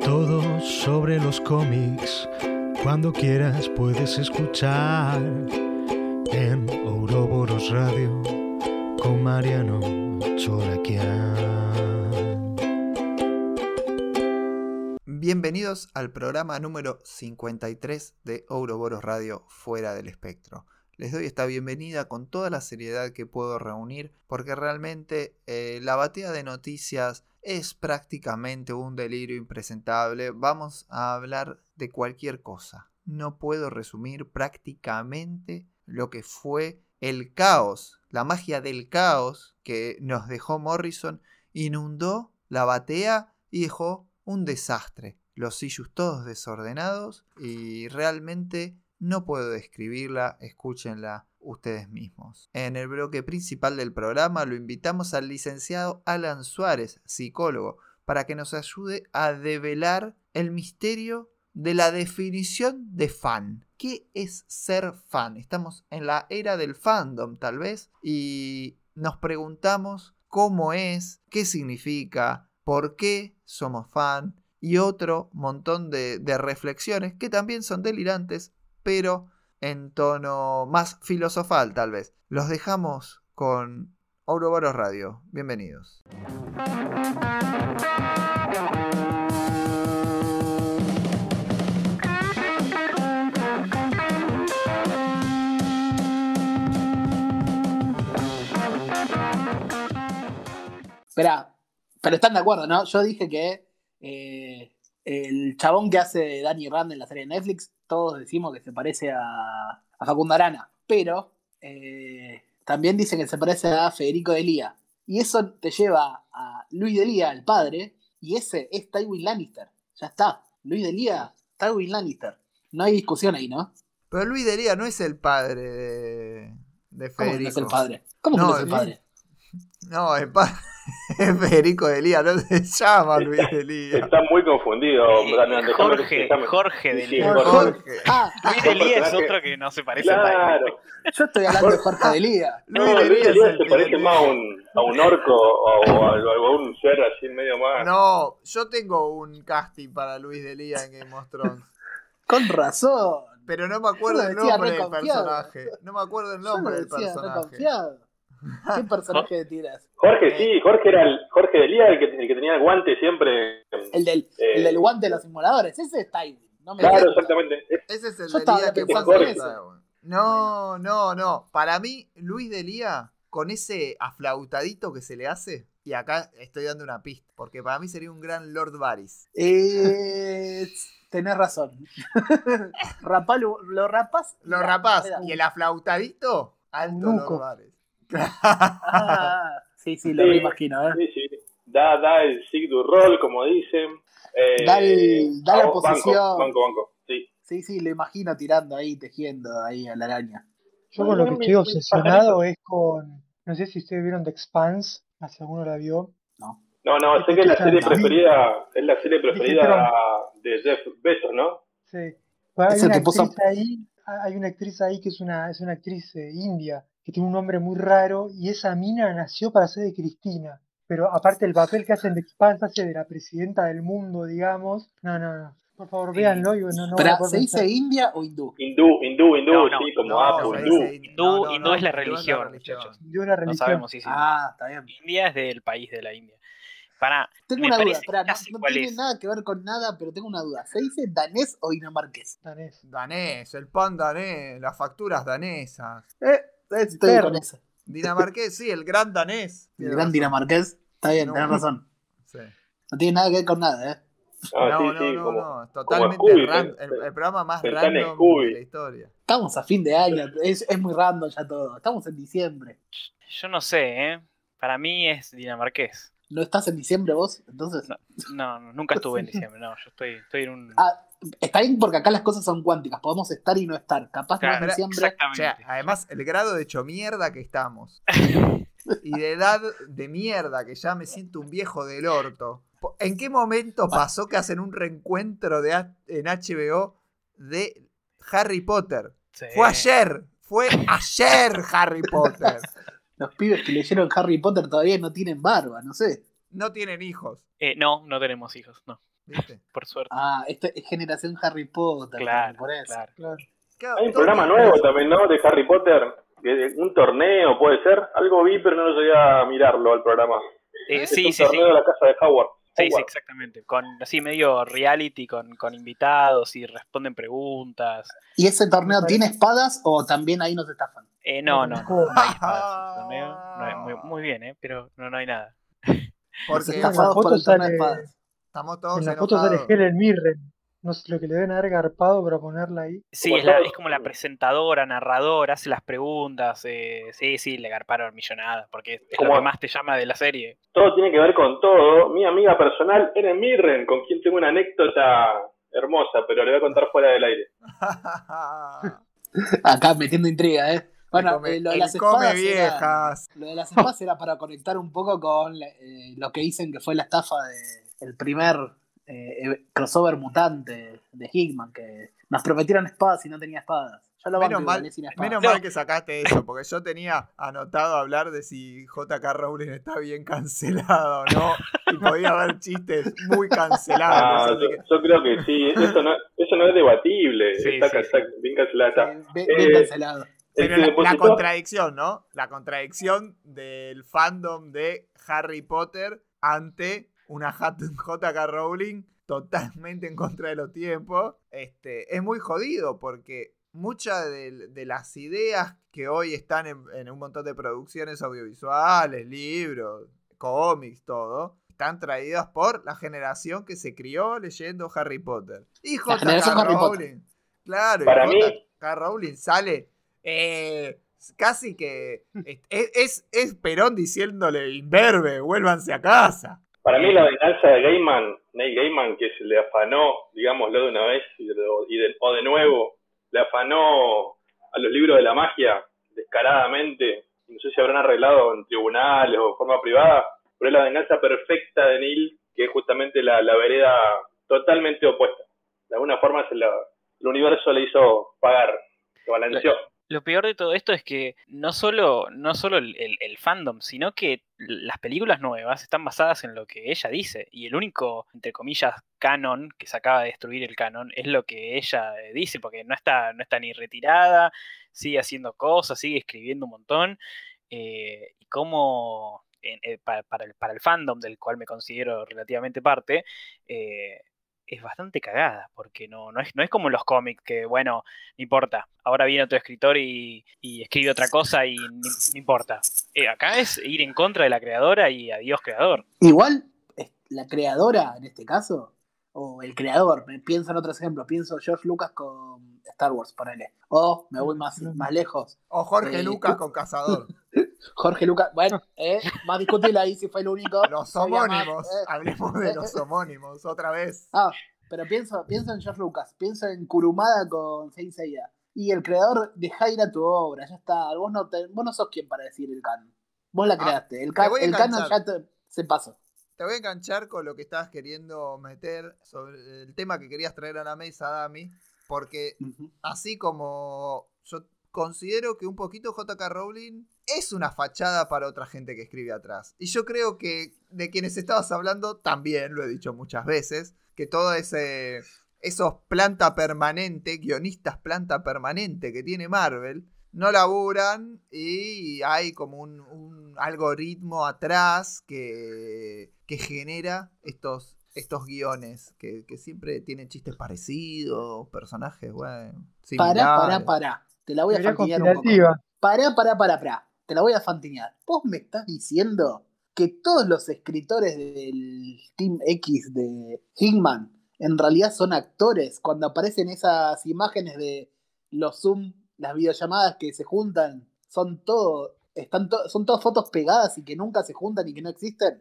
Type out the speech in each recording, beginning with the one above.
Todo sobre los cómics, cuando quieras puedes escuchar en Ouroboros Radio con Mariano Cholaquian. Bienvenidos al programa número 53 de Ouroboros Radio Fuera del Espectro. Les doy esta bienvenida con toda la seriedad que puedo reunir, porque realmente la batea de noticias es prácticamente un delirio impresentable. Vamos a hablar de cualquier cosa. No puedo resumir prácticamente lo que fue el caos, la magia del caos que nos dejó Morrison. Inundó la batea y dejó un desastre. Los issues todos desordenados y realmente no puedo describirla, escúchenla ustedes mismos. En el bloque principal del programa lo invitamos al licenciado Alan Suárez, psicólogo, para que nos ayude a develar el misterio de la definición de fan. ¿Qué es ser fan? Estamos en la era del fandom, tal vez, y nos preguntamos cómo es, qué significa, por qué somos fan, y otro montón de reflexiones que también son delirantes, pero en tono más filosofal tal vez. Los dejamos con Ouroboros Radio. Bienvenidos. Espera, pero están de acuerdo, ¿no? Yo dije que el chabón que hace Danny Rand en la serie de Netflix, todos decimos que se parece a Facundo Arana, pero también dicen que se parece a Federico de Lía. Y eso te lleva a Luis de Lía, el padre, y ese es Tywin Lannister. Ya está, Luis de Lía, Tywin Lannister. No hay discusión ahí, ¿no? Pero Luis de Lía no es el padre de Federico. ¿Cómo que no es el padre? ¿Cómo que no es el padre? No, el padre es Federico de Lía, no se llama Luis de Lía. Está muy confundido. Jorge de Lía. Luis de Lía es otro que no se parece a Claro. Yo estoy hablando de Jorge de Lía. Luis de Lía se parece más a un orco o a un ser así medio más. No, yo tengo un casting para Luis de Lía en Game of Thrones. Con razón. Pero no me acuerdo el nombre del personaje. No me acuerdo el nombre del personaje. ¿Qué personaje tiras? Jorge, sí, Jorge era el Jorge de Lía, el que tenía el guante siempre. El del guante de los simuladores. Ese es Tywin. Claro, exactamente. Ese es el de Lía que pasa. No. Para mí, Luis de Lía, con ese aflautadito que se le hace, y acá estoy dando una pista, porque para mí sería un gran Lord Varys. Tenés razón. ¿Lo rapas? Lo rapás. Y el aflautadito, alto Lord Varys. Sí, lo imagino, ¿eh? Sí. Da el sig du rol, como dicen. Da la posición. Banco, sí. Sí, lo imagino tirando ahí, tejiendo ahí a la araña. Yo con lo que estoy obsesionado es con... No sé si ustedes vieron The Expanse, si alguno la vio. No, sé que es la serie preferida de Jeff Bezos, ¿no? Sí. Pues hay una actriz ahí que es una actriz india, que tiene un nombre muy raro, y esa mina nació para ser de Cristina. Pero aparte el papel que hace en The Expanse hace de la presidenta del mundo, digamos. No. Por favor, véanlo. ¿Pero se dice India o hindú? Hindú, no, sí, como Apu, hindú es la religión, muchachos. Hindú es la religión. No sabemos si está bien. India es del país de la India. Tengo una duda, no tiene nada que ver con nada, pero tengo una duda. ¿Se dice danés o dinamarqués? Danés, el pan danés, las facturas danesas. Estoy con eso. Dinamarqués, sí, el gran danés. El gran dinamarqués, está bien, tenés razón. Sí. No tiene nada que ver con nada, ¿eh? No, totalmente random. El programa más random de la historia. Estamos a fin de año, es muy random ya todo. Estamos en diciembre. Yo no sé, Para mí es dinamarqués. ¿No estás en diciembre vos? Entonces. No, nunca estuve en diciembre. No, yo estoy en un. Está bien porque acá las cosas son cuánticas. Podemos estar y no estar. Capaz no en diciembre. Exactamente. O sea, además, el grado de hecho mierda que estamos. Y de edad de mierda, que ya me siento un viejo del orto. ¿En qué momento pasó que hacen un reencuentro en HBO de Harry Potter? Sí. Fue ayer Harry Potter. Los pibes que leyeron Harry Potter todavía no tienen barba, no sé. No tienen hijos. No tenemos hijos, no. ¿viste? Por suerte. Ah, esto es generación Harry Potter. Claro, por eso. claro. Hay un programa nuevo también, ¿no? De Harry Potter. Un torneo, puede ser. Algo vi, pero no lo sabía mirarlo al programa. Es un torneo de la casa de Howard. Sí, exactamente. Con así medio reality, con invitados y responden preguntas. ¿Y ese torneo tiene espadas o también ahí nos estafan? No hay espadas en ese torneo. No hay, muy bien, pero no hay nada. Porque estafados por el torneo de espadas. Estamos todos en la enojados. foto sale Helen Mirren. No sé lo que le deben haber garpado para ponerla ahí. Sí, es como la presentadora, narradora, hace las preguntas. Sí, le garparon millonadas, porque es lo que más te llama de la serie. Todo tiene que ver con todo. Mi amiga personal, Helen Mirren, con quien tengo una anécdota hermosa, pero le voy a contar fuera del aire. Acá metiendo intriga, ¿eh? Bueno, lo de las espadas lo de las espadas era para conectar un poco con lo que dicen que fue la estafa del primer crossover mutante de Hickman, que nos prometieron espadas y no tenía espadas. Yo lo menos mal que sacaste eso, porque yo tenía anotado hablar de si J.K. Rowling está bien cancelado o no, y podía haber chistes muy cancelados. Yo creo que sí, eso no es debatible. Está bien cancelada. Bien cancelado. Pero la contradicción, ¿no? La contradicción del fandom de Harry Potter ante una J.K. Rowling totalmente en contra de los tiempos. Es muy jodido porque muchas de las ideas que hoy están en un montón de producciones audiovisuales, libros, cómics, todo, están traídas por la generación que se crió leyendo Harry Potter. Y J.K. Rowling. Claro, para y mí J.K. Rowling sale casi que es Perón diciéndole imberbe, vuélvanse a casa. Para mí la venganza de Neil Gaiman, que se le afanó, digámoslo de una vez o de nuevo, le afanó a los libros de la magia descaradamente. No sé si habrán arreglado en tribunales o de forma privada, pero es la venganza perfecta de Neil, que es justamente la vereda totalmente opuesta. De alguna forma el universo le hizo pagar, se balanceó. Lo peor de todo esto es que no solo el fandom, sino que las películas nuevas están basadas en lo que ella dice. Y el único, entre comillas, canon que se acaba de destruir el canon es lo que ella dice, porque no está ni retirada, sigue haciendo cosas, sigue escribiendo un montón. Y como para el fandom, del cual me considero relativamente parte, es bastante cagada, porque no es como en los cómics, que bueno, no importa, ahora viene otro escritor y escribe otra cosa y no importa. Acá es ir en contra de la creadora y adiós creador. Igual, la creadora en este caso, o el creador, pienso en otros ejemplos, pienso George Lucas con Star Wars, ponele, o me voy más lejos. O Jorge Lucas con Cazador. Jorge Lucas, bueno, más discutible ahí si fue el único. Los homónimos, hablemos de los homónimos otra vez. Pero pienso en George Lucas, pienso en Kurumada con Saint Seiya. Y el creador, deja ir a tu obra, ya está. Vos no sos quien para decir el canon. Vos la creaste, el canon ya se pasó. Te voy a enganchar con lo que estabas queriendo meter sobre el tema que querías traer a la mesa, Dami, porque así como yo considero que un poquito J.K. Rowling es una fachada para otra gente que escribe atrás. Y yo creo que de quienes estabas hablando también, lo he dicho muchas veces, que todo esos planta permanente, guionistas planta permanente que tiene Marvel, no laburan y hay como un algoritmo atrás que genera estos guiones que siempre tienen chistes parecidos, personajes, bueno, similares. Pará. Te la voy a fantinear un poco. Pará. Te la voy a fantinear. ¿Vos me estás diciendo que todos los escritores del Team X de Hickman en realidad son actores? Cuando aparecen esas imágenes de los Zoom, las videollamadas que se juntan, son todas fotos pegadas y que nunca se juntan y que no existen.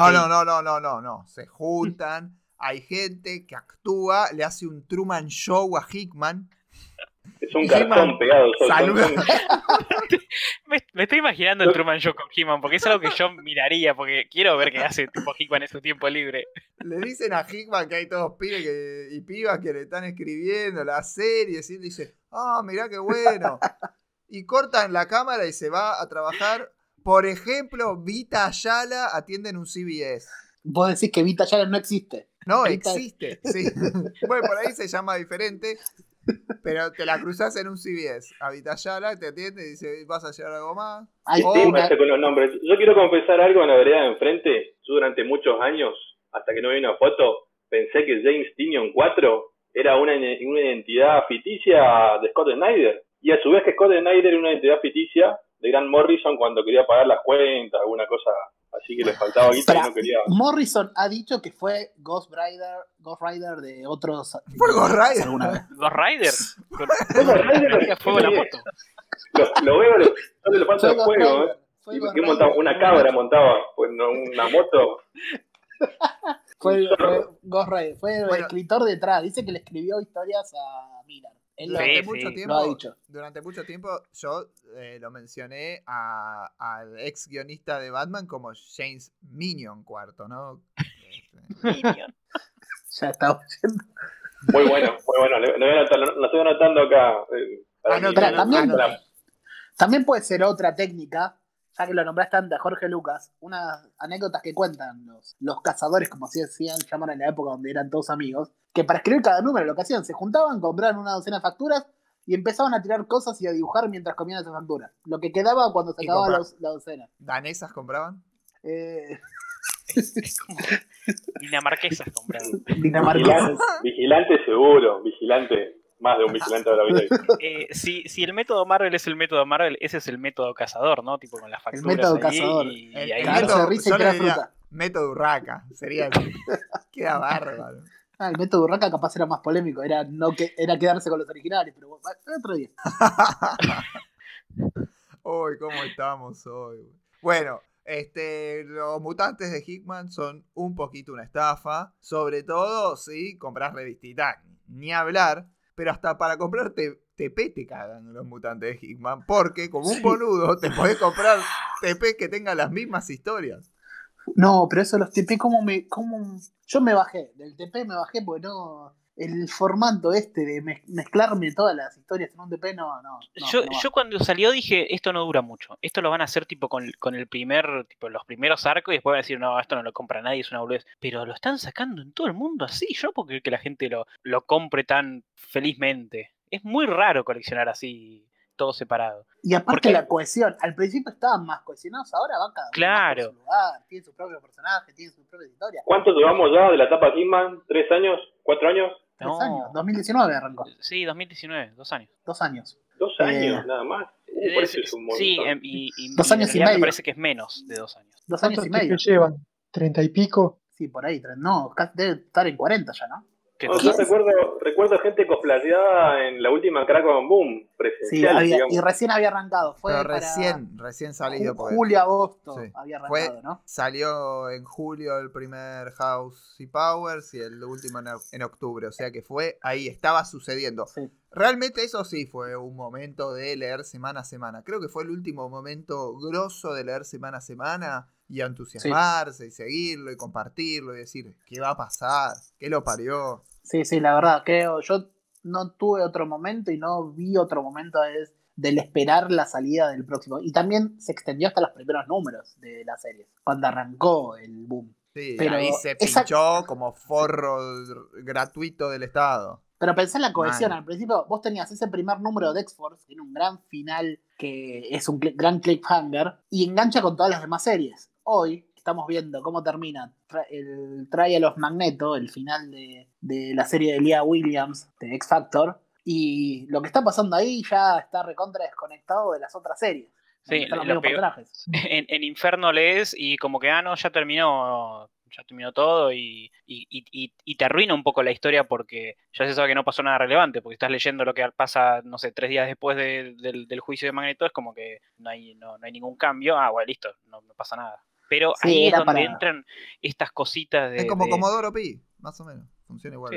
No. Se juntan, hay gente que actúa, le hace un Truman Show a Hickman. Es un cartón pegado. Me estoy imaginando el Truman Show con He-Man, porque es algo que yo miraría, porque quiero ver qué hace tipo Hickman en su tiempo libre. Le dicen a Hickman que hay todos pibes y pibas que le están escribiendo la serie, y él dice, mirá qué bueno. Y cortan la cámara y se va a trabajar. Por ejemplo, Vita Ayala atiende en un CBS. Vos decís que Vita Ayala no existe. No, existe, sí. Bueno, por ahí se llama diferente, pero te la cruzás en un CVS. Habitayala, te atiende y dice, ¿vas a llevar algo más? Sí, con los nombres. Yo quiero confesar algo en la vereda de enfrente. Yo durante muchos años, hasta que no vi una foto, pensé que James Tynion 4 era una identidad ficticia de Scott Snyder. Y a su vez que Scott Snyder era una identidad ficticia de Grant Morrison cuando quería pagar las cuentas, alguna cosa así que le faltaba guita y no quería. Morrison ha dicho que fue Ghost Rider de otros. ¿Fue Ghost Rider? ¿Alguna vez? ¿Ghost Rider? Ghost Rider fue la moto. Lo veo, solo le falta el juego, ¿eh? Montaba una cabra, montaba una moto. Fue Ghost Rider, fue el escritor detrás. Dice que le escribió historias a Miller. Durante mucho tiempo yo lo mencioné al ex guionista de Batman como James Minion IV, ¿no? Minion. Ya estamos viendo. Muy bueno. Lo estoy anotando acá. También puede ser otra técnica, ya que lo nombraste antes a Jorge Lucas, unas anécdotas que cuentan los cazadores, como se decían llamar en la época donde eran todos amigos, que para escribir cada número lo que hacían, se juntaban, compraban una docena de facturas y empezaban a tirar cosas y a dibujar mientras comían esas facturas. Lo que quedaba cuando se acababa la docena. ¿Danesas compraban? Dinamarquesas compraban. Vigilante seguro, vigilante. Más de un vigilante de la vida. Si el método Marvel es el método Marvel, ese es el método cazador, ¿no? Tipo con las facturas. El método ahí, cazador. Método Urraca. Sería. Queda bárbaro. El método Urraca capaz era más polémico. Era quedarse con los originales, pero bueno, otro día. Uy, ¿cómo estamos hoy? Bueno. Los mutantes de Hickman son un poquito una estafa. Sobre todo si compras revistita. Ni hablar. Pero hasta para comprar TP te cagan los mutantes de Hickman. Porque como un boludo te podés comprar TP que tengan las mismas historias. No, pero eso los TP yo me bajé. Del TP me bajé porque no. El formato de mezclarme todas las historias en un TP no. Yo cuando salió dije, esto no dura mucho. Esto lo van a hacer tipo con el los primeros arcos y después van a decir, no, esto no lo compra nadie, es una boludez. Pero lo están sacando en todo el mundo así. Yo no puedo creer que la gente lo compre tan felizmente. Es muy raro coleccionar así, todo separado. Y aparte la cohesión. Al principio estaban más cohesionados, ahora van cada uno por su lugar. Tienen su propio personaje, tienen sus propias historias. ¿Cuánto llevamos ya de la etapa Hickman? ¿3 años? ¿4 años? 3 años, 2019 arrancó. Sí, 2019, 2 años. 2 años. 2 años, nada más. Es un montón. Sí, y 2 años y medio. Me parece que es menos de 2 años. 2 años y medio. ¿Qué llevan? ¿30 y pico? Sí, por ahí. No, debe estar en 40 ya, ¿no? Yo recuerdo gente cosplayada en la última Crackdown Boom presencial. Sí, y recién había arrancado. Recién salido. Julio, agosto había arrancado, ¿no? Salió en julio el primer House y Powers y el último en octubre. O sea que fue ahí, estaba sucediendo. Sí. Realmente eso sí fue un momento de leer semana a semana. Creo que fue el último momento grosso de leer semana a semana y entusiasmarse y seguirlo y compartirlo y decir, ¿qué va a pasar? ¿Qué lo parió? Sí, la verdad, creo. Yo no tuve otro momento y no vi otro momento del esperar la salida del próximo. Y también se extendió hasta los primeros números de la serie, cuando arrancó el boom. Sí, pero ahí se pinchó como forro gratuito del Estado. Pero pensé en la cohesión. Al principio vos tenías ese primer número de X-Force, que tiene un gran final, que es un gran cliffhanger, y engancha con todas las demás series. Hoy estamos viendo cómo termina el Trial of Magneto, el final de la serie de Leah Williams, de X Factor, y lo que está pasando ahí ya está recontra desconectado de las otras series. Sí, lo peor. En Inferno lees y como que, ya terminó todo y te arruina un poco la historia porque ya se sabe que no pasó nada relevante, porque estás leyendo lo que pasa, no sé, 3 días después del juicio de Magneto, es como que no hay ningún cambio, bueno, listo, no pasa nada. Pero sí, ahí es donde entran estas cositas de... Es como Comodoro Pi, más o menos, funciona igual.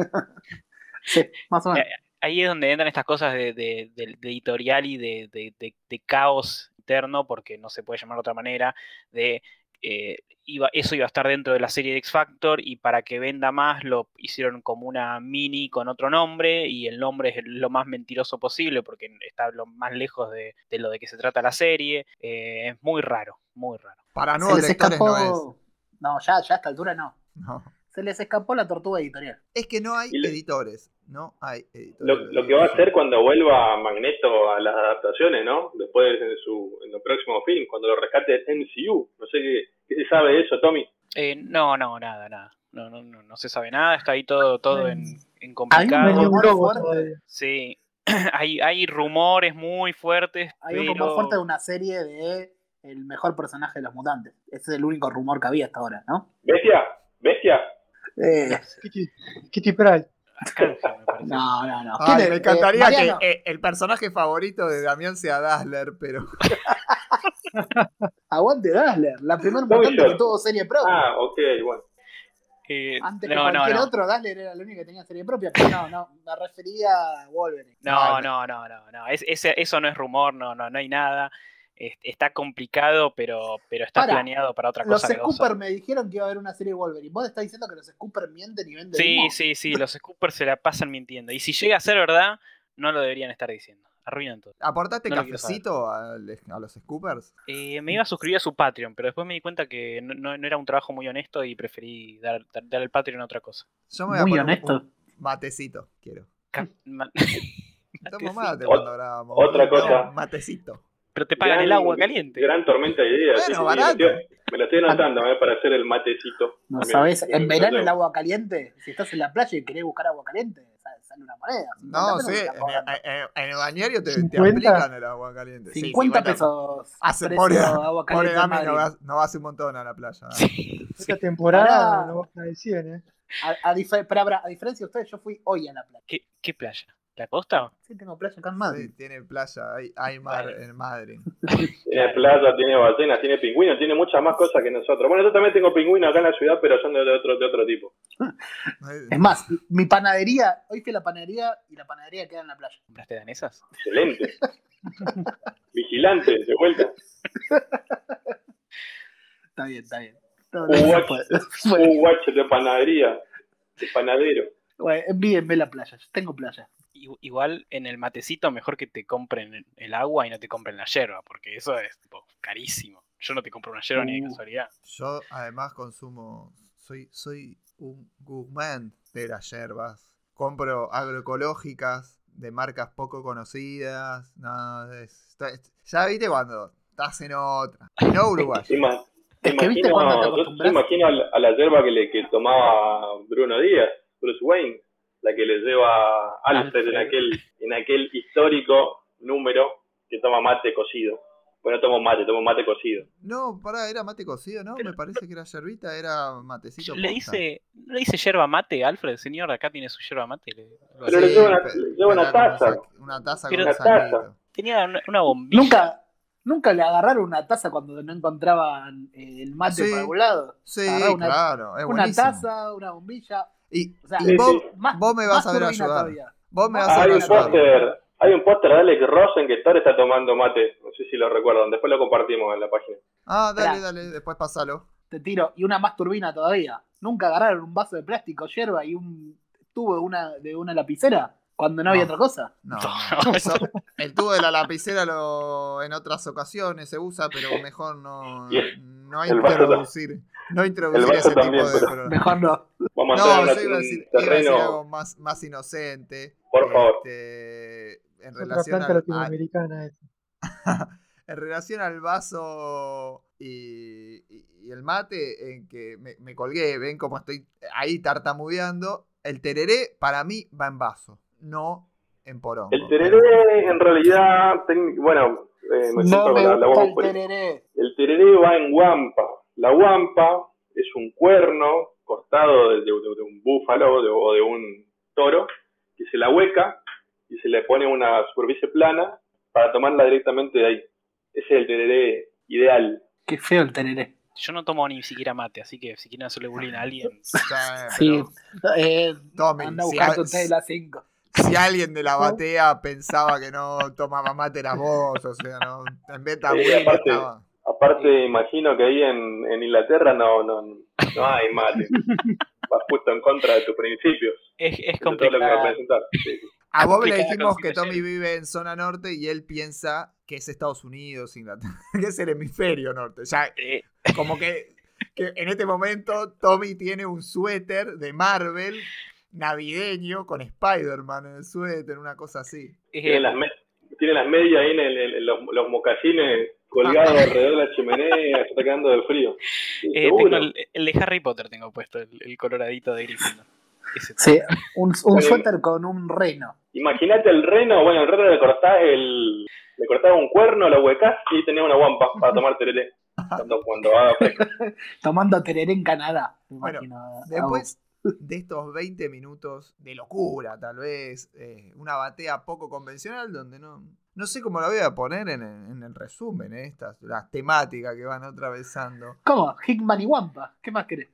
Sí, más o menos. Ahí es donde entran estas cosas de editorial y de caos interno, porque no se puede llamar de otra manera, eso iba a estar dentro de la serie de X Factor y para que venda más lo hicieron como una mini con otro nombre y el nombre es lo más mentiroso posible porque está lo más lejos de lo de que se trata la serie. Es muy raro, muy raro. Para nuevos lectores no es. No, ya a esta altura no. Se les escapó la tortuga editorial. Es que no hay editores. No hay editores. Lo que va a hacer cuando vuelva Magneto a las adaptaciones, ¿no? Después en los próximos films, cuando lo rescate MCU. No sé qué se sabe de eso, Tommy. No, nada. No se sabe nada, está ahí todo en complicado. Hay un rumor fuerte. Sí, hay rumores muy fuertes. Hay un rumor fuerte de una serie de el mejor personaje de los mutantes. Ese es el único rumor que había hasta ahora, ¿no? ¿Bestia? Kitty Pryde. No. Ay, me encantaría que el personaje favorito de Damián sea Dazzler, pero... Aguante Dazzler, la primera mutante que tuvo serie propia. Ah, ok, bueno. Antes que cualquier otro, Dazzler era el único que tenía serie propia, pero no, me refería a Wolverine. No. Eso no es rumor, no hay nada. Está complicado, pero está planeado para otra cosa. Los Scooper me dijeron que iba a haber una serie de Wolverine. ¿Vos estás diciendo que los Scooper mienten y venden humo? Sí, los Scooper se la pasan mintiendo. Y si llega a ser verdad, no lo deberían estar diciendo. Arruinan todo. ¿Aportaste cafecito a los Scoopers? Me iba a suscribir a su Patreon, pero después me di cuenta que no era un trabajo muy honesto y preferí dar al Patreon a otra cosa. Yo me voy muy a poner honesto. Un matecito, quiero. Tomo mate cuando grabamos. Otra cosa. Matecito. Pero te pagan el agua caliente. Gran tormenta de ideas. Bueno, barato. Me lo estoy anotando para hacer el matecito. No sabes, en verano el agua caliente, si estás en la playa y querés buscar agua caliente, sale una moneda. No, sí, en el bañario te aplican el agua caliente. 50 pesos. Agua caliente. No va hace un montón a la playa. Esta temporada no vas a decir, a diferencia de ustedes, yo fui hoy a la playa. ¿Qué playa? ¿La costa? Sí, tengo playa acá en Madrid. Sí, tiene playa, hay mar en Madrid. Tiene playa, tiene ballenas, tiene pingüinos, tiene muchas más cosas que nosotros. Bueno, yo también tengo pingüinos acá en la ciudad, pero son de otro tipo. Es más, mi panadería, hoy fui a la panadería y la panadería queda en la playa. ¿Compraste danesas? Excelente. Vigilante, de vuelta. Está bien. Watch de panadería, de panadero. Bueno, envíenme la playa, yo tengo playa. Igual en el matecito mejor que te compren el agua y no te compren la yerba, porque eso es tipo carísimo. Yo no te compro una yerba ni de casualidad. Yo además consumo, soy un gourmet de las yerbas. Compro agroecológicas de marcas poco conocidas. No, ya viste cuando estás en otra. No Uruguay. Te imagino a la yerba que tomaba Bruce Wayne, la que le lleva Alfred en aquel histórico número que toma mate cocido. Bueno, tomo mate cocido. No, era mate cocido, ¿no? Me parece que era yerbita, era matecito. ¿No le dice yerba mate, Alfred? Señor, acá tiene su yerba mate. Pero le lleva una taza. Una taza con un saquito. Tenía una bombilla. ¿Nunca le agarraron una taza cuando no encontraban el mate por algún lado? Sí, claro, es una buenísimo. taza, una bombilla. Y vos me vas a ver ayudar. Vos me vas a ver ayudar. Hay un póster de Alex Rosen que Thor está tomando mate. No sé si lo recuerdan. Después lo compartimos en la página. Dale. Después pasalo. Te tiro. Y una más turbina todavía. ¿Nunca agarraron un vaso de plástico, yerba y un tubo de una lapicera? Cuando no había otra cosa. No. El tubo de la lapicera en otras ocasiones se usa, pero mejor no introducir ese también, tipo de problemas. Mejor no. Vamos a hacer iba a decir algo más inocente. Por favor. En otra relación planta latinoamericana esa. En relación al vaso y el mate, en que me colgué, ven cómo estoy ahí tartamudeando. El tereré para mí va en vaso, no en porongo. El tereré en realidad, bueno, no me gusta el tereré. El tereré va en guampa. La guampa es un cuerno cortado de un búfalo o de un toro que se la hueca y se le pone una superficie plana para tomarla directamente de ahí. Ese es el tereré ideal. Qué feo el tereré. Yo no tomo ni siquiera mate, así que si quieren hacerle bullying a alguien... Sí, Tommy, anda a buscarte usted de las 5. Si alguien de la batea pensaba que no tomaba mate, eras vos, o sea, no, en beta estaba... Aparte, imagino que ahí en Inglaterra no hay mate. Vas justo en contra de tus principios. Es complicado. A Bob le dijimos que Tommy vive en zona norte y él piensa que es Estados Unidos, Inglaterra, que es el hemisferio norte. Ya, como que que en este momento Tommy tiene un suéter de Marvel navideño con Spider-Man en el suéter, una cosa así. Tiene las medias ahí en los mocasines colgados alrededor de la chimenea, se está quedando de frío. Sí, tengo el de Harry Potter, tengo puesto, el coloradito de Gryffindor. Sí, un suéter con un reno. Imagínate el reno, bueno, el reno le cortás un cuerno, lo huecás y tenés una guampa para tomar tereré. Cuando haga fresco. Tomando tereré en Canadá. Bueno, después de estos 20 minutos de locura, tal vez, una batea poco convencional, donde no sé cómo la voy a poner en el resumen, las temáticas que van atravesando. ¿Cómo? Hickman y Wampa, ¿qué más querés?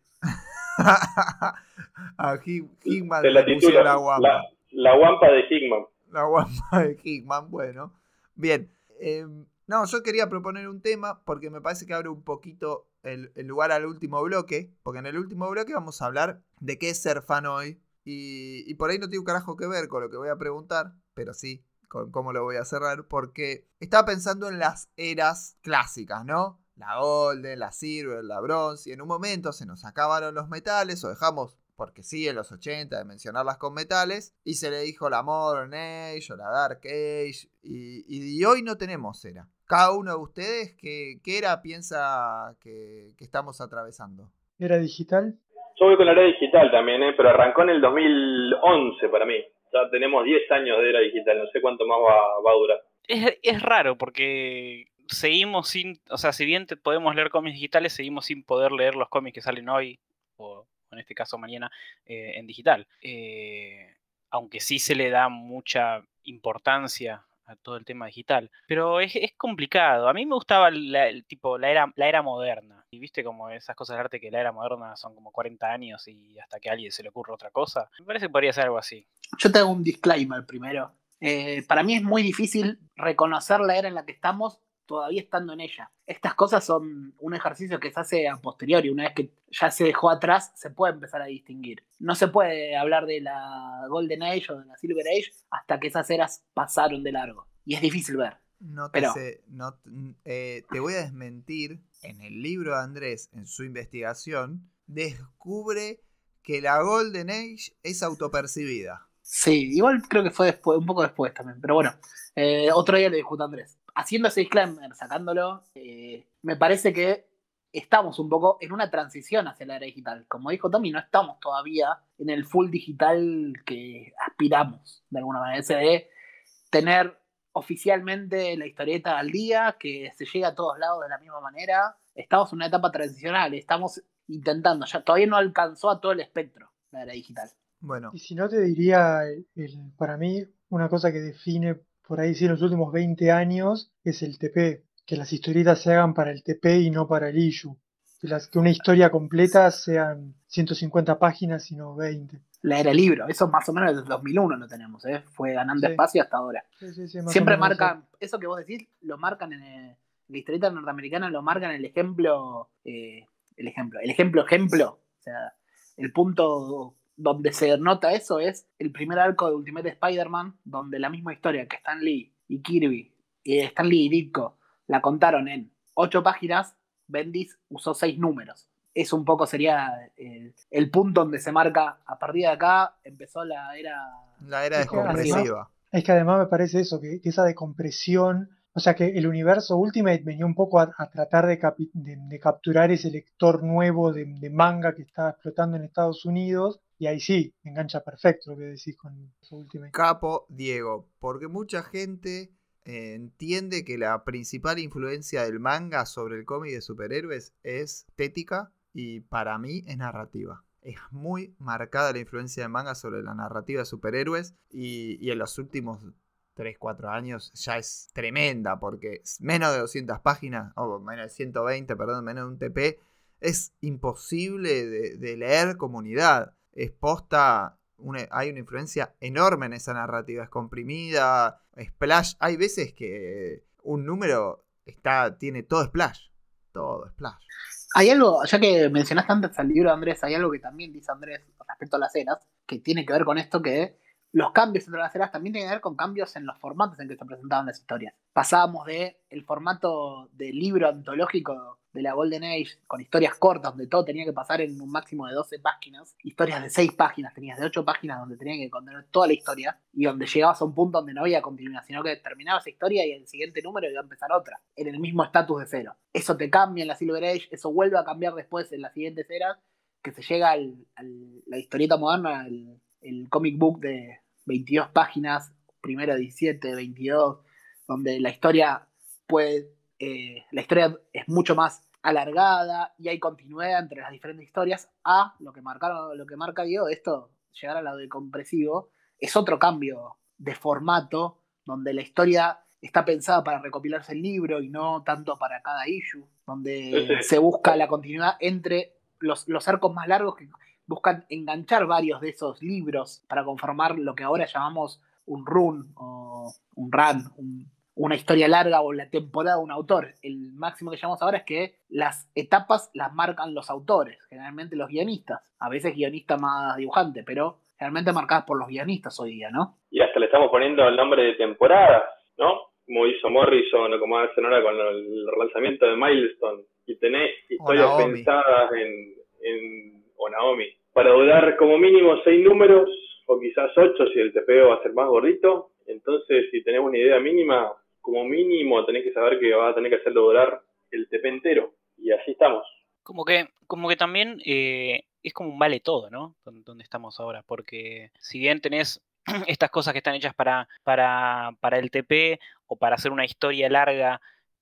A Hickman le pusieron la guampa. La guampa de Hickman. La guampa de Hickman, bueno. Bien. No, yo quería proponer un tema porque me parece que abre un poquito el lugar al último bloque, porque en el último bloque vamos a hablar de qué es ser fan hoy, y por ahí no tiene un carajo que ver con lo que voy a preguntar, pero sí con cómo lo voy a cerrar, porque estaba pensando en las eras clásicas, ¿no? La Golden, la Silver, la Bronze, y en un momento se nos acabaron los metales, o dejamos, porque sí, en los 80 de mencionarlas con metales, y se le dijo la Modern Age o la Dark Age, y hoy no tenemos era. Cada uno de ustedes, ¿qué era piensa que estamos atravesando? ¿Era digital? Yo voy con la era digital también, pero arrancó en el 2011 para mí. Ya tenemos 10 años de era digital, no sé cuánto más va a durar. Es raro porque seguimos sin, o sea, si bien podemos leer cómics digitales, seguimos sin poder leer los cómics que salen hoy, o en este caso mañana, en digital. Aunque sí se le da mucha importancia a todo el tema digital. Pero es complicado. A mí me gustaba la era moderna. Y viste como esas cosas de arte que la era moderna son como 40 años y hasta que a alguien se le ocurra otra cosa. Me parece que podría ser algo así. Yo te hago un disclaimer primero. Para mí es muy difícil reconocer la era en la que estamos todavía estando en ella. Estas cosas son un ejercicio que se hace a posteriori. Una vez que ya se dejó atrás, se puede empezar a distinguir. No se puede hablar de la Golden Age o de la Silver Age hasta que esas eras pasaron de largo. Y es difícil ver. Te voy a desmentir. En el libro de Andrés, en su investigación, descubre que la Golden Age es autopercibida. Sí, igual creo que fue después, un poco después también. Pero bueno, otro día le discuto a Andrés. Haciendo ese disclaimer, sacándolo, me parece que estamos un poco en una transición hacia la era digital. Como dijo Tommy, no estamos todavía en el full digital que aspiramos, de alguna manera. Ese de tener oficialmente la historieta al día, que se llega a todos lados de la misma manera. Estamos en una etapa transicional, estamos intentando, ya todavía no alcanzó a todo el espectro la era digital. Bueno. Y si no, te diría, para mí, una cosa que define por ahí sí en los últimos 20 años es el TP, que las historietas se hagan para el TP y no para el issue. Que una historia completa sean 150 páginas y no 20. La era libro, eso más o menos desde el 2001 lo tenemos, fue ganando espacio hasta ahora. Sí, siempre marcan, eso que vos decís, lo marcan en la historieta norteamericana, lo marcan el ejemplo, o sea, el punto donde se nota eso es el primer arco de Ultimate Spider-Man, donde la misma historia que Stan Lee y Kirby, Stan Lee y Ditko la contaron en 8 páginas, Bendis usó 6 números. Eso un poco sería el punto donde se marca, a partir de acá empezó la era descompresiva. Es que además me parece eso, que esa decompresión, o sea que el universo Ultimate venía un poco a tratar de capturar ese lector nuevo de manga que estaba explotando en Estados Unidos, y ahí sí, engancha perfecto lo que decís con Ultimate. Capo Diego, porque mucha gente entiende que la principal influencia del manga sobre el cómic de superhéroes es estética, y para mí es narrativa. Es muy marcada la influencia del manga sobre la narrativa de superhéroes, y en los últimos 3-4 años ya es tremenda, porque menos de 200 páginas, o menos de 120, perdón, menos de un TP, es imposible de leer como unidad. Es posta, hay una influencia enorme en esa narrativa, es comprimida, splash. Hay veces que un número tiene todo splash. Hay algo, ya que mencionaste antes al libro de Andrés, hay algo que también dice Andrés respecto a las eras, que tiene que ver con esto, que los cambios entre las eras también tienen que ver con cambios en los formatos en que se presentaban las historias. Pasábamos del formato de libro antológico de la Golden Age, con historias cortas, donde todo tenía que pasar en un máximo de 12 páginas, historias de 6 páginas, tenías de 8 páginas donde tenían que contener toda la historia, y donde llegabas a un punto donde no había continuidad, sino que terminaba esa historia y el siguiente número iba a empezar otra, en el mismo estatus de cero. Eso te cambia en la Silver Age, eso vuelve a cambiar después en las siguientes eras, que se llega a la historieta moderna, el comic book de 22 páginas, primero 17, 22, donde la historia la historia es mucho más alargada y hay continuidad entre las diferentes historias, a lo que marca Diego, esto, llegar a lo de compresivo, es otro cambio de formato, donde la historia está pensada para recopilarse el libro y no tanto para cada issue, donde se busca la continuidad entre los arcos más largos que buscan enganchar varios de esos libros para conformar lo que ahora llamamos un run o un run, una historia larga o la temporada de un autor. El máximo que llamamos ahora es que las etapas las marcan los autores, generalmente los guionistas, a veces guionista más dibujante, pero generalmente marcadas por los guionistas hoy día, ¿no? Y hasta le estamos poniendo el nombre de temporadas, ¿no? Como hizo Morrison o como hacen ahora con el lanzamiento de Milestone. Y tenés historias pensadas en Naomi. Para durar como mínimo 6 números, o quizás 8 si el TPO va a ser más gordito. Entonces, si tenés una idea mínima, como mínimo tenés que saber que vas a tener que hacerlo durar el TP entero. Y así estamos. Como que también es como un vale todo, ¿no? Donde estamos ahora. Porque si bien tenés estas cosas que están hechas para el TP o para hacer una historia larga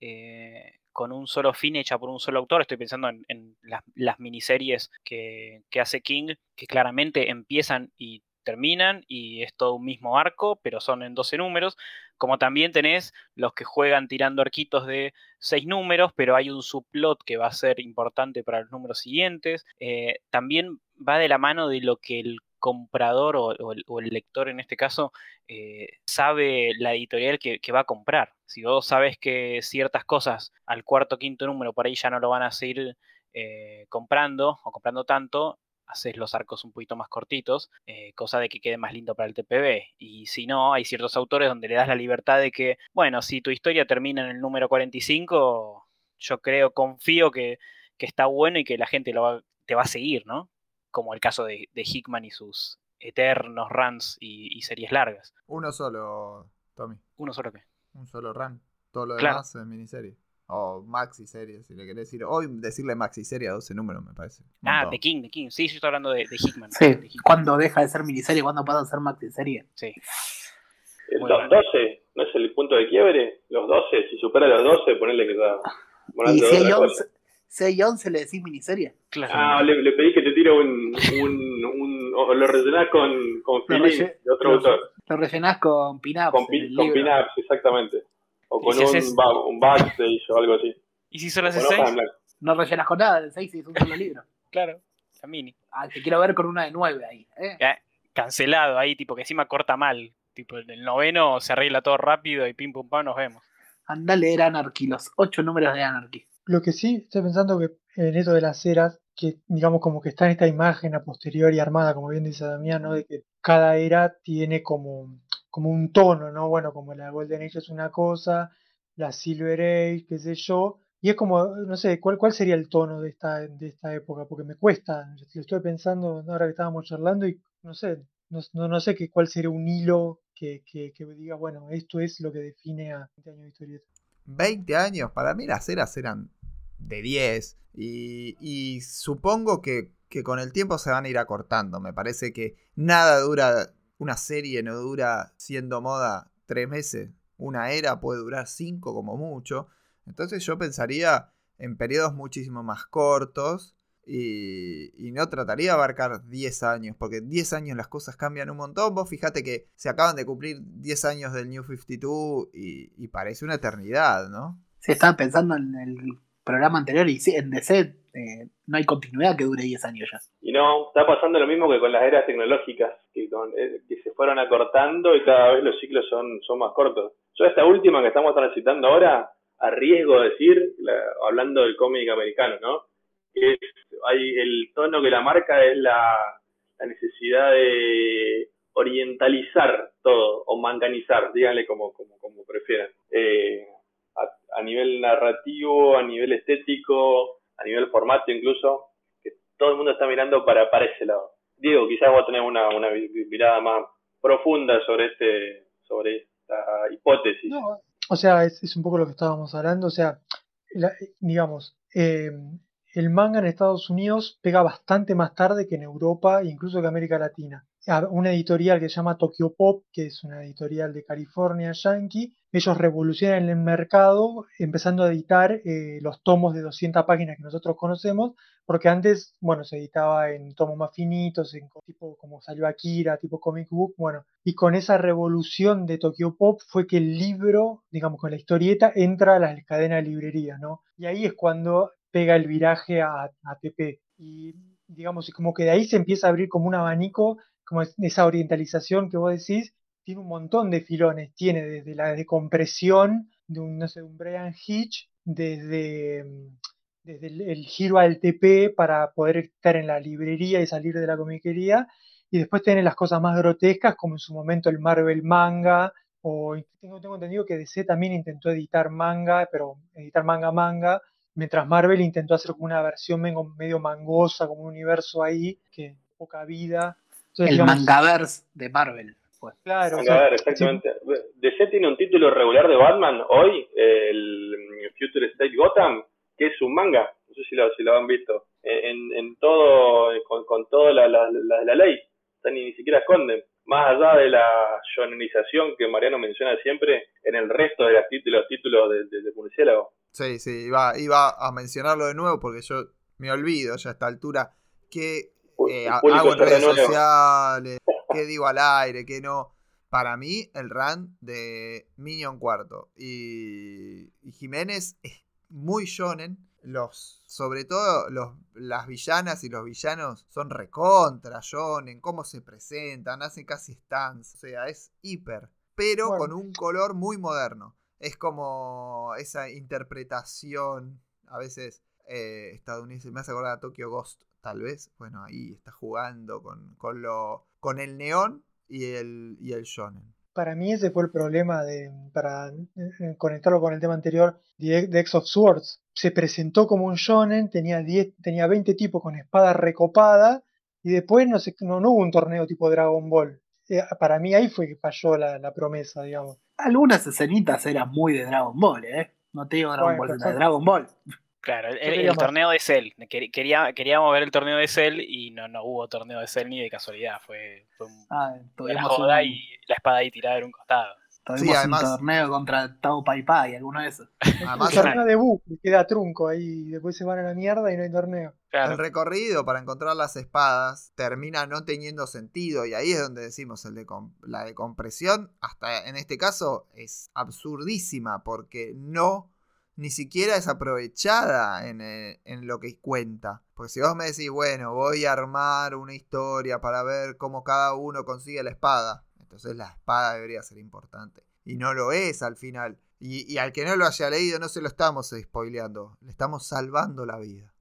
con un solo fin hecha por un solo autor, estoy pensando en las miniseries que hace King, que claramente empiezan y terminan y es todo un mismo arco, pero son en 12 números, como también tenés los que juegan tirando arquitos de 6 números, pero hay un subplot que va a ser importante para los números siguientes. También va de la mano de lo que el comprador o el lector en este caso sabe la editorial que va a comprar. Si vos sabes que ciertas cosas al cuarto o quinto número por ahí ya no lo van a seguir comprando o comprando tanto, haces los arcos un poquito más cortitos, cosa de que quede más lindo para el TPB. Y si no, hay ciertos autores donde le das la libertad de que, bueno, si tu historia termina en el número 45, yo confío que está bueno y que la gente te va a seguir, ¿no? Como el caso de Hickman y sus eternos runs y series largas. Uno solo, Tommy. ¿Uno solo qué? Un solo run. Todo lo Claro. demás es miniserie. O maxi serie, si le querés decir. Hoy decirle maxi serie a 12 números, me parece. De King. Sí, yo estoy hablando de Hickman. Sí, De Hickman. ¿Cuándo deja de ser miniserie? ¿Cuándo pasa a ser maxi serie? Sí. Los 12, ¿no es el punto de quiebre? Los 12, si supera los 12, ponele que está... Y si hay 11, ¿le decís miniserie? Claro. Le pedí que te tire o lo rellenás con feeling de otro autor. Lo rellenás con pin-ups. Con pin-ups, exactamente. O con un backstage o algo así. ¿Y si solo haces 6? No rellenas con nada, el 6 es un solo libro. Claro, la mini. Te quiero ver con una de 9 ahí. Cancelado ahí, tipo que encima corta mal. Tipo, en el 9º se arregla todo rápido y pim pum pam, nos vemos. Andá a leer Anarchy, los 8 números de Anarchy. Lo que sí, estoy pensando que en esto de las eras, que digamos como que está en esta imagen a posteriori armada, como bien dice Damián, ¿no? De que cada era tiene como un tono, ¿no? Bueno, como la Golden Age es una cosa, la Silver Age, qué sé yo, y es como, no sé, ¿cuál sería el tono de esta época? Porque me cuesta, lo estoy pensando ahora que estábamos charlando y no sé, no sé cuál sería un hilo que diga, bueno, esto es lo que define a 20 años de historieta. 20 años, para mí las eras eran de 10 y supongo que con el tiempo se van a ir acortando. Me parece que nada dura, una serie no dura siendo moda 3 meses, una era puede durar 5 como mucho. Entonces yo pensaría en periodos muchísimo más cortos y no trataría de abarcar 10 años, porque 10 años las cosas cambian un montón. Vos fíjate que se acaban de cumplir 10 años del New 52 y parece una eternidad, ¿no? Sí, estaba pensando en el programa anterior y sí, en DC no hay continuidad que dure 10 años ya. Y no, está pasando lo mismo que con las eras tecnológicas, que se fueron acortando y cada vez los ciclos son más cortos. Yo esta última que estamos transitando ahora, a riesgo de decir, hablando del cómic americano, ¿no? El tono que la marca es la necesidad de orientalizar todo, o manganizar, díganle como prefieran. a nivel narrativo, a nivel estético, a nivel formato incluso, que todo el mundo está mirando para ese lado. Diego, quizás vos tenés una mirada más profunda sobre esta hipótesis. No, o sea, es un poco lo que estábamos hablando, o sea, digamos, el manga en Estados Unidos pega bastante más tarde que en Europa e incluso que América Latina. Una editorial que se llama Tokyo Pop, que es una editorial de California, Yankee, ellos revolucionan el mercado empezando a editar los tomos de 200 páginas que nosotros conocemos, porque antes, bueno, se editaba en tomos más finitos, en tipo como salió Akira, tipo comic book, bueno, y con esa revolución de Tokyo Pop fue que el libro, digamos, con la historieta, entra a las cadenas de librerías, ¿no? Y ahí es cuando pega el viraje a TP. Y digamos, como que de ahí se empieza a abrir como un abanico, como esa orientalización que vos decís, tiene un montón de filones, tiene desde la decompresión de un, no sé, un Brian Hitch, desde el giro al TP para poder estar en la librería y salir de la comiquería, y después tiene las cosas más grotescas, como en su momento el Marvel manga, o tengo entendido que DC también intentó editar manga, pero editar manga, mientras Marvel intentó hacer como una versión medio mangosa, como un universo ahí, que poca vida. Entonces, el digamos, Mangaverse de Marvel. Pues. Claro, Mangaverse, exactamente. Sí. DC tiene un título regular de Batman hoy, el Future State Gotham, que es un manga. No sé si lo han visto. En todo, con toda la ley. O sea, ni siquiera esconden. Más allá de la shonenización que Mariano menciona siempre, en el resto de los títulos de Murciélago. Sí, iba a mencionarlo de nuevo porque yo me olvido ya a esta altura que hago en redes sociales, que digo al aire, que no. Para mí, el run de Minion Cuarto y Jiménez es muy shonen. Sobre todo las villanas y los villanos son recontra shonen, cómo se presentan, hacen casi stands, o sea, es hiper, pero bueno, con un color muy moderno. Es como esa interpretación a veces estadounidense. Me hace acordar a Tokyo Ghost, tal vez. Bueno, ahí está jugando con el neón y el shonen. Para mí ese fue el problema para conectarlo con el tema anterior de X of Swords. Se presentó como un shonen, tenía 20 tipos con espada recopada y después no hubo un torneo tipo Dragon Ball. Para mí ahí fue que falló la promesa, digamos. Algunas escenitas eran muy de Dragon Ball, ¿eh? No te digo Dragon Ball, de Dragon Ball. Claro, el torneo de Cell. Queríamos ver el torneo de Cell y no hubo torneo de Cell ni de casualidad. Fue una joda y la espada ahí tirada en un costado. Tuvimos además, un torneo contra Tao Pai Pai, alguno de esos. Además, el torneo de Buu, que queda trunco ahí y después se van a la mierda y no hay torneo. Claro. El recorrido para encontrar las espadas termina no teniendo sentido y ahí es donde decimos la decompresión, hasta en este caso es absurdísima porque ni siquiera es aprovechada en lo que cuenta. Porque si vos me decís, bueno, voy a armar una historia para ver cómo cada uno consigue la espada, entonces la espada debería ser importante. Y no lo es al final. Y al que no lo haya leído no se lo estamos spoileando, le estamos salvando la vida.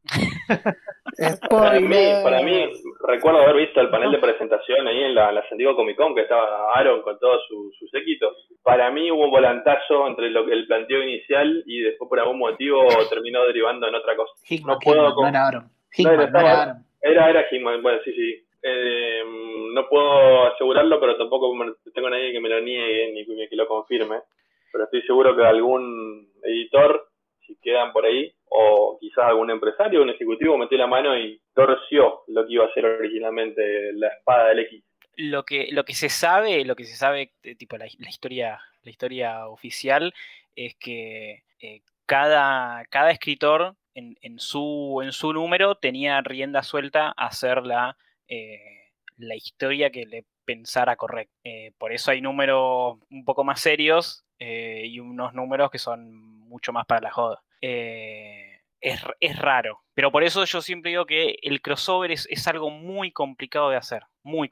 Para mí, recuerdo haber visto el panel de presentación ahí en la San Diego Comic Con, que estaba Aaron con todos sus séquitos. Para mí hubo un volantazo entre el planteo inicial y después por algún motivo terminó derivando en otra cosa. No era Aaron. Era Hickman, bueno, sí. No puedo asegurarlo, pero tampoco tengo nadie que me lo niegue ni que lo confirme. Pero estoy seguro que algún editor, si quedan por ahí, o quizás algún empresario, un ejecutivo metió la mano y torció lo que iba a ser originalmente la espada del X. Lo que se sabe, tipo la historia oficial es que cada escritor en su número tenía rienda suelta a hacer la historia que le pensara correcta. Por eso hay números un poco más serios y unos números que son mucho más para la joda. Es raro, pero por eso yo siempre digo que el crossover es algo muy complicado de hacer,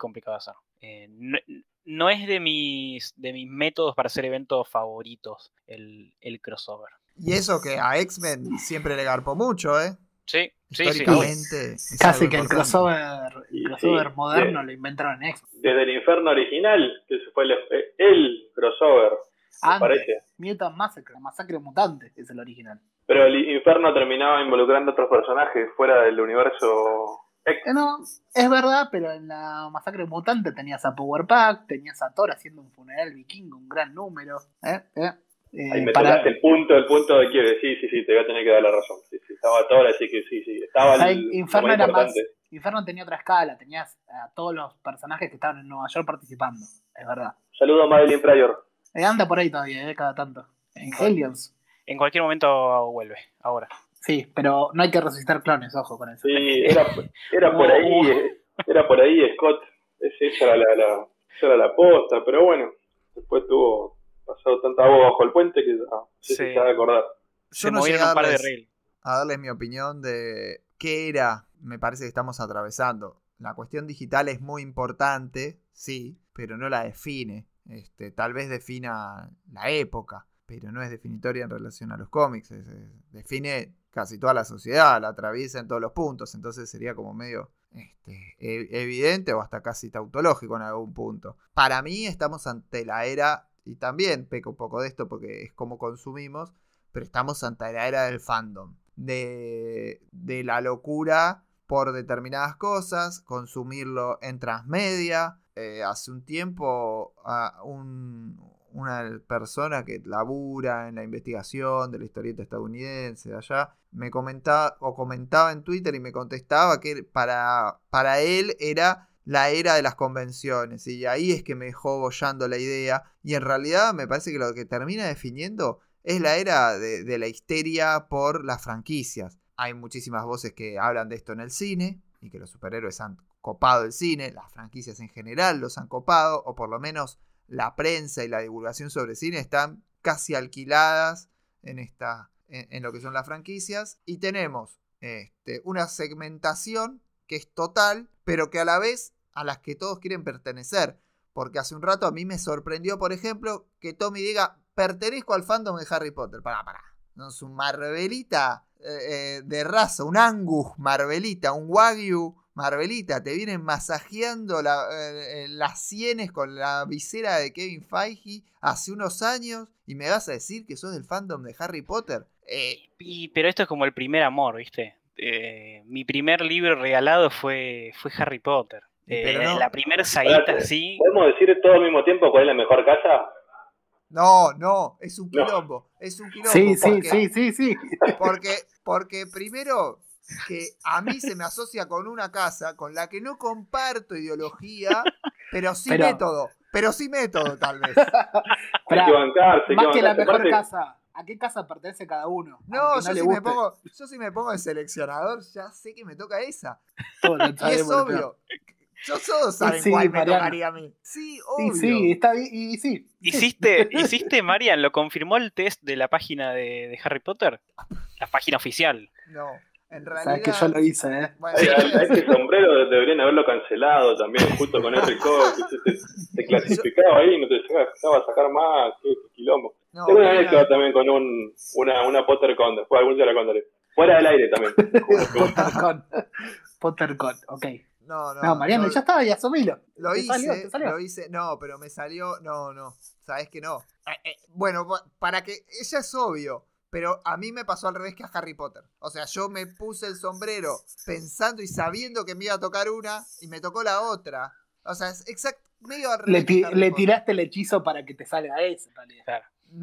no es de mis métodos para hacer eventos favoritos el crossover. Y eso que a X-Men siempre le garpó mucho, ¿eh? Sí. Históricamente. Casi que el crossover moderno lo inventaron en X-Men. Desde el Inferno original, que fue el crossover me parece. Mutant Massacre, la masacre mutante es el original. Pero el Inferno terminaba involucrando a otros personajes fuera del universo X. No, es verdad, pero en la masacre mutante tenías a Power Pack, tenías a Thor haciendo un funeral vikingo, un gran número. Ahí me tocaste el punto de quiebre. Sí, te voy a tener que dar la razón. Sí, estaba Thor, así que sí. Estaba Inferno era más. Inferno tenía otra escala, tenías a todos los personajes que estaban en Nueva York participando, es verdad. Saludo a Madeline Pryor. Anda por ahí todavía, cada tanto. En Hellions. En cualquier momento vuelve, ahora. Sí, pero no hay que resucitar clones, ojo con eso. Sí, era por ahí, Scott. Esa era la posta, pero bueno, después tuvo pasado tanta agua bajo el puente que se va a acordar. Yo no llegué a darles mi opinión de qué era, me parece que estamos atravesando. La cuestión digital es muy importante, sí, pero no la define. Tal vez defina la época, pero no es definitoria en relación a los cómics. Define casi toda la sociedad, la atraviesa en todos los puntos, entonces sería como medio evidente o hasta casi tautológico en algún punto. Para mí estamos ante la era, y también peco un poco de esto porque es como consumimos, pero estamos ante la era del fandom, de la locura por determinadas cosas, consumirlo en transmedia. Hace un tiempo una persona que labura en la investigación de la historieta estadounidense de allá me comentaba en Twitter y me contestaba que para él era la era de las convenciones, y ahí es que me dejó boyando la idea, y en realidad me parece que lo que termina definiendo es la era de la histeria por las franquicias. Hay muchísimas voces que hablan de esto en el cine y que los superhéroes han copado el cine, las franquicias en general los han copado, o por lo menos la prensa y la divulgación sobre cine están casi alquiladas en lo que son las franquicias, y tenemos una segmentación que es total, pero que a la vez a las que todos quieren pertenecer, porque hace un rato a mí me sorprendió, por ejemplo, que Tommy diga, pertenezco al fandom de Harry Potter. Pará, no es un Marvelita de raza, un Angus Marvelita, un Wagyu Marvelita, te vienen masajeando las sienes con la visera de Kevin Feige hace unos años y me vas a decir que sos del fandom de Harry Potter. Pero esto es como el primer amor, ¿viste? Mi primer libro regalado fue Harry Potter. La primera saguita, sí. ¿Podemos decir todo al mismo tiempo cuál es la mejor casa? No, es un quilombo. Es un quilombo. Sí. Porque primero que a mí se me asocia con una casa con la que no comparto ideología, pero sí método. Pero sí método, tal vez. Hay que bancarse. Más que la mejor casa. ¿A qué casa pertenece cada uno? No, yo si me pongo de seleccionador, ya sé que me toca esa. Y es obvio. Todos saben cuál me tocaría a mí. Sí, obvio. Sí, está bien. Y sí. ¿Hiciste, Marian? ¿Lo confirmó el test de la página de Harry Potter? La página oficial. No, en realidad. Sabes que yo lo hice, Bueno, a este sombrero deberían haberlo cancelado también, justo con ese código. Te clasificaba ahí y no te dejaba sacar más. Qué quilombo. No, tengo una anécdota también con una PotterCon, después algún día la contaré. Fuera del aire también. PotterCon, ok. No, Mariano, ya estaba, ya asumilo. Lo hice, no, pero me salió, no, sabes que no. Bueno, para que, ella es obvio, pero a mí me pasó al revés que a Harry Potter. O sea, yo me puse el sombrero pensando y sabiendo que me iba a tocar una y me tocó la otra. O sea, es medio al revés. Le tiraste el hechizo para que te salga ese, en realidad. Claro.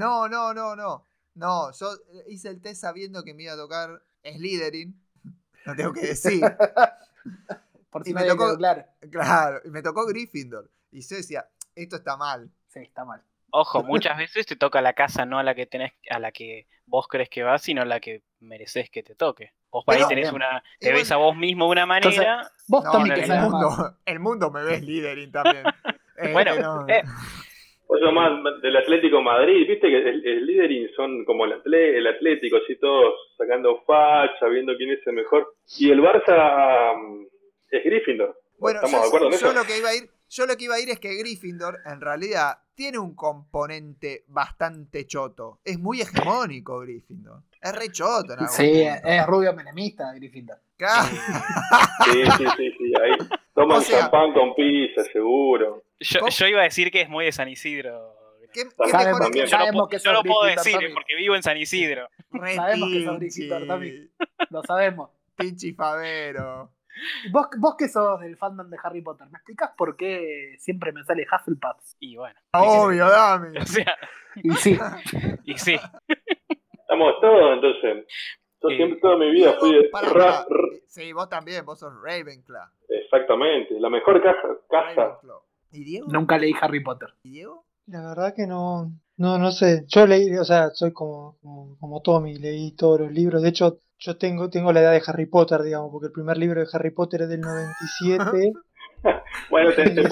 No, yo hice el test sabiendo que me iba a tocar Slytherin. No tengo que decir. Por si me tocó, claro, y me tocó Gryffindor. Y yo decía, esto está mal. Sí, está mal. Ojo, muchas veces te toca la casa, no a la que vos crees que vas, sino a la que mereces que te toque. Vos por ahí tenés te ves a vos mismo de una manera. Entonces, vos también el mundo me ves Slytherin también. Bueno, Vos sos más del Atlético Madrid, viste que el Slytherin son como el Atlético, así todos sacando facha, viendo quién es el mejor. Y el Barça es Gryffindor. Bueno, ¿estamos de acuerdo en eso? Yo lo que iba a ir es que Gryffindor en realidad tiene un componente bastante choto. Es muy hegemónico Gryffindor. Es re choto en algún punto. Es rubio menemista Gryffindor. Claro. Sí. Ahí toman champán con pizza, seguro. Yo iba a decir que es muy de San Isidro. Sabemos que yo no puedo Gryffindor, decir Tommy. porque vivo en San Isidro. Sabemos que sos Gryffindor, Tommy. Lo sabemos. Pinchi Favero. Vos que sos del fandom de Harry Potter, ¿me explicás por qué siempre me sale Hufflepuff? Y bueno. Obvio, dame. O sea, Y sí. y sí. Estamos todos, entonces. Yo siempre, toda mi vida fui de... Pará. Sí, vos también, vos sos Ravenclaw. Exactamente, la mejor casa. Ravenclaw. ¿Y Diego? Nunca leí Harry Potter. ¿Y Diego? La verdad que no sé. Yo leí, o sea, soy como Tommy, leí todos los libros. De hecho, yo tengo la edad de Harry Potter, digamos, porque el primer libro de Harry Potter es del 97. Bueno, te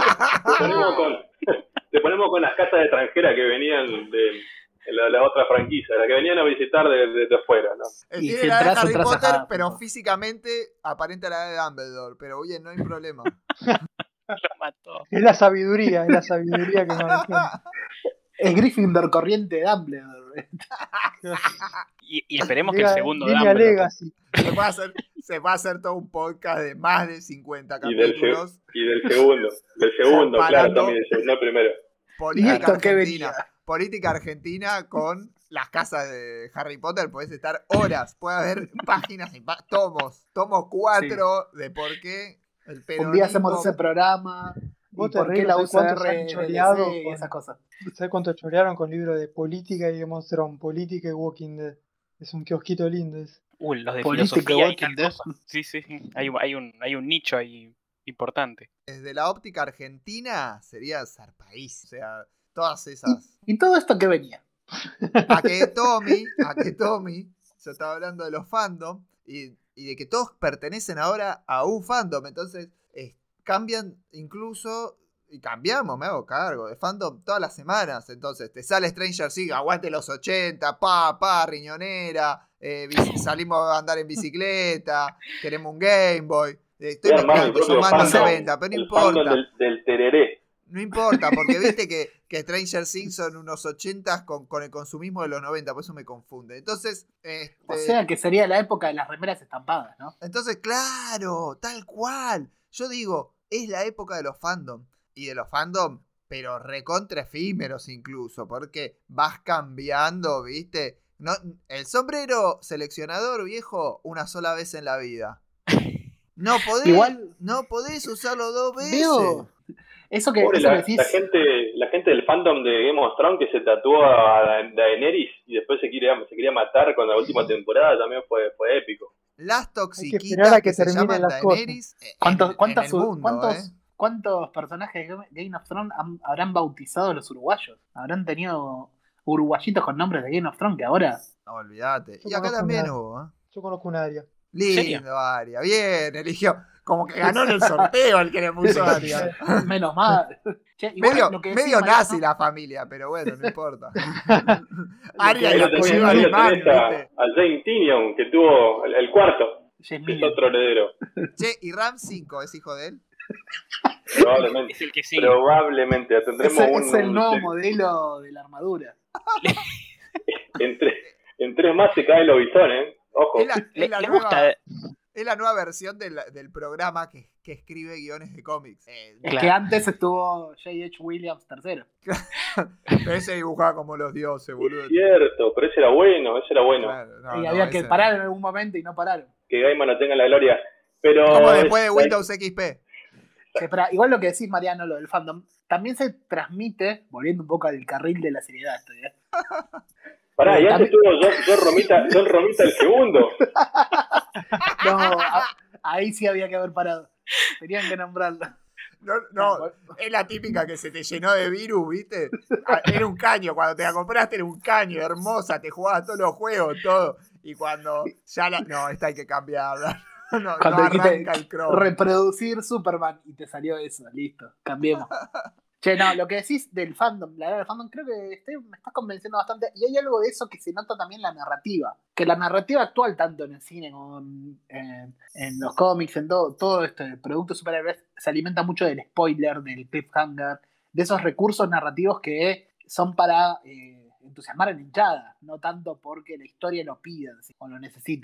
ponemos con las casas extranjeras que venían de la otra franquicia, las que venían a visitar de afuera, ¿no? Y Tiene si la edad de entras, Harry entras a Potter, Hufflepuff. pero físicamente aparenta la edad de Dumbledore. Pero bien, no hay problema. Lo mató. Es la sabiduría que no entiendo. Es Gryffindor corriente de Dumbledore. Y esperemos que el segundo Línea Dumbledore. Legacy. Se puede hacer todo un podcast de más de 50 Y del capítulos. segundo, claro, Comparando. también no el primero. Política ¿Y esto qué argentina. venía? Política argentina con las casas de Harry Potter. Podés estar horas. Puede haber páginas y tomos. Tomo 4 de por qué el peronismo... Un día hacemos ese programa. Vos ¿Y te por qué reís la de cuántos UCR han choreado y con- esas cosas? ¿Sabes cuánto chorearon con libros de política y Game of Thrones? Política y Walking Dead. Es un kiosquito lindo ese. Los de Política, filosofía y Walking tal Dead. cosa. Sí. Hay un nicho ahí importante. Desde la óptica argentina sería zarpaís. O sea, todas esas... ¿Y todo esto qué venía? A que Tommy, yo estaba hablando de los fandom y de que todos pertenecen ahora a un fandom, entonces cambian incluso, y cambiamos, me hago cargo, de fandom todas las semanas, entonces te sale Stranger Things, aguante los 80, riñonera, salimos a andar en bicicleta, queremos un Game Boy, estoy Voy a armar mi mezclando, son propio más los fandom, 90, pero no el fandom importa. del tereré. No importa, porque viste que Stranger Things son unos 80 con el consumismo de los 90, por eso me confunde. Entonces, O sea que sería la época de las remeras estampadas, ¿no? entonces, claro, tal cual. Yo digo, es la época de los fandom. Y de los fandom, pero recontra efímeros incluso, porque vas cambiando, ¿viste? No, el sombrero seleccionador, viejo, una sola vez en la vida. No podés usarlo 2 veces. Veo eso que Pobre eso que la decís. gente del fandom de Game of Thrones que se tatuó a Daenerys y después se quería matar con la última temporada, también fue épico. Las esperar toxiquitas a que que se terminen llaman las cosas. Daenerys ¿Cuántos personajes de Game of Thrones habrán bautizado los uruguayos? Habrán tenido uruguayitos con nombres de Game of Thrones que ahora... No, olvídate. Yo Y acá conozco también una- hubo, ¿eh? Yo conozco un área. Lindo, Aria. Bien, eligió. Como que ganó en el sorteo el que le puso Aria. Menos mal. Che, igual Medio, lo que decís, medio Mariano, nazi la familia, pero bueno, no importa. Aria Aria y y el apellido apellido Ahí lo alemán, tenés ¿viste? a Jane Tinion, que tuvo el cuarto, James que es Miller. otro heredero. Che, ¿y Ram 5 es hijo de él? Probablemente. Es el que sigue. Probablemente. Tendremos Es el nuevo modelo de la armadura. en 3 más se cae el lobizón, ¿eh? Ojo. Es la ¿Le nueva, gusta? es la nueva versión del programa que escribe guiones de cómics. Es Claro. que antes estuvo J.H. Williams III. Pero ese dibujaba como los dioses, boludo. Es cierto, pero ese era bueno. Claro, no, Y no, había que ese- parar en algún momento y no pararon. Que Gaiman no tenga la gloria. Pero Como después de Windows XP. Che, pero igual lo que decís, Mariano, lo del fandom, también se transmite, volviendo un poco al carril de la seriedad esto, ¿eh? pará, y antes estuvo John Romita el segundo. No, ahí sí había que haber parado. Tenían que nombrarlo. No, es la típica que se te llenó de virus, ¿viste? Era un caño, cuando te la compraste era un caño, hermosa, te jugabas todos los juegos, todo. Y cuando ya la... No, esta hay que cambiarla. No Cuando dijiste arranca el Chrome. reproducir Superman y te salió eso, listo, cambiemos. Che, no, lo que decís del fandom, la era del fandom, creo que me estás convenciendo bastante. Y hay algo de eso que se nota también en la narrativa. Que la narrativa actual, tanto en el cine como en los cómics, en todo este producto de superhéroes, se alimenta mucho del spoiler, del cliffhanger, de esos recursos narrativos que son para entusiasmar a la hinchada, no tanto porque la historia lo pida o lo necesite.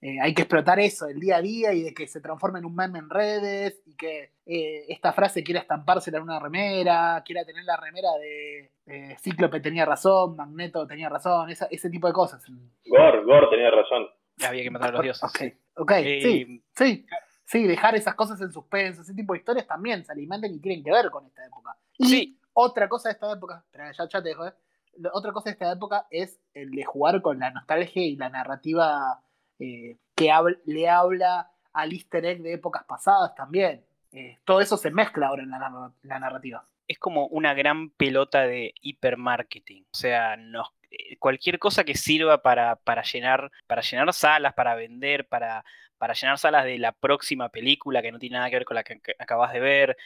hay que explotar eso, el día a día, y de que se transforme en un meme en redes, y que esta frase quiera estamparse en una remera, quiera tener la remera de Cíclope tenía razón, Magneto tenía razón, ese tipo de cosas. Gore tenía razón. Había que matar a los dioses. Ok, sí, dejar esas cosas en suspenso, ese tipo de historias también se alimentan y tienen que ver con esta época. Y otra cosa de esta época, ya te dejo, otra cosa de esta época es el de jugar con la nostalgia y la narrativa que le habla al easter egg de épocas pasadas también. Todo eso se mezcla ahora en la narrativa. Es como una gran pelota de hipermarketing. O sea, cualquier cosa que sirva para llenar salas, para vender, para llenar salas de la próxima película que no tiene nada que ver con la que acabas de ver.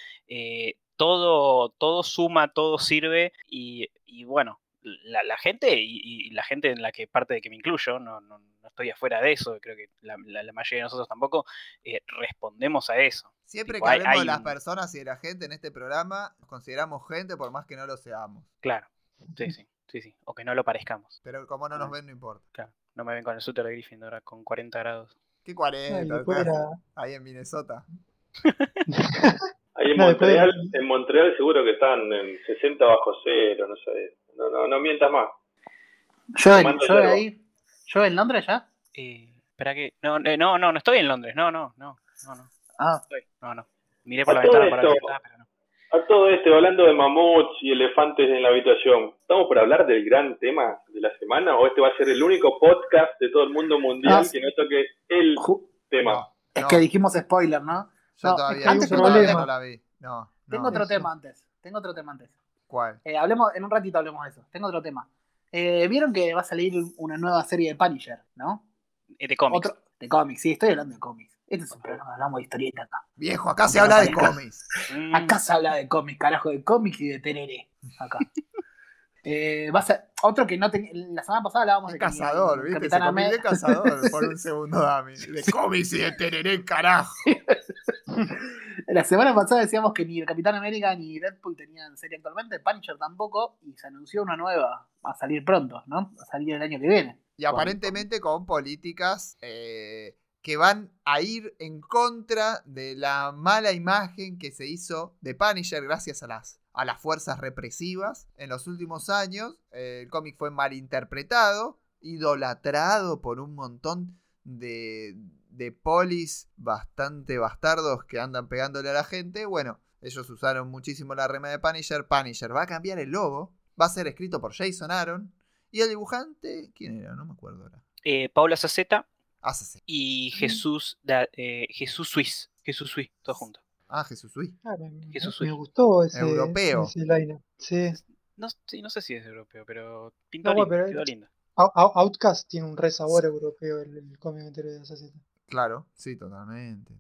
Todo suma, todo sirve. Y bueno, la gente, y la gente en la que parte de que me incluyo, no estoy afuera de eso, creo que la mayoría de nosotros tampoco, respondemos a eso. Siempre que hablemos de las personas y de la gente en este programa, nos consideramos gente por más que no lo seamos. Claro, sí. O que no lo parezcamos. Pero como no nos ven, no importa. Claro, no me ven con el suéter de Gryffindor con 40 grados. ¿Qué 40? Ahí en Minnesota. Ahí en Montreal seguro que están en 60 bajo cero, no sé. No mientas más. ¿Yo en Londres ya? Espera que... No estoy en Londres, no. Ah. No. Miré por la ventana para ver si estaba, pero no. A todo esto, hablando de mamuts y elefantes en la habitación, ¿estamos por hablar del gran tema de la semana o este va a ser el único podcast de todo el mundo mundial que no toque el tema? Es que dijimos spoiler, ¿no? Yo todavía no la vi. Tengo otro tema antes. ¿Cuál? En un ratito hablemos de eso. Tengo otro tema. ¿Vieron que va a salir una nueva serie de Punisher, no? De cómics. De cómics, sí, estoy hablando de cómics. Este es un programa, hablamos de historieta acá. Viejo, acá se habla de cómics. Acá se habla de cómics, carajo, de cómics y de tereré. Acá. Va a ser otro que no tenía. La semana pasada hablábamos de Cazador, ¿viste? Capitán América. Cazador por un segundo, Dami. De cómics y de tereré, carajo. La semana pasada decíamos que ni el Capitán América ni Deadpool tenían serie actualmente, Punisher tampoco, y se anunció una nueva a salir pronto, ¿no? A salir el año que viene. Y aparentemente con políticas que van a ir en contra de la mala imagen que se hizo de Punisher gracias a las fuerzas represivas en los últimos años. El cómic fue malinterpretado, idolatrado por un montón de polis bastante bastardos que andan pegándole a la gente. Bueno, ellos usaron muchísimo la rema de Punisher. Punisher va a cambiar el logo, va a ser escrito por Jason Aaron. Y el dibujante, ¿quién era? No me acuerdo ahora. Paula Saceta y Jesús Suiz, todo junto. Jesús Suiz. Me gustó ese europeo. Ese line. Sí. No sé si es europeo, pero quedó lindo. Outcast tiene un re sabor europeo el cómic entero de Saceta. Claro, sí, totalmente.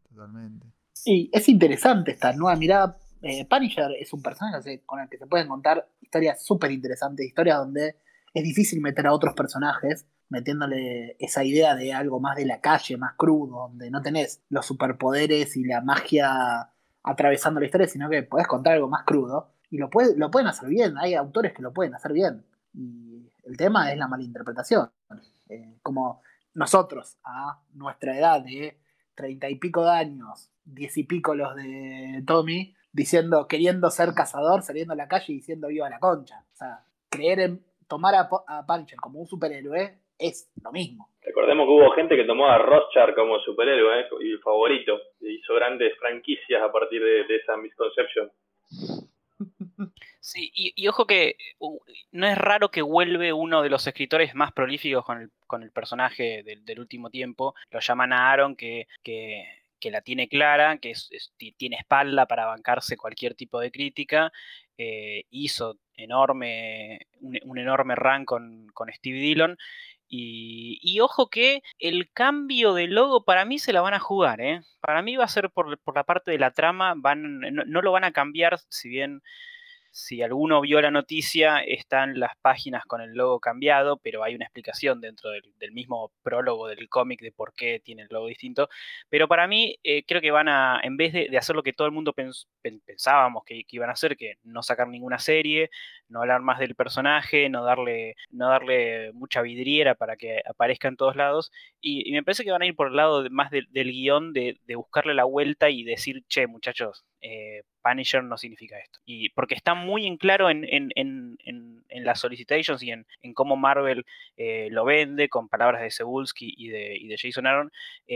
Y es interesante esta nueva mirada. Punisher es un personaje con el que se pueden contar historias súper interesantes, historias donde es difícil meter a otros personajes, metiéndole esa idea de algo más de la calle, más crudo, donde no tenés los superpoderes y la magia atravesando la historia, sino que podés contar algo más crudo. Y lo pueden hacer bien, hay autores que lo pueden hacer bien. Y el tema es la malinterpretación. Como nosotros, a nuestra edad de 30 y pico de años, 10 y pico los de Tommy, queriendo ser cazador, saliendo a la calle y diciendo viva la concha. O sea, tomar a Punisher como un superhéroe es lo mismo. Recordemos que hubo gente que tomó a Rorschach como superhéroe y favorito, y hizo grandes franquicias a partir de esa misconception. Sí, y ojo que no es raro que vuelve uno de los escritores más prolíficos con el personaje del último tiempo. Lo llaman a Aaron, que la tiene clara, que tiene espalda para bancarse cualquier tipo de crítica. Hizo un enorme run con Steve Dillon. Y ojo que el cambio de logo para mí se la van a jugar, ¿eh? Para mí va a ser por la parte de la trama, no lo van a cambiar, si bien Si alguno vio la noticia, están las páginas con el logo cambiado, pero hay una explicación dentro del mismo prólogo del cómic de por qué tiene el logo distinto. Pero para mí, creo que van a, en vez de hacer lo que todo el mundo pensábamos que iban a hacer, que no sacar ninguna serie, no hablar más del personaje, no darle mucha vidriera para que aparezca en todos lados, y me parece que van a ir por el lado más del guión, de buscarle la vuelta y decir, che, muchachos, Punisher no significa esto. Y porque está muy en claro en las solicitations y en cómo Marvel lo vende con palabras de Cebulski y de Jason Aaron,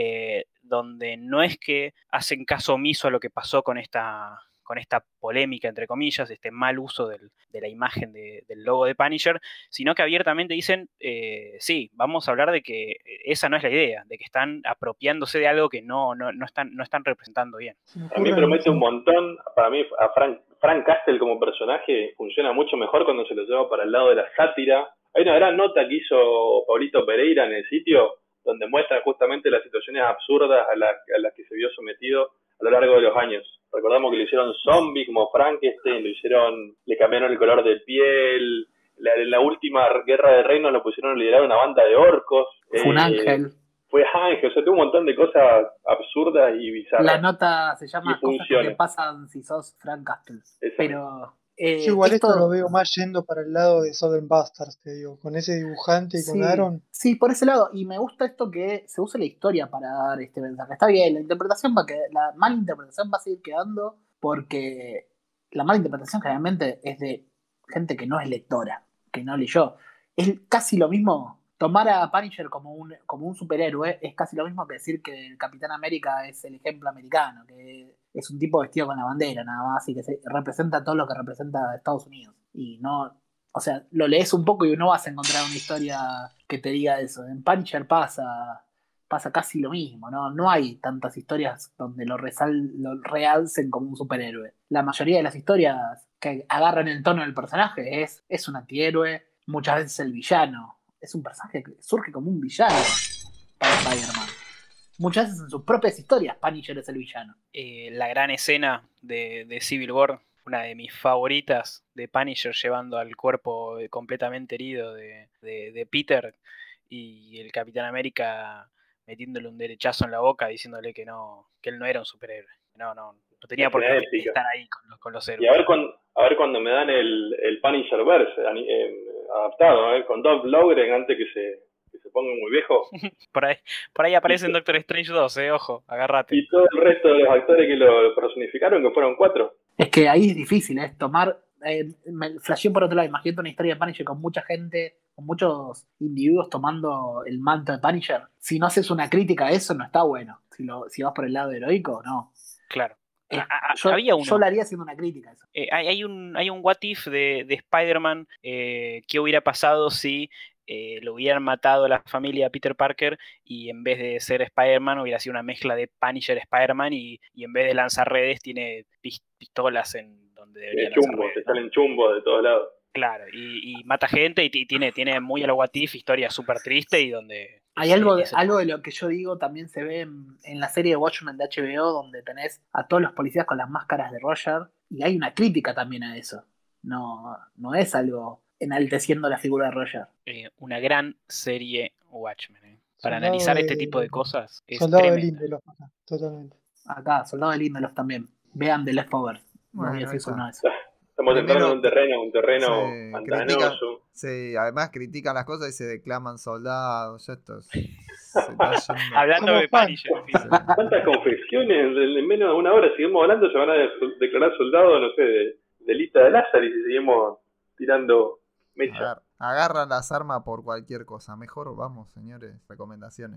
donde no es que hacen caso omiso a lo que pasó con esta polémica, entre comillas, este mal uso de la imagen del logo de Punisher, sino que abiertamente dicen, sí, vamos a hablar de que esa no es la idea, de que están apropiándose de algo que no están representando bien. A mí promete un montón. Para mí, a Frank Castle como personaje funciona mucho mejor cuando se lo lleva para el lado de la sátira. Hay una gran nota que hizo Paulito Pereira en el sitio, donde muestra justamente las situaciones absurdas a las que se vio sometido a lo largo de los años. Recordamos que le hicieron zombie como Frankenstein, le cambiaron el color de piel. En la última Guerra de Reinos lo pusieron a liderar una banda de orcos. Fue un ángel. Fue ángel, o sea, tuvo un montón de cosas absurdas y bizarras. La nota se llama Cosas que pasan si sos Frank Castle. Pero yo igual esto lo veo más yendo para el lado de Southern Bastards, te digo, con ese dibujante y con Aaron. Sí, por ese lado, y me gusta esto que se use la historia para dar este mensaje. Está bien, la mala interpretación va a seguir quedando, porque la mala interpretación generalmente es de gente que no es lectora, que no leyó. Es casi lo mismo. Tomar a Punisher como un superhéroe es casi lo mismo que decir que el Capitán América es el ejemplo americano, que es un tipo vestido con la bandera nada más y que representa todo lo que representa Estados Unidos. Y no, o sea, lo lees un poco y no vas a encontrar una historia que te diga eso. En Punisher pasa casi lo mismo, ¿no? No hay tantas historias donde lo realcen como un superhéroe. La mayoría de las historias que agarran el tono del personaje es un antihéroe, muchas veces el villano. Es un personaje que surge como un villano para Spider-Man. Muchas veces en sus propias historias Punisher es el villano. La gran escena de Civil War, una de mis favoritas, de Punisher llevando al cuerpo completamente herido de Peter, y el Capitán América metiéndole un derechazo en la boca diciéndole que él no era un superhéroe. No tenía por qué estar ahí con los héroes. Y a ver cuando me dan el Punisher verse adaptado, con Dolph Lundgren antes que se ponga muy viejo. por ahí aparece en Doctor Strange 2, ojo, agárrate. Y todo el resto de los actores que lo personificaron, que fueron 4. Es que ahí es difícil, tomar... me flasheó por otro lado, imagínate una historia de Punisher con mucha gente, con muchos individuos tomando el manto de Punisher. Si no haces una crítica a eso, no está bueno. Si vas por el lado heroico, no. Claro. Había uno. Yo lo haría haciendo una crítica a eso. Hay un what if de Spider-Man. ¿Qué hubiera pasado si lo hubieran matado a la familia de Peter Parker y en vez de ser Spider-Man hubiera sido una mezcla de Punisher Spider-Man y en vez de lanzar redes tiene pistolas en donde debería lanzar redes, ¿no? Salen chumbos de todos lados. Claro, y mata gente y tiene muy a lo what if, historia súper triste y donde... Hay algo de lo que yo digo también se ve en la serie de Watchmen de HBO, donde tenés a todos los policías con las máscaras de Roger, y hay una crítica también a eso. No es algo enalteciendo la figura de Roger. Una gran serie Watchmen. Para analizar este tipo de cosas es Soldado tremendo. de Lindelof acá, totalmente. Acá, Soldado de Lindelof también. Vean The Leftovers. Bueno, estamos entrando en un terreno pantanoso. Además critican las cosas y se declaman soldados. Hablando de Punisher. ¿Cuántas confesiones? En menos de una hora seguimos hablando, se van a declarar soldados, no sé, de Lita de Lázaro, y si seguimos tirando mecha. Agarran las armas por cualquier cosa. Mejor vamos, señores. Recomendaciones.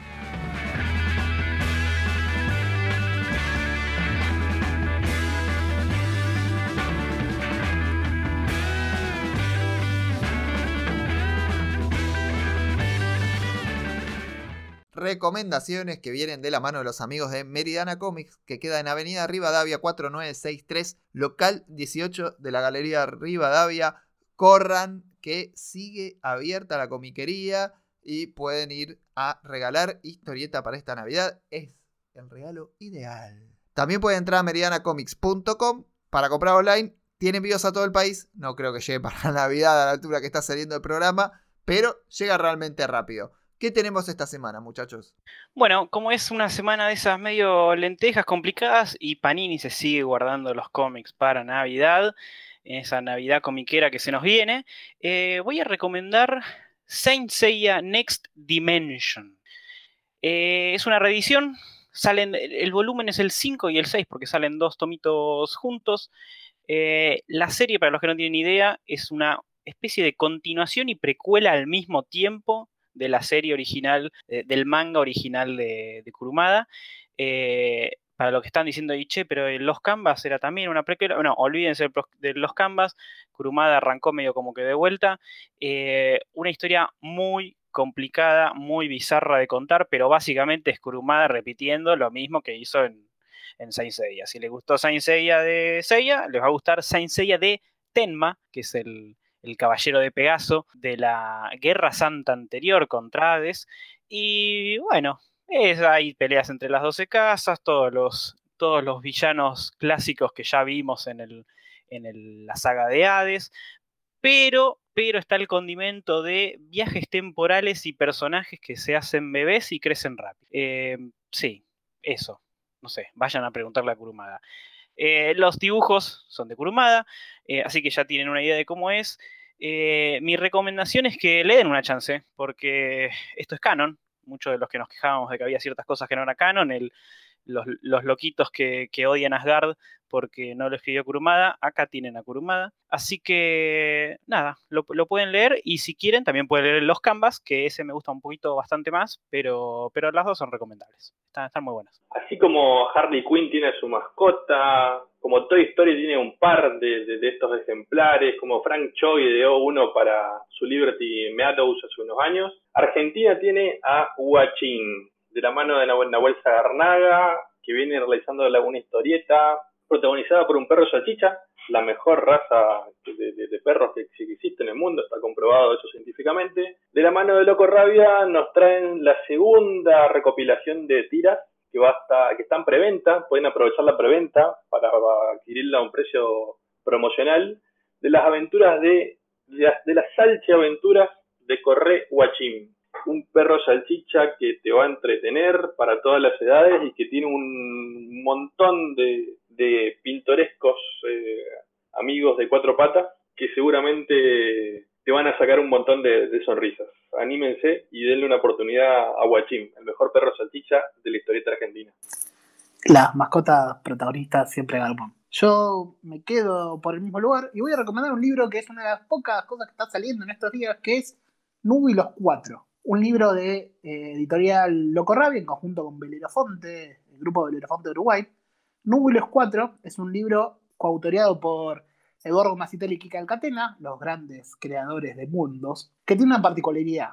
Recomendaciones que vienen de la mano de los amigos de Meridiana Comics, que queda en Avenida Rivadavia 4963, local 18 de la Galería Rivadavia. Corran, que sigue abierta la comiquería y pueden ir a regalar historieta para esta Navidad. Es el regalo ideal. También pueden entrar a meridianacomics.com para comprar online tiene envíos a todo el país. No creo que llegue para la Navidad a la altura que está saliendo el programa, pero llega realmente rápido. ¿Qué tenemos esta semana, muchachos? Bueno, como es una semana de esas medio lentejas complicadas y Panini se sigue guardando los cómics para Navidad, en esa Navidad comiquera que se nos viene, voy a recomendar Saint Seiya Next Dimension. Es una reedición, el volumen es el 5 y el 6 porque salen 2 tomitos juntos. La serie, para los que no tienen idea, es una especie de continuación y precuela al mismo tiempo de la serie original, del manga original de Kurumada. Para los que están diciendo, che, pero Los Canvas era también una precuela. Bueno, olvídense de Los Canvas. Kurumada arrancó medio como que de vuelta. Una historia muy complicada, muy bizarra de contar, pero básicamente es Kurumada repitiendo lo mismo que hizo en Saint Seiya. Si les gustó Saint Seiya de Seiya, les va a gustar Saint Seiya de Tenma, que es el caballero de Pegaso de la Guerra Santa anterior contra Hades. Y bueno, hay peleas entre las 12 casas, todos los villanos clásicos que ya vimos en la saga de Hades, pero está el condimento de viajes temporales y personajes que se hacen bebés y crecen rápido. Sí, eso. No sé, vayan a preguntarle a Kurumada. Los dibujos son de Kurumada, así que ya tienen una idea de cómo es. Mi recomendación es que le den una chance, porque esto es canon. Muchos de los que nos quejábamos de que había ciertas cosas que no era canon, los loquitos que odian a Asgard porque no lo escribió Kurumada, acá tienen a Kurumada. Así que nada, lo pueden leer, y si quieren también pueden leer Los Canvas, que ese me gusta un poquito bastante más, pero las dos son recomendables, están muy buenas. Así como Harley Quinn tiene su mascota, como Toy Story tiene un par de estos ejemplares, como Frank Cho ideó uno para su Liberty Meadows hace unos años, Argentina tiene a Huachín, de la mano de Nahuel Sagarnaga, que viene realizando una historieta protagonizada por un perro salchicha, la mejor raza de perros que existe en el mundo, está comprobado eso científicamente. De la mano de Loco Rabia nos traen la segunda recopilación de tiras que está en preventa, pueden aprovechar la preventa para adquirirla a un precio promocional, de las aventuras de las salchiaventuras de Corré Huachín, un perro salchicha que te va a entretener para todas las edades y que tiene un montón de pintorescos amigos de cuatro patas que seguramente te van a sacar un montón de sonrisas. Anímense y denle una oportunidad a Huachín, el mejor perro salchicha de la historieta argentina. Las mascotas protagonistas siempre garpan. Yo me quedo por el mismo lugar y voy a recomendar un libro que es una de las pocas cosas que está saliendo en estos días, que es Nubu y los Cuatro. Un libro de editorial Loco Rabia en conjunto con Belerofonte, el grupo Belerofonte de Uruguay. Nubu y los Cuatro es un libro coautoriado por Eduardo Macitelli y Kika Alcatena, los grandes creadores de mundos, que tiene una particularidad.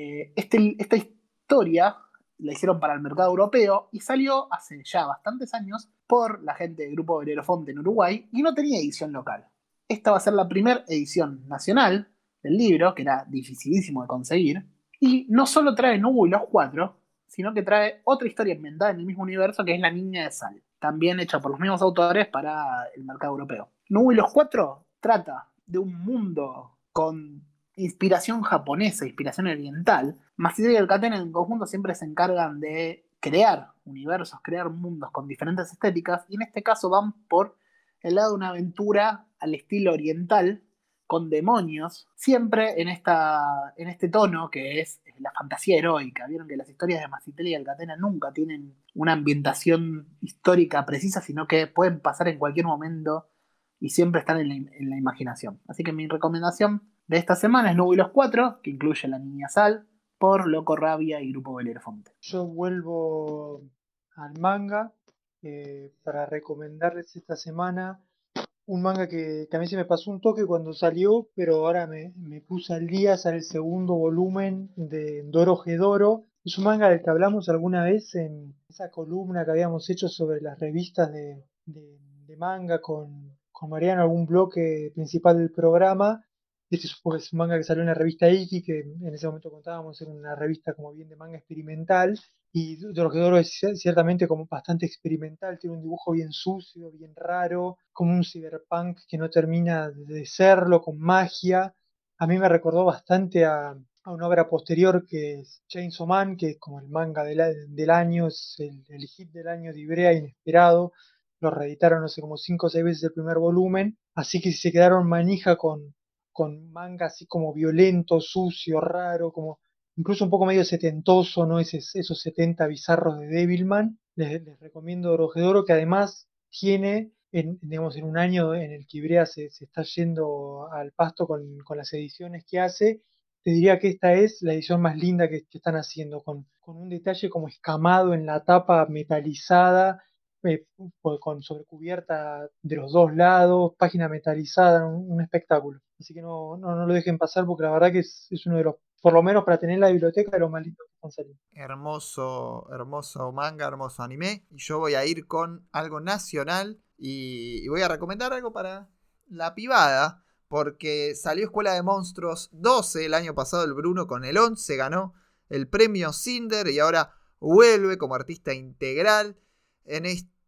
Esta historia la hicieron para el mercado europeo y salió hace ya bastantes años por la gente del grupo Belerofonte en Uruguay y no tenía edición local. Esta va a ser la primera edición nacional del libro, que era dificilísimo de conseguir, y no solo trae Nubu y los Cuatro, sino que trae otra historia inventada en el mismo universo, que es La Niña de Sal, también hecha por los mismos autores para el mercado europeo. Nubu y los Cuatro trata de un mundo con inspiración japonesa, inspiración oriental. Macitelli y Alcatena en conjunto siempre se encargan de crear universos, crear mundos con diferentes estéticas, y en este caso van por el lado de una aventura al estilo oriental, con demonios, siempre en este tono que es la fantasía heroica. Vieron que las historias de Macitelli y Alcatena nunca tienen una ambientación histórica precisa, sino que pueden pasar en cualquier momento y siempre están en la imaginación. Así que mi recomendación de esta semana es Nubu y los Cuatro, que incluye La Niña Sal, por Loco Rabia y Grupo Belerofonte. Yo vuelvo al manga para recomendarles esta semana un manga que a mí se me pasó un toque cuando salió, pero ahora me puse al día. Sale el segundo volumen de Dorohedoro. Es un manga del que hablamos alguna vez en esa columna que habíamos hecho sobre las revistas de manga con Mariano, algún bloque principal del programa. Este es un manga que salió en la revista Iki, que en ese momento contábamos, era una revista como bien de manga experimental. Y Dorohedoro es ciertamente como bastante experimental, tiene un dibujo bien sucio, bien raro, como un cyberpunk que no termina de serlo, con magia. A mí me recordó bastante a una obra posterior que es Chainsaw Man, que es como el manga del año, es el hit del año de Ibrea, inesperado. Lo reeditaron, no sé, como 5 o 6 veces el primer volumen. Así que si se quedaron manija con manga así como violento, sucio, raro, como incluso un poco medio setentoso, ¿no? Esos 70 bizarros de Devilman. Les recomiendo Dorohedoro, que además tiene, digamos, en un año en el que Ibrea se está yendo al pasto con las ediciones que hace. Te diría que esta es la edición más linda que están haciendo, con un detalle como escamado en la tapa metalizada, con sobrecubierta de los dos lados, página metalizada, un espectáculo. Así que no lo dejen pasar porque la verdad que es uno de los, por lo menos para tener en la biblioteca, de los más lindos que están saliendo. Hermoso, hermoso manga, hermoso anime. Y yo voy a ir con algo nacional y voy a recomendar algo para la pibada. Porque salió Escuela de Monstruos 12 el año pasado, el Bruno con el 11 ganó el premio Cinder y ahora vuelve como artista integral en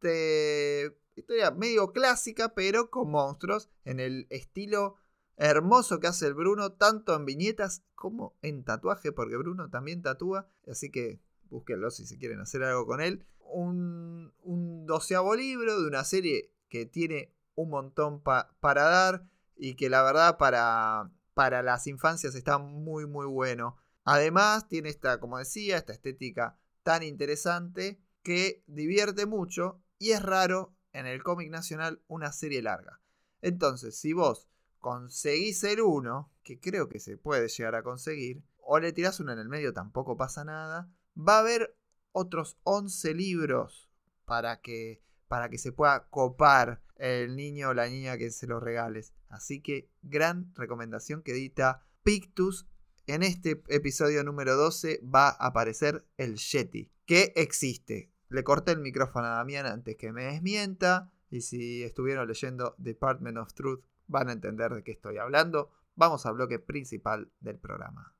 historia medio clásica, pero con monstruos, en el estilo hermoso que hace el Bruno, tanto en viñetas como en tatuaje, porque Bruno también tatúa, así que búsquenlo si se quieren hacer algo con él. Un 12avo libro de una serie que tiene un montón para dar y que la verdad para las infancias está muy muy bueno. Además tiene esta, como decía, esta estética tan interesante que divierte mucho y es raro en el cómic nacional una serie larga. Entonces, si vos conseguís el 1, que creo que se puede llegar a conseguir, o le tirás uno en el medio, tampoco pasa nada, va a haber otros 11 libros para que se pueda copar el niño o la niña que se los regales. Así que gran recomendación que edita Pictus. En este episodio número 12 va a aparecer el Yeti, que existe. Le corté el micrófono a Damián antes que me desmienta. Y si estuvieron leyendo Department of Truth, van a entender de qué estoy hablando. Vamos al bloque principal del programa.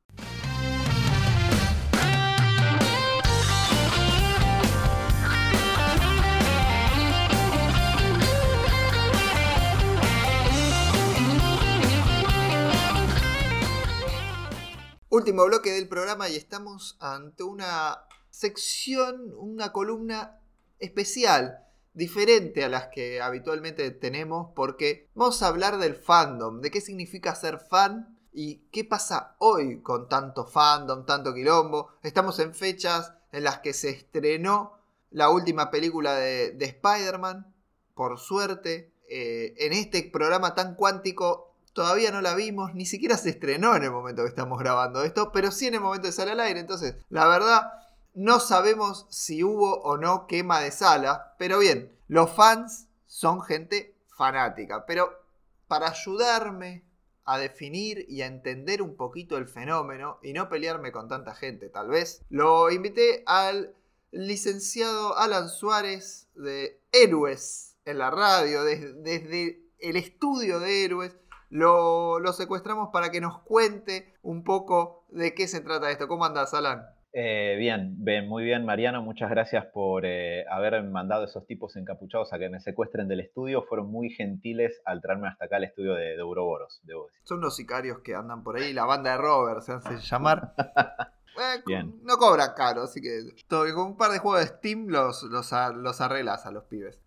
Último bloque del programa y estamos ante una sección, una columna especial, diferente a las que habitualmente tenemos, porque vamos a hablar del fandom, de qué significa ser fan y qué pasa hoy con tanto fandom, tanto quilombo. Estamos en fechas en las que se estrenó la última película de Spider-Man, por suerte. En este programa tan cuántico todavía no la vimos, ni siquiera se estrenó en el momento que estamos grabando esto, pero sí en el momento de salir al aire. Entonces, la verdad, no sabemos si hubo o no quema de sala, pero bien, los fans son gente fanática. Pero para ayudarme a definir y a entender un poquito el fenómeno y no pelearme con tanta gente, tal vez, lo invité al licenciado Alan Suárez de Héroes en la radio, desde el estudio de Héroes. Lo secuestramos para que nos cuente un poco de qué se trata esto. ¿Cómo andás, Alan? Bien, muy bien, Mariano. Muchas gracias por haber mandado esos tipos encapuchados a que me secuestren del estudio. Fueron muy gentiles al traerme hasta acá al estudio de Ouroboros, debo decir. Son unos sicarios que andan por ahí, la banda de Robert se hace llamar. Bien. No cobran caro, así que con un par de juegos de Steam los arreglas a los pibes.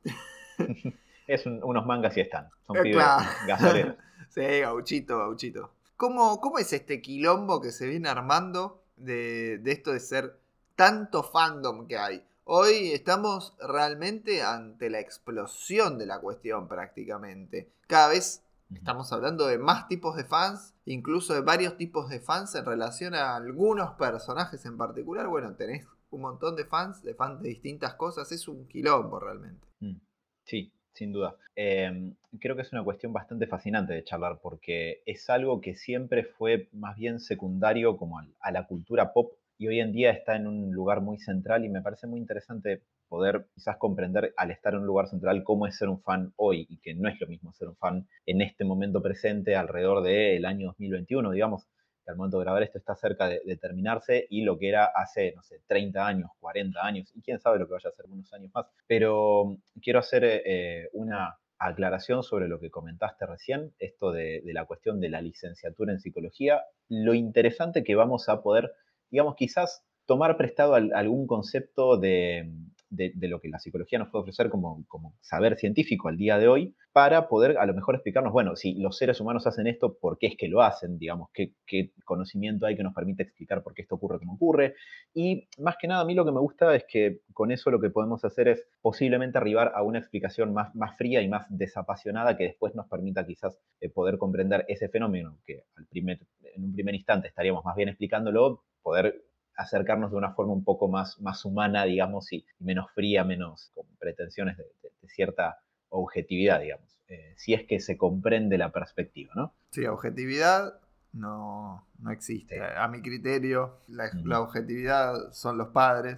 Es unos mangas y están. Son pibes claro. gasoleros. Sí, gauchito. ¿Cómo es este quilombo que se viene armando de esto de ser tanto fandom que hay? Hoy estamos realmente ante la explosión de la cuestión prácticamente. Cada vez estamos hablando de más tipos de fans, incluso de varios tipos de fans en relación a algunos personajes en particular. Bueno, tenés un montón de fans de distintas cosas. Es un quilombo realmente. Sí, sin duda. Creo que es una cuestión bastante fascinante de charlar porque es algo que siempre fue más bien secundario como a la cultura pop y hoy en día está en un lugar muy central y me parece muy interesante poder quizás comprender al estar en un lugar central cómo es ser un fan hoy y que no es lo mismo ser un fan en este momento presente alrededor del año 2021, digamos. que al momento de grabar esto está cerca de terminarse, y lo que era hace, no sé, 30 años, 40 años, y quién sabe lo que vaya a ser unos años más. Pero quiero hacer una aclaración sobre lo que comentaste recién, esto de la cuestión de la licenciatura en psicología. Lo interesante que vamos a poder, digamos, quizás tomar prestado algún concepto de lo que la psicología nos puede ofrecer como saber científico al día de hoy, para poder a lo mejor explicarnos, bueno, si los seres humanos hacen esto, ¿por qué es que lo hacen? Digamos, ¿qué conocimiento hay que nos permite explicar por qué esto ocurre como ocurre? Y más que nada, a mí lo que me gusta es que con eso lo que podemos hacer es posiblemente arribar a una explicación más fría y más desapasionada, que después nos permita quizás poder comprender ese fenómeno que en un primer instante estaríamos más bien explicándolo, poder acercarnos de una forma un poco más humana, digamos, y menos fría, menos con pretensiones de cierta objetividad, digamos, si es que se comprende la perspectiva, ¿no? Sí, objetividad no existe. Sí. A mi criterio, la objetividad son los padres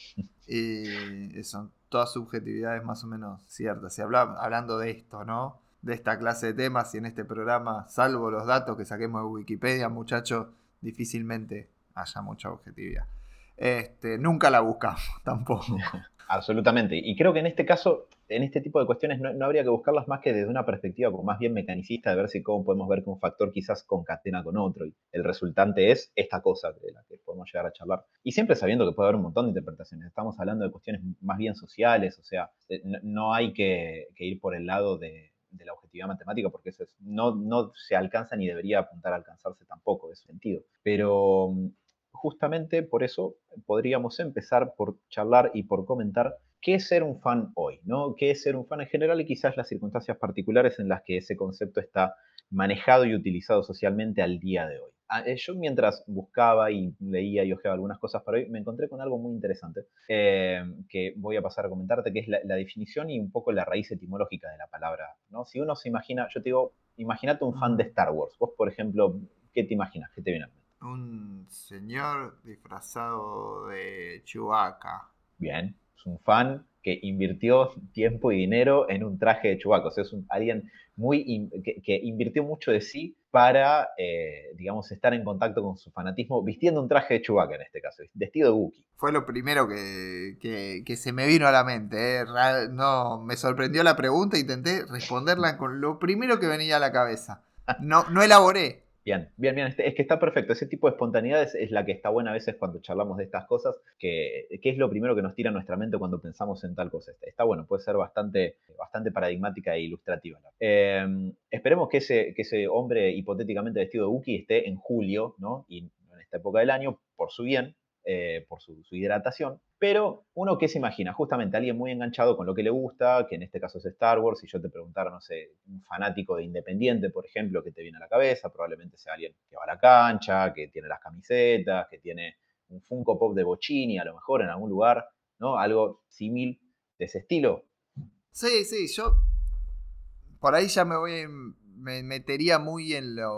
y son todas subjetividades más o menos ciertas. Si hablando de esto, ¿no? De esta clase de temas y en este programa, salvo los datos que saquemos de Wikipedia, muchachos, difícilmente haya mucha objetividad. Nunca la buscamos tampoco. Absolutamente. Y creo que en este caso, en este tipo de cuestiones, no habría que buscarlas más que desde una perspectiva como más bien mecanicista, de ver si cómo podemos ver que un factor quizás concatena con otro, y el resultante es esta cosa de la que podemos llegar a charlar. Y siempre sabiendo que puede haber un montón de interpretaciones. Estamos hablando de cuestiones más bien sociales, o sea, no hay que ir por el lado de la objetividad matemática, porque eso no se alcanza ni debería apuntar a alcanzarse tampoco, ese sentido. Pero justamente por eso podríamos empezar por charlar y por comentar qué es ser un fan hoy, ¿no? ¿Qué es ser un fan en general y quizás las circunstancias particulares en las que ese concepto está manejado y utilizado socialmente al día de hoy? Yo mientras buscaba y leía y ojeaba algunas cosas para hoy, me encontré con algo muy interesante que voy a pasar a comentarte, que es la definición y un poco la raíz etimológica de la palabra, ¿no? Si uno se imagina, yo te digo, imagínate un fan de Star Wars. Vos, por ejemplo, ¿qué te imaginas? ¿Qué te viene a la mente? Un señor disfrazado de Chewbacca. Bien, es un fan que invirtió tiempo y dinero en un traje de Chewbacca. O sea, es alguien que invirtió mucho de sí para, digamos, estar en contacto con su fanatismo, vistiendo un traje de Chewbacca en este caso, vestido de Wookiee. Fue lo primero que se me vino a la mente. No, me sorprendió la pregunta, intenté responderla con lo primero que venía a la cabeza. No elaboré. Bien. Es que está perfecto. Ese tipo de espontaneidad es la que está buena a veces cuando charlamos de estas cosas, que es lo primero que nos tira a nuestra mente cuando pensamos en tal cosa. Está bueno, puede ser bastante paradigmática e ilustrativa. Esperemos que ese hombre hipotéticamente vestido de Wookiee esté en julio, ¿no? Y en esta época del año, por su bien, por su hidratación. Pero uno, ¿qué se imagina? Justamente alguien muy enganchado con lo que le gusta, que en este caso es Star Wars. Si yo te preguntara, no sé, un fanático de Independiente, por ejemplo, ¿qué te viene a la cabeza? Probablemente sea alguien que va a la cancha, que tiene las camisetas, que tiene un Funko Pop de Bocini, a lo mejor en algún lugar, ¿no? Algo similar de ese estilo. Sí, yo por ahí ya me metería muy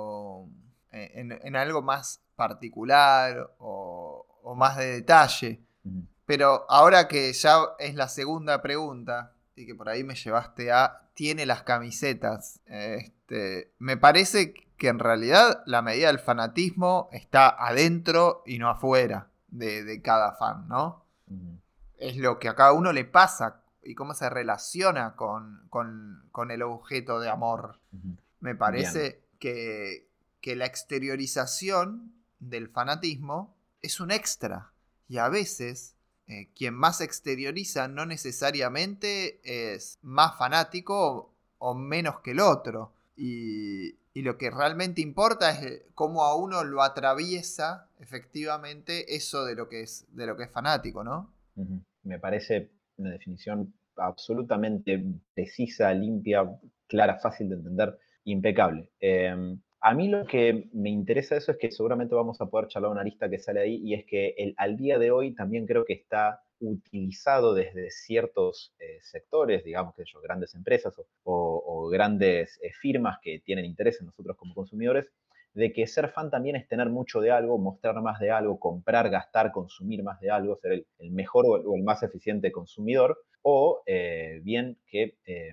en algo más particular o más de detalle. Pero ahora que ya es la segunda pregunta y que por ahí me llevaste a ¿tiene las camisetas? Me parece que en realidad la medida del fanatismo está adentro y no afuera de cada fan, ¿no? Es lo que a cada uno le pasa y cómo se relaciona con el objeto de amor. Me parece que la exteriorización del fanatismo es un extra. Y a veces, quien más exterioriza no necesariamente es más fanático o menos que el otro. Y lo que realmente importa es cómo a uno lo atraviesa efectivamente eso de lo que es fanático, ¿no? Me parece una definición absolutamente precisa, limpia, clara, fácil de entender, impecable. A mí lo que me interesa de eso es que seguramente vamos a poder charlar una arista que sale ahí, y es que al día de hoy también creo que está utilizado desde ciertos sectores, digamos que ellos, grandes empresas o grandes firmas que tienen interés en nosotros como consumidores, de que ser fan también es tener mucho de algo, mostrar más de algo, comprar, gastar, consumir más de algo, ser el mejor o el más eficiente consumidor, o bien que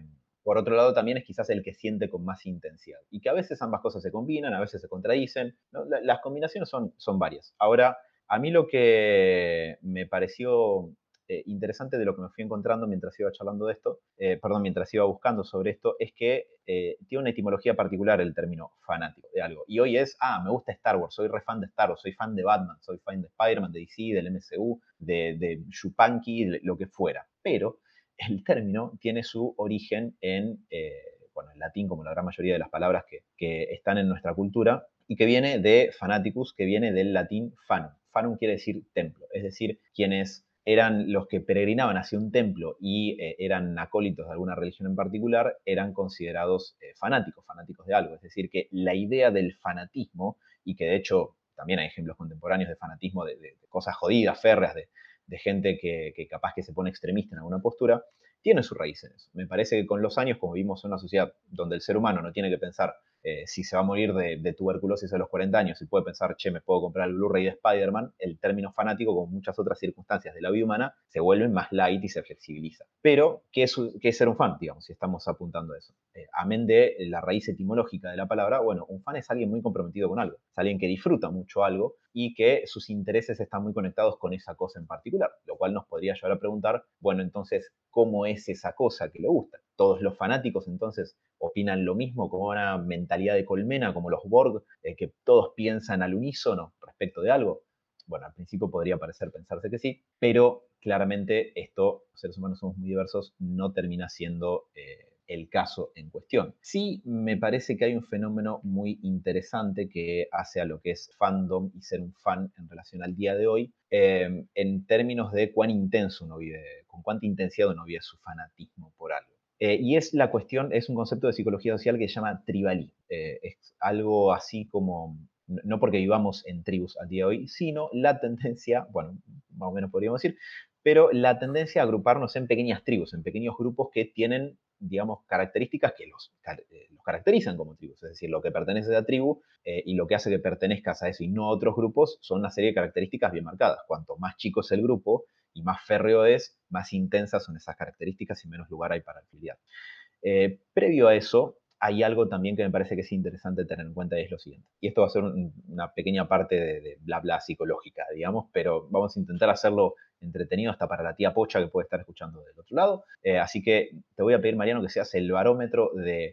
por otro lado también es quizás el que siente con más intensidad. Y que a veces ambas cosas se combinan, a veces se contradicen, ¿no? Las combinaciones son varias. Ahora, a mí lo que me pareció interesante de lo que me fui encontrando mientras iba charlando de esto, mientras iba buscando sobre esto, es que tiene una etimología particular el término fanático de algo. Y hoy es, me gusta Star Wars, soy re fan de Star Wars, soy fan de Batman, soy fan de Spider-Man, de DC, del MCU, de Yupanqui, de lo que fuera. Pero el término tiene su origen en latín, como la gran mayoría de las palabras que están en nuestra cultura, y que viene de fanaticus, que viene del latín fanum. Fanum quiere decir templo, es decir, quienes eran los que peregrinaban hacia un templo y eran acólitos de alguna religión en particular, eran considerados fanáticos de algo. Es decir, que la idea del fanatismo, y que de hecho también hay ejemplos contemporáneos de fanatismo, de cosas jodidas, férreas, de gente que capaz que se pone extremista en alguna postura, tiene su raíz en eso. Me parece que con los años, como vivimos en una sociedad donde el ser humano no tiene que pensar si se va a morir de tuberculosis a los 40 años y puede pensar, me puedo comprar el Blu-ray de Spider-Man, el término fanático, como muchas otras circunstancias de la vida humana, se vuelve más light y se flexibiliza. Pero, ¿qué es ser un fan, digamos, si estamos apuntando a eso? Amén de la raíz etimológica de la palabra, un fan es alguien muy comprometido con algo, es alguien que disfruta mucho algo y que sus intereses están muy conectados con esa cosa en particular, lo cual nos podría llevar a preguntar, entonces, ¿cómo es esa cosa que le gusta? ¿Todos los fanáticos entonces opinan lo mismo, como una mentalidad de colmena, como los Borg, que todos piensan al unísono respecto de algo? Al principio podría pensarse que sí, pero claramente esto, los seres humanos somos muy diversos, no termina siendo el caso en cuestión. Sí, me parece que hay un fenómeno muy interesante que hace a lo que es fandom y ser un fan en relación al día de hoy, en términos de cuán intenso uno vive, con cuánta intensidad uno vive su fanatismo por algo. Y es la cuestión, es un concepto de psicología social que se llama tribalismo. Es algo así como, no porque vivamos en tribus al día de hoy, sino la tendencia, más o menos podríamos decir, pero la tendencia a agruparnos en pequeñas tribus, en pequeños grupos que tienen, digamos, características que los caracterizan como tribus. Es decir, lo que pertenece a la tribu y lo que hace que pertenezcas a eso y no a otros grupos son una serie de características bien marcadas. Cuanto más chico es el grupo y más férreo es, más intensas son esas características y menos lugar hay para afiliar. Previo a eso, hay algo también que me parece que es interesante tener en cuenta y es lo siguiente. Y esto va a ser una pequeña parte de bla bla psicológica, digamos, pero vamos a intentar hacerlo entretenido hasta para la tía Pocha que puede estar escuchando del otro lado. Así que te voy a pedir, Mariano, que seas el barómetro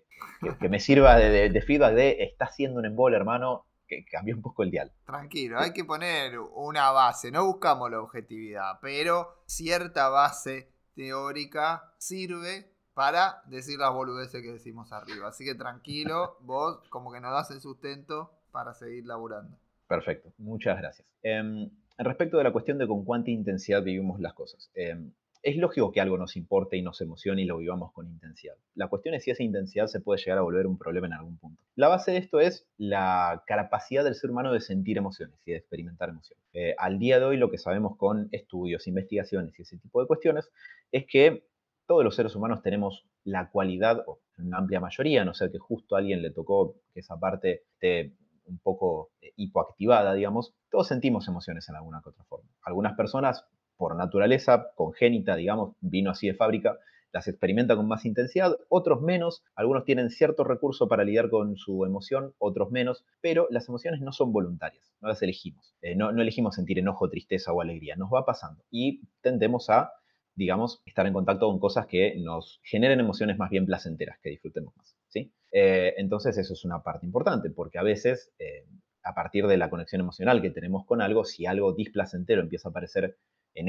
que me sirva de feedback de está haciendo un embole, hermano, que cambie un poco el dial. Tranquilo, hay que poner una base, no buscamos la objetividad, pero cierta base teórica sirve para decir las boludeces que decimos arriba. Así que tranquilo, vos como que nos das el sustento para seguir laburando. Perfecto, muchas gracias. Respecto de la cuestión de con cuánta intensidad vivimos las cosas. Es lógico que algo nos importe y nos emocione y lo vivamos con intensidad. La cuestión es si esa intensidad se puede llegar a volver un problema en algún punto. La base de esto es la capacidad del ser humano de sentir emociones y de experimentar emociones. Al día de hoy lo que sabemos con estudios, investigaciones y ese tipo de cuestiones es que todos los seres humanos tenemos la cualidad, o en una amplia mayoría, a no ser que justo a alguien le tocó que esa parte esté un poco hipoactivada, digamos, todos sentimos emociones en alguna que otra forma. Algunas personas, por naturaleza, congénita, digamos, vino así de fábrica, las experimentan con más intensidad, otros menos, algunos tienen cierto recurso para lidiar con su emoción, otros menos, pero las emociones no son voluntarias, no las elegimos. No elegimos sentir enojo, tristeza o alegría, nos va pasando y tendemos a, digamos, estar en contacto con cosas que nos generen emociones más bien placenteras, que disfrutemos más, ¿sí? Entonces eso es una parte importante, porque a veces, a partir de la conexión emocional que tenemos con algo, si algo displacentero empieza a aparecer en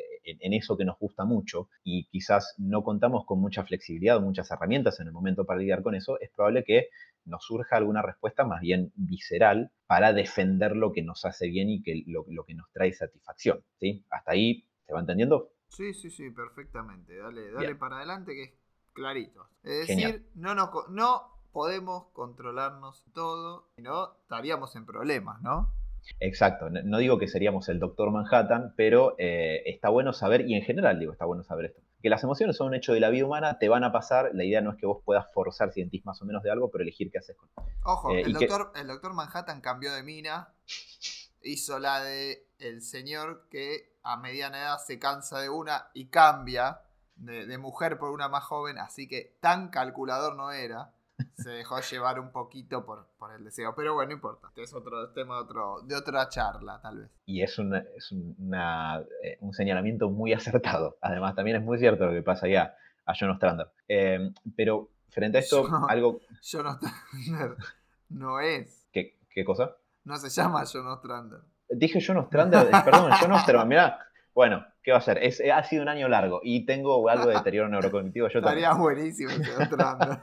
eso que nos gusta mucho y quizás no contamos con mucha flexibilidad o muchas herramientas en el momento para lidiar con eso, es probable que nos surja alguna respuesta más bien visceral para defender lo que nos hace bien y que lo que nos trae satisfacción, ¿sí? ¿Hasta ahí se va entendiendo? Sí, perfectamente. Dale para adelante que es clarito. Es decir, Genial. no podemos controlarnos todo, sino estaríamos en problemas, ¿no? Exacto, no digo que seríamos el Doctor Manhattan, pero está bueno saber, y en general digo, está bueno saber esto, que las emociones son un hecho de la vida humana, te van a pasar, la idea no es que vos puedas forzar si sentís más o menos de algo, pero elegir qué haces con eso. Ojo, el doctor Manhattan cambió de mina, hizo la de el señor que a mediana edad se cansa de una y cambia de mujer por una más joven, así que tan calculador no era. Se dejó llevar un poquito por el deseo. Pero bueno, no importa. Este es otro tema de otra charla, tal vez. Y es un señalamiento muy acertado. Además, también es muy cierto lo que pasa allá a John Ostrander. Pero frente a esto, algo... John Ostrander no es. ¿Qué cosa? No se llama John Ostrander. Dije John Ostrander, perdón, John Osterman, mirá. Bueno, ¿qué va a ser? Ha sido un año largo y tengo algo de deterioro neurocognitivo. Yo Estaría buenísimo ese Ostrander.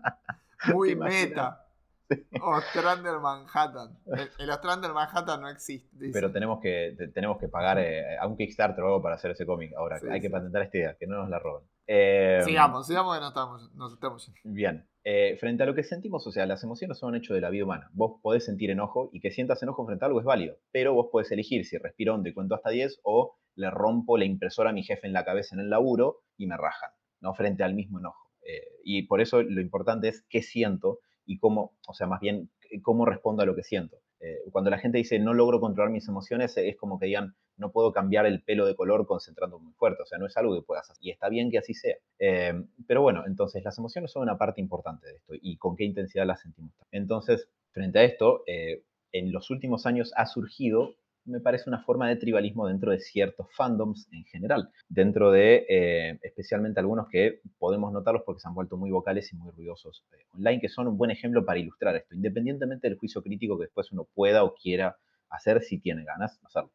Muy meta. Ostrander Manhattan. El Ostrander Manhattan no existe. Dice. Pero tenemos que pagar a un Kickstarter o algo para hacer ese cómic. Ahora, hay que patentar esta idea, que no nos la roben. Sigamos que nos estamos yendo. Bien. Frente a lo que sentimos, o sea, las emociones son un hecho de la vida humana. Vos podés sentir enojo y que sientas enojo frente a algo es válido. Pero vos podés elegir si respiro hondo y cuento hasta 10 o le rompo la impresora a mi jefe en la cabeza en el laburo y me rajan, ¿no? Frente al mismo enojo. Y por eso lo importante es qué siento y cómo, o sea, más bien, cómo respondo a lo que siento. Cuando la gente dice no logro controlar mis emociones, es como que digan no puedo cambiar el pelo de color concentrándome muy fuerte. O sea, no es algo que puedas hacer. Y está bien que así sea. Pero bueno, entonces las emociones son una parte importante de esto y con qué intensidad las sentimos. Entonces, frente a esto, en los últimos años ha surgido, me parece, una forma de tribalismo dentro de ciertos fandoms en general, dentro de especialmente algunos que podemos notarlos porque se han vuelto muy vocales y muy ruidosos online, que son un buen ejemplo para ilustrar esto, independientemente del juicio crítico que después uno pueda o quiera hacer si tiene ganas de hacerlo.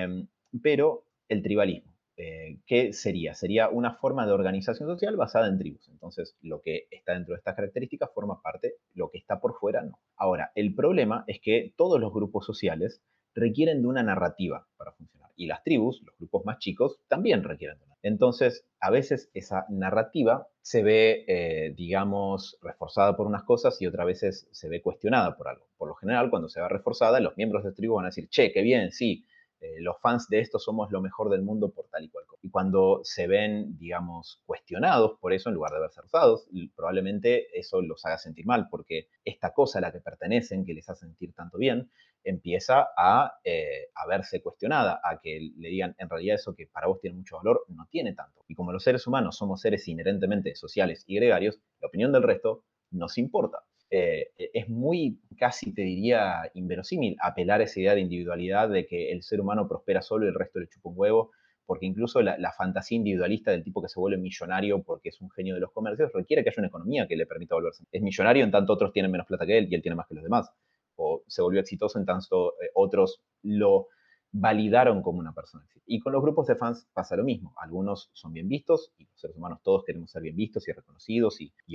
Pero el tribalismo, ¿qué sería? Sería una forma de organización social basada en tribus. Entonces, lo que está dentro de estas características forma parte, lo que está por fuera no. Ahora, el problema es que todos los grupos sociales requieren de una narrativa para funcionar. Y las tribus, los grupos más chicos, también requieren de una. Entonces, a veces esa narrativa se ve, digamos, reforzada por unas cosas y otras veces se ve cuestionada por algo. Por lo general, cuando se ve reforzada, los miembros de tribu van a decir, che, qué bien, sí, los fans de esto somos lo mejor del mundo por tal y cual cosa. Y cuando se ven, digamos, cuestionados por eso, en lugar de verse reforzados, probablemente eso los haga sentir mal, porque esta cosa a la que pertenecen, que les hace sentir tanto bien, empieza a verse cuestionada, a que le digan, en realidad eso que para vos tiene mucho valor, no tiene tanto. Y como los seres humanos somos seres inherentemente sociales y gregarios, la opinión del resto nos importa. Es muy, casi te diría, inverosímil apelar a esa idea de individualidad, de que el ser humano prospera solo y el resto le chupa un huevo, porque incluso la fantasía individualista del tipo que se vuelve millonario porque es un genio de los comercios requiere que haya una economía que le permita volverse. Es millonario en tanto otros tienen menos plata que él y él tiene más que los demás. O se volvió exitoso en tanto otros lo validaron como una persona. Y con los grupos de fans pasa lo mismo. Algunos son bien vistos, y los seres humanos todos queremos ser bien vistos y reconocidos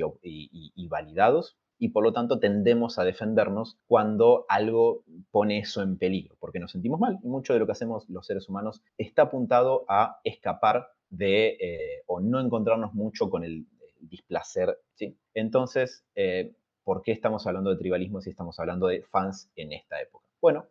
y validados, y por lo tanto tendemos a defendernos cuando algo pone eso en peligro, porque nos sentimos mal, y mucho de lo que hacemos los seres humanos está apuntado a escapar de, o no encontrarnos mucho con el displacer, ¿sí? Entonces, ¿por qué estamos hablando de tribalismo si estamos hablando de fans en esta época? Bueno,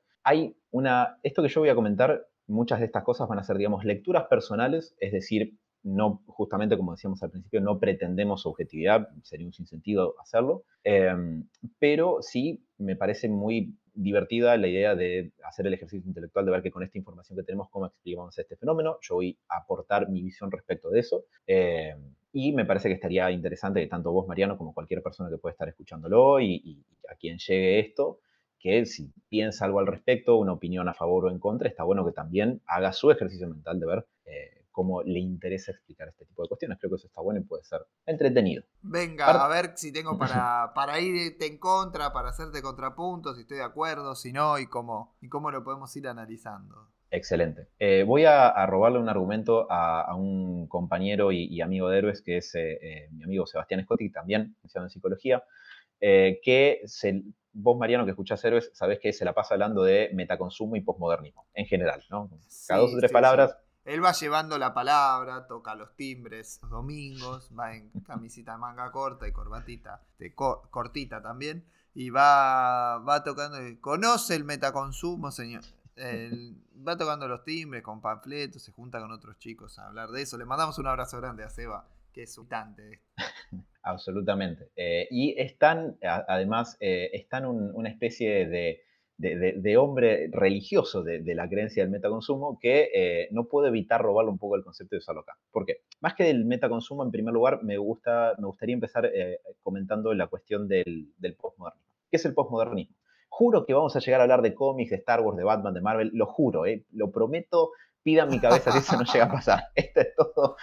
esto que yo voy a comentar, muchas de estas cosas van a ser, digamos, lecturas personales, es decir, no, justamente como decíamos al principio, no pretendemos objetividad, sería un sinsentido hacerlo, pero sí me parece muy divertida la idea de hacer el ejercicio intelectual, de ver que con esta información que tenemos, cómo explicamos este fenómeno. Yo voy a aportar mi visión respecto de eso, y me parece que estaría interesante que tanto vos, Mariano, como cualquier persona que pueda estar escuchándolo y a quien llegue esto, que si piensa algo al respecto, una opinión a favor o en contra, está bueno que también haga su ejercicio mental de ver cómo le interesa explicar este tipo de cuestiones. Creo que eso está bueno y puede ser entretenido. Venga, a ver si tengo para irte en contra, para hacerte contrapuntos, si estoy de acuerdo, si no, y cómo lo podemos ir analizando. Excelente. Voy a robarle un argumento a un compañero y amigo de Héroes, que es mi amigo Sebastián Scotti, también licenciado en psicología, vos, Mariano, que escuchás Héroes, sabés que se la pasa hablando de metaconsumo y posmodernismo, en general, ¿no? Cada dos o tres palabras. Sí. Él va llevando la palabra, toca los timbres los domingos, va en camisita de manga corta y corbatita cortita también, y va tocando, conoce el metaconsumo, señor. Va tocando los timbres con panfletos, se junta con otros chicos a hablar de eso. Le mandamos un abrazo grande a Seba, que es subtante de esto. Absolutamente. Y están, además, están una especie de de hombre religioso de la creencia del metaconsumo que no puedo evitar robarle un poco el concepto de usarlo acá. ¿Por qué? Más que del metaconsumo, en primer lugar, me gustaría empezar comentando la cuestión del postmodernismo. ¿Qué es el postmodernismo? Juro que vamos a llegar a hablar de cómics, de Star Wars, de Batman, de Marvel, lo juro, lo prometo, pidan mi cabeza si eso no llega a pasar. Esto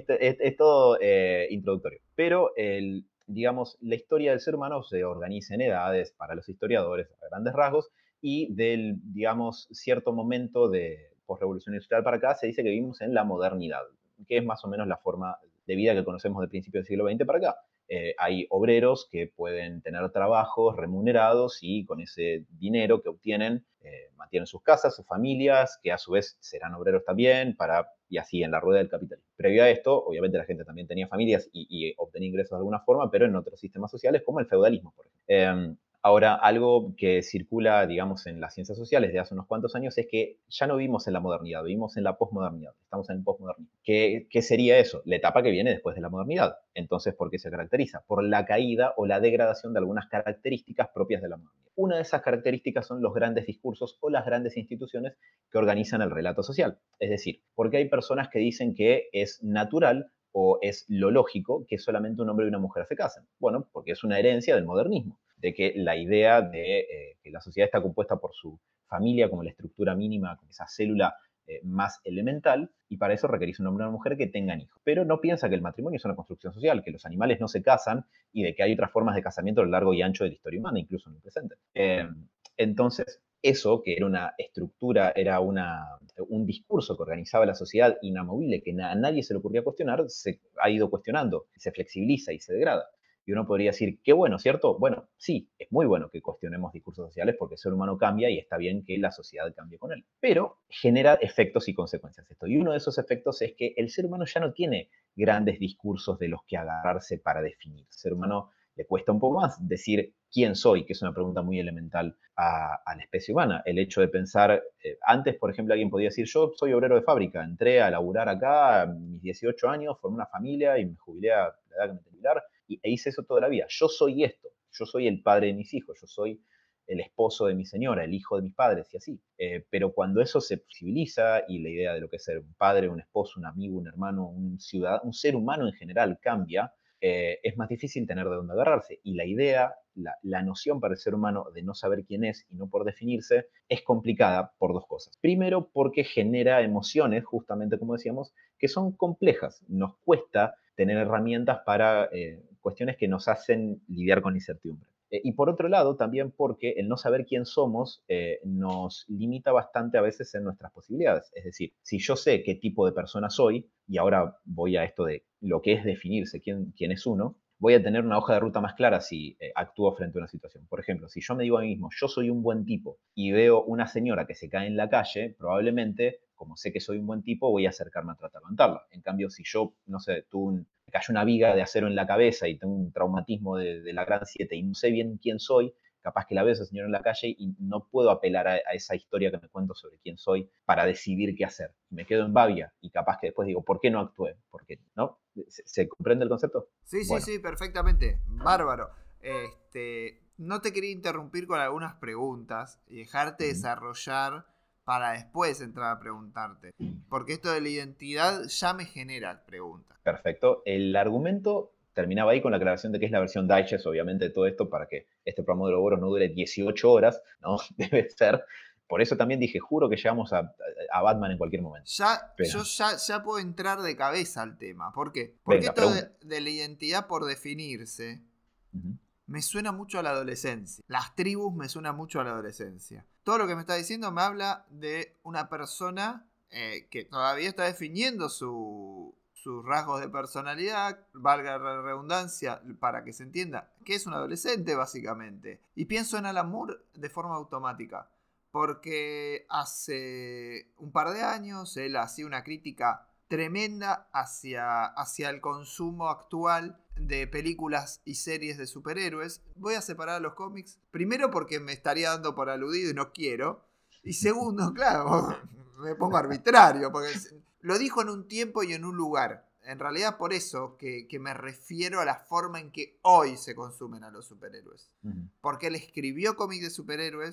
es todo introductorio. Pero digamos, la historia del ser humano se organiza en edades para los historiadores a grandes rasgos y del, digamos, cierto momento de posrevolución industrial para acá se dice que vivimos en la modernidad, que es más o menos la forma de vida que conocemos del principio del siglo XX para acá. Hay obreros que pueden tener trabajos remunerados y con ese dinero que obtienen mantienen sus casas, sus familias, que a su vez serán obreros también, y así en la rueda del capitalismo. Previo a esto, obviamente la gente también tenía familias y obtenía ingresos de alguna forma, pero en otros sistemas sociales como el feudalismo, por ejemplo. Ahora, algo que circula, digamos, en las ciencias sociales de hace unos cuantos años es que ya no vivimos en la modernidad, vivimos en la posmodernidad, estamos en el posmodernismo. ¿Qué sería eso? La etapa que viene después de la modernidad. Entonces, ¿por qué se caracteriza? Por la caída o la degradación de algunas características propias de la modernidad. Una de esas características son los grandes discursos o las grandes instituciones que organizan el relato social. Es decir, porque hay personas que dicen que es natural o es lo lógico que solamente un hombre y una mujer se casen. Bueno, porque es una herencia del modernismo, de que la idea de que la sociedad está compuesta por su familia como la estructura mínima, como esa célula más elemental, y para eso requerís un hombre y una mujer que tengan hijos. Pero no piensa que el matrimonio es una construcción social, que los animales no se casan y de que hay otras formas de casamiento a lo largo y ancho de la historia humana, incluso en el presente. Entonces, eso, que era una estructura, era un discurso que organizaba la sociedad inamovible, que a nadie se le ocurría cuestionar, se ha ido cuestionando, se flexibiliza y se degrada. Y uno podría decir, qué bueno, ¿cierto? Bueno, sí, es muy bueno que cuestionemos discursos sociales porque el ser humano cambia y está bien que la sociedad cambie con él. Pero genera efectos y consecuencias esto. Y uno de esos efectos es que el ser humano ya no tiene grandes discursos de los que agarrarse para definir. El ser humano le cuesta un poco más decir quién soy, que es una pregunta muy elemental a la especie humana. El hecho de pensar, antes, por ejemplo, alguien podía decir, yo soy obrero de fábrica, entré a laburar acá a mis 18 años, formé una familia y me jubilé a la edad que me tenía que jubilar, e hice eso toda la vida. Yo soy esto, yo soy el padre de mis hijos, yo soy el esposo de mi señora, el hijo de mis padres y así. Pero cuando eso se civiliza y la idea de lo que es ser un padre, un esposo, un amigo, un hermano, un ciudadano, un ser humano en general cambia, es más difícil tener de dónde agarrarse. Y la idea, la noción para el ser humano de no saber quién es y no por definirse, es complicada por dos cosas. Primero, porque genera emociones, justamente como decíamos, que son complejas. Nos cuesta tener herramientas para cuestiones que nos hacen lidiar con la incertidumbre. Y por otro lado, también porque el no saber quién somos nos limita bastante a veces en nuestras posibilidades. Es decir, si yo sé qué tipo de persona soy, y ahora voy a esto de lo que es definirse quién es uno, voy a tener una hoja de ruta más clara si actúo frente a una situación. Por ejemplo, si yo me digo a mí mismo, yo soy un buen tipo, y veo una señora que se cae en la calle, probablemente, como sé que soy un buen tipo, voy a acercarme a tratar de levantarla. En cambio, si yo, no sé, me cayó una viga de acero en la cabeza y tengo un traumatismo de la gran 7 y no sé bien quién soy, capaz que la veo a esa señora en la calle y no puedo apelar a esa historia que me cuento sobre quién soy para decidir qué hacer. Me quedo en babia y capaz que después digo, ¿por qué no actué? ¿Por qué no? ¿Se comprende el concepto? Sí, bueno. Sí, perfectamente. Bárbaro. No te quería interrumpir con algunas preguntas y dejarte desarrollar para después entrar a preguntarte. Porque esto de la identidad ya me genera preguntas. Perfecto. El argumento terminaba ahí con la aclaración de que es la versión digest, obviamente, de todo esto, para que este programa de Ouroboros no dure 18 horas, ¿no? Debe ser. Por eso también dije, juro que llegamos a Batman en cualquier momento. Yo ya puedo entrar de cabeza al tema. ¿Por qué? Porque esto de la identidad por definirse me suena mucho a la adolescencia. Las tribus me suenan mucho a la adolescencia. Todo lo que me está diciendo me habla de una persona que todavía está definiendo sus rasgos de personalidad, valga la redundancia, para que se entienda, que es un adolescente básicamente. Y pienso en Alan Moore de forma automática. Porque hace un par de años él hacía una crítica tremenda hacia el consumo actual de películas y series de superhéroes. Voy a separar a los cómics. Primero porque me estaría dando por aludido y no quiero. Y segundo, claro, me pongo arbitrario. Porque lo dijo en un tiempo y en un lugar. En realidad por eso que me refiero a la forma en que hoy se consumen a los superhéroes. Porque él escribió cómics de superhéroes.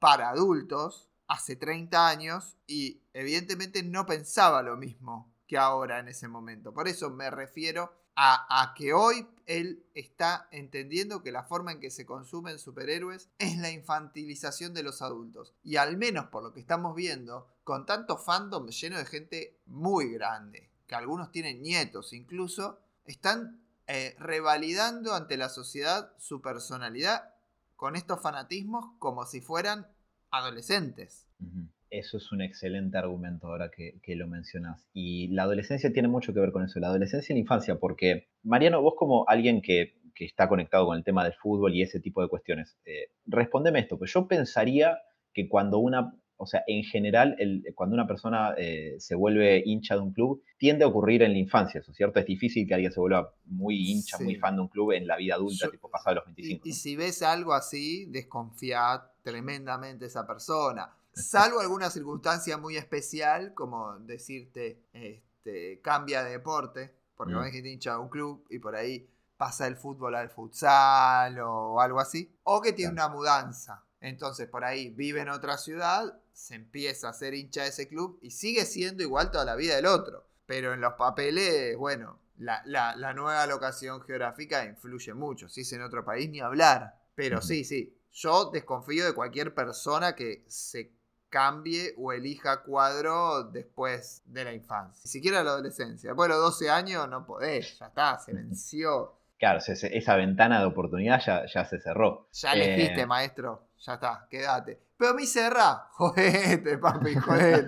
para adultos hace 30 años y evidentemente no pensaba lo mismo que ahora en ese momento. Por eso me refiero a que hoy él está entendiendo que la forma en que se consumen superhéroes es la infantilización de los adultos. Y al menos por lo que estamos viendo, con tanto fandom lleno de gente muy grande, que algunos tienen nietos incluso, están revalidando ante la sociedad su personalidad con estos fanatismos como si fueran adolescentes. Eso es un excelente argumento ahora que lo mencionas. Y la adolescencia tiene mucho que ver con eso, la adolescencia y la infancia, porque, Mariano, vos como alguien que está conectado con el tema del fútbol y ese tipo de cuestiones, respóndeme esto, pues yo pensaría que o sea, en general, cuando una persona se vuelve hincha de un club, tiende a ocurrir en la infancia, ¿eso es cierto? Es difícil que alguien se vuelva muy hincha, muy fan de un club en la vida adulta, tipo pasado los 25. Y si ves algo así, desconfía tremendamente esa persona. Salvo alguna circunstancia muy especial, como decirte, cambia de deporte, porque ves que te hincha un club y por ahí pasa el fútbol al futsal o algo así, o que tiene una mudanza. Entonces por ahí vive en otra ciudad, se empieza a ser hincha de ese club y sigue siendo igual toda la vida del otro. Pero en los papeles, bueno, la nueva locación geográfica influye mucho. Si es en otro país, ni hablar. Pero sí, yo desconfío de cualquier persona que se cambie o elija cuadro después de la infancia. Ni siquiera la adolescencia. Después de los 12 años no podés, ya está, se venció. Claro, esa ventana de oportunidad ya se cerró. Ya elegiste, maestro, ya está, quédate. Pero a mí cerrá, jodete, papi, jodete.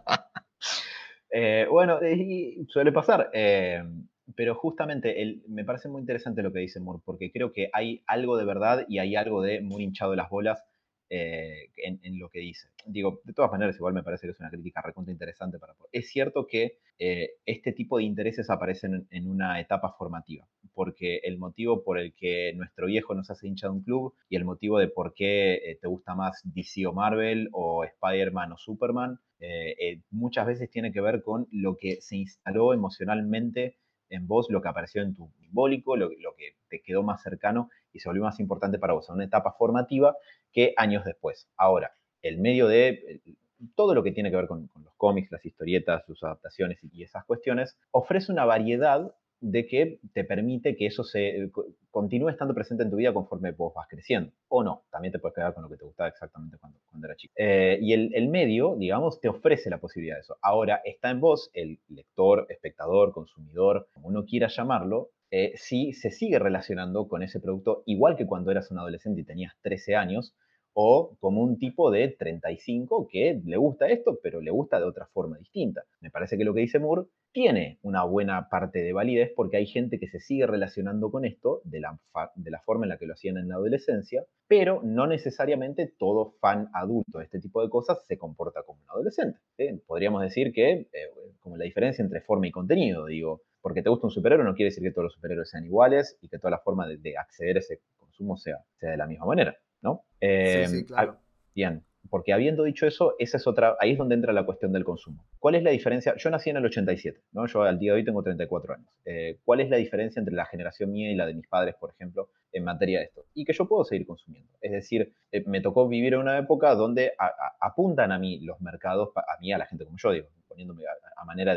Bueno, y suele pasar. Pero justamente me parece muy interesante lo que dice Moore, porque creo que hay algo de verdad y hay algo de muy hinchado de las bolas en lo que dice. Digo, de todas maneras, igual me parece que es una crítica recontra interesante para... Es cierto que este tipo de intereses aparecen en una etapa formativa, porque el motivo por el que nuestro viejo nos hace hincha de un club y el motivo de por qué te gusta más DC o Marvel o Spider-Man o Superman, muchas veces tiene que ver con lo que se instaló emocionalmente en vos, lo que apareció en tu simbólico, lo que te quedó más cercano y se volvió más importante para vos en una etapa formativa que años después. Ahora, el medio de todo lo que tiene que ver con los cómics, las historietas, sus adaptaciones y esas cuestiones, ofrece una variedad de que te permite que eso continúe estando presente en tu vida conforme vos vas creciendo. O no, también te puedes quedar con lo que te gustaba exactamente cuando era chico. Y el medio, digamos, te ofrece la posibilidad de eso. Ahora, está en vos, el lector, espectador, consumidor, como uno quiera llamarlo, si se sigue relacionando con ese producto igual que cuando eras un adolescente y tenías 13 años, o como un tipo de 35 que le gusta esto, pero le gusta de otra forma distinta. Me parece que lo que dice Moore tiene una buena parte de validez porque hay gente que se sigue relacionando con esto de la forma en la que lo hacían en la adolescencia, pero no necesariamente todo fan adulto de este tipo de cosas se comporta como un adolescente. Podríamos decir que, como la diferencia entre forma y contenido, digo, porque te gusta un superhéroe no quiere decir que todos los superhéroes sean iguales y que toda la forma de acceder a ese consumo sea de la misma manera, ¿no? Sí, claro. Bien, porque habiendo dicho eso, ahí es donde entra la cuestión del consumo. ¿Cuál es la diferencia? Yo nací en el 87, ¿no? Yo al día de hoy tengo 34 años. ¿Cuál es la diferencia entre la generación mía y la de mis padres, por ejemplo, en materia de esto? Y que yo puedo seguir consumiendo. Es decir, me tocó vivir en una época donde apuntan a mí los mercados, a mí, a la gente como yo, digo, poniéndome a manera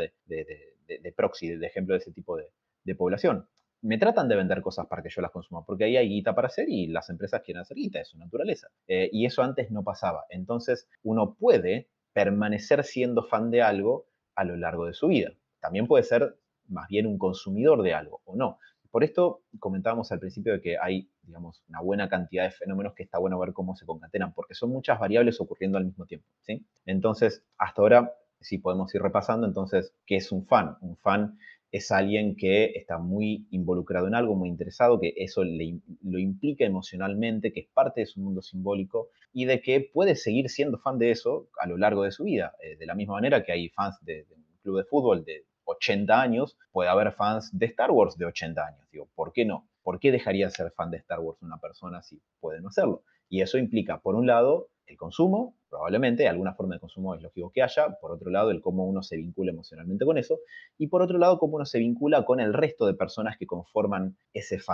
de proxy, de ejemplo de ese tipo de población. Me tratan de vender cosas para que yo las consuma, porque ahí hay guita para hacer y las empresas quieren hacer guita, es su naturaleza. Y eso antes no pasaba. Entonces, uno puede permanecer siendo fan de algo a lo largo de su vida. También puede ser más bien un consumidor de algo o no. Por esto comentábamos al principio de que hay, digamos, una buena cantidad de fenómenos que está bueno ver cómo se concatenan, porque son muchas variables ocurriendo al mismo tiempo, ¿sí? Entonces, hasta ahora, sí podemos ir repasando, entonces, ¿qué es un fan? Un fan es alguien que está muy involucrado en algo, muy interesado, que eso lo implica emocionalmente, que es parte de su mundo simbólico y de que puede seguir siendo fan de eso a lo largo de su vida. De la misma manera que hay fans de un club de fútbol de 80 años, puede haber fans de Star Wars de 80 años. Digo, ¿por qué no? ¿Por qué dejaría de ser fan de Star Wars una persona si puede no hacerlo? Y eso implica, por un lado, el consumo, probablemente, alguna forma de consumo es lógico que haya, por otro lado, el cómo uno se vincula emocionalmente con eso, y por otro lado, cómo uno se vincula con el resto de personas que conforman ese fandom.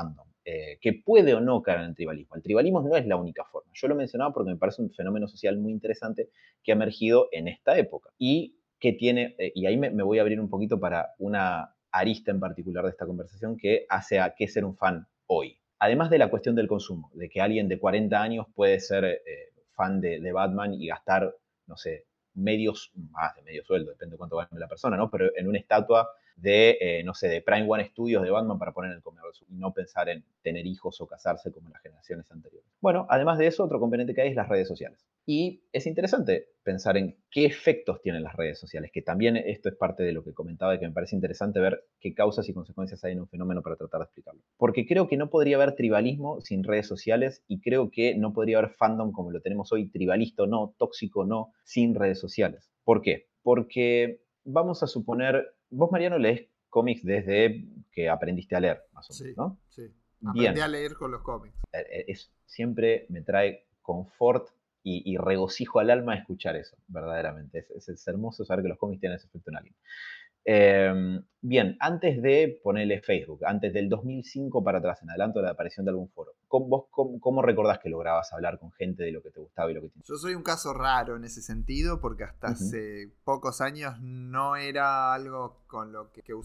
que puede o no caer en el tribalismo. El tribalismo no es la única forma. Yo lo mencionaba porque me parece un fenómeno social muy interesante que ha emergido en esta época y que tiene, y ahí me voy a abrir un poquito para una arista en particular de esta conversación que hace a qué ser un fan hoy. Además de la cuestión del consumo, de que alguien de 40 años puede ser fan de Batman y gastar, no sé, más de medio sueldo, depende de cuánto gane la persona, ¿no? Pero en una estatua de, no sé, de Prime One Studios de Batman para poner en el comedor y no pensar en tener hijos o casarse como en las generaciones anteriores. Bueno, además de eso, otro componente que hay es las redes sociales. Y es interesante pensar en qué efectos tienen las redes sociales, que también esto es parte de lo que comentaba y que me parece interesante ver qué causas y consecuencias hay en un fenómeno para tratar de explicarlo. Porque creo que no podría haber tribalismo sin redes sociales y creo que no podría haber fandom como lo tenemos hoy, tribalista o no, tóxico o no, sin redes sociales. ¿Por qué? Porque vamos a suponer, vos Mariano lees cómics desde que aprendiste a leer, más o menos, ¿no? Sí, aprendí a leer con los cómics. Siempre me trae confort y regocijo al alma escuchar eso, verdaderamente. Es hermoso saber que los cómics tienen ese efecto en alguien. Bien, antes de ponerle Facebook, antes del 2005 para atrás, en adelanto de la aparición de algún foro, ¿vos cómo recordás que lograbas hablar con gente de lo que te gustaba y lo que te interesaba? Yo soy un caso raro en ese sentido porque hasta hace pocos años no era algo con lo que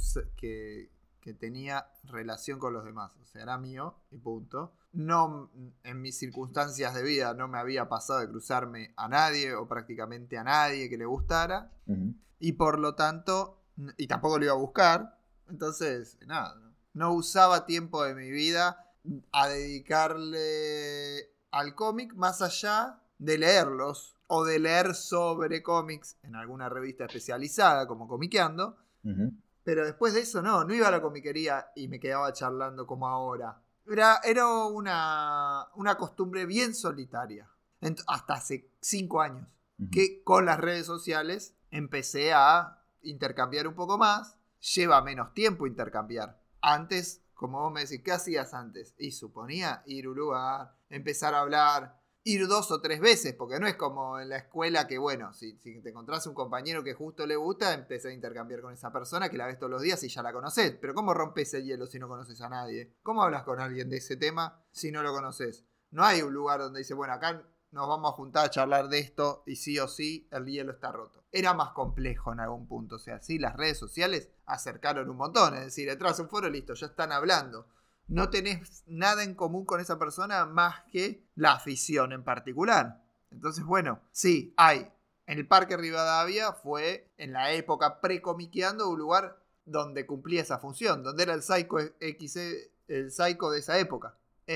tenía relación con los demás. O sea, era mío y punto. No, en mis circunstancias de vida no me había pasado de cruzarme a nadie o prácticamente a nadie que le gustara. Y por lo tanto, y tampoco lo iba a buscar. Entonces, nada, no usaba tiempo de mi vida a dedicarle al cómic más allá de leerlos o de leer sobre cómics en alguna revista especializada como Comiqueando. Pero después de eso no iba a la comiquería y me quedaba charlando como ahora. Era una costumbre bien solitaria. Hasta hace 5 años. Que con las redes sociales empecé a intercambiar un poco más. Lleva menos tiempo intercambiar. Antes, como vos me decís, ¿qué hacías antes? Y suponía ir a un lugar, empezar a hablar, ir 2 o 3 veces, porque no es como en la escuela que, bueno, si te encontrás un compañero que justo le gusta, empecé a intercambiar con esa persona que la ves todos los días y ya la conocés. Pero ¿cómo rompes el hielo si no conoces a nadie? ¿Cómo hablas con alguien de ese tema si no lo conoces? No hay un lugar donde dice, bueno, acá nos vamos a juntar a charlar de esto y sí o sí el hielo está roto. Era más complejo en algún punto. O sea, sí, las redes sociales acercaron un montón. Es decir, detrás de un foro, listo, ya están hablando. No tenés nada en común con esa persona más que la afición en particular. Entonces, bueno, sí, hay. En el Parque Rivadavia fue, en la época pre-comiqueando, un lugar donde cumplía esa función, donde era el Psycho el Psycho de esa época.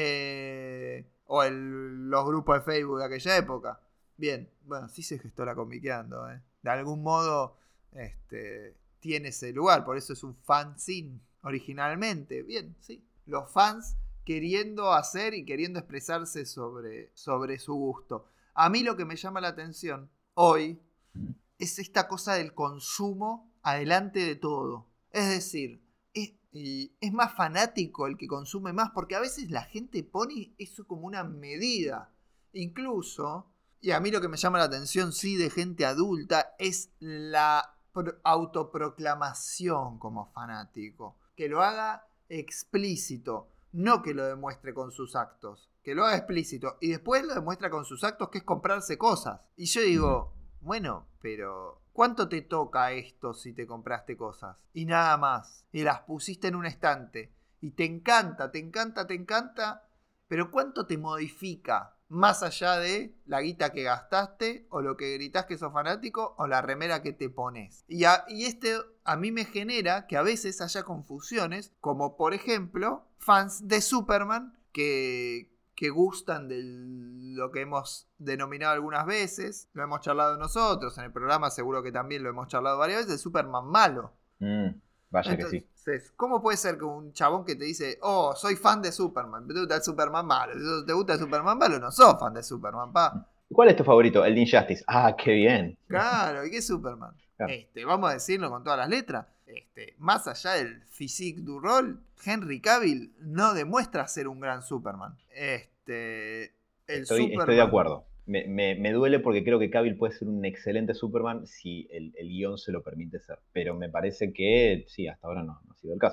O los grupos de Facebook de aquella época. Bien, bueno, sí se gestó la Comiqueando. De algún modo tiene ese lugar, por eso es un fanzine originalmente. Bien, sí. Los fans queriendo hacer y queriendo expresarse sobre su gusto. A mí lo que me llama la atención hoy es esta cosa del consumo adelante de todo. Es decir, es más fanático el que consume más, porque a veces la gente pone eso como una medida. Incluso, y a mí lo que me llama la atención, sí, de gente adulta, es la autoproclamación como fanático. Que lo haga explícito, no que lo demuestre con sus actos, que lo haga explícito y después lo demuestra con sus actos, que es comprarse cosas. Y yo digo, bueno, pero ¿cuánto te toca esto si te compraste cosas? Y nada más, y las pusiste en un estante y te encanta, pero ¿cuánto te modifica? Más allá de la guita que gastaste, o lo que gritás que sos fanático, o la remera que te pones. Y a mí me genera que a veces haya confusiones, como por ejemplo, fans de Superman que gustan de lo que hemos denominado algunas veces, lo hemos charlado nosotros, en el programa seguro que también lo hemos charlado varias veces, de Superman malo. Vaya que sí. ¿Cómo puede ser que un chabón que te dice, oh, soy fan de Superman, ¿te gusta el Superman malo? Si te gusta el Superman malo, no sos fan de Superman, pa. ¿Cuál es tu favorito? El de Injustice. Ah, qué bien. Claro, ¿y qué es Superman? Claro. Vamos a decirlo con todas las letras. Más allá del physique du rol, Henry Cavill no demuestra ser un gran Superman. Estoy de acuerdo. Me duele porque creo que Cavill puede ser un excelente Superman si el guión se lo permite ser. Pero me parece que sí, hasta ahora no ha sido el caso.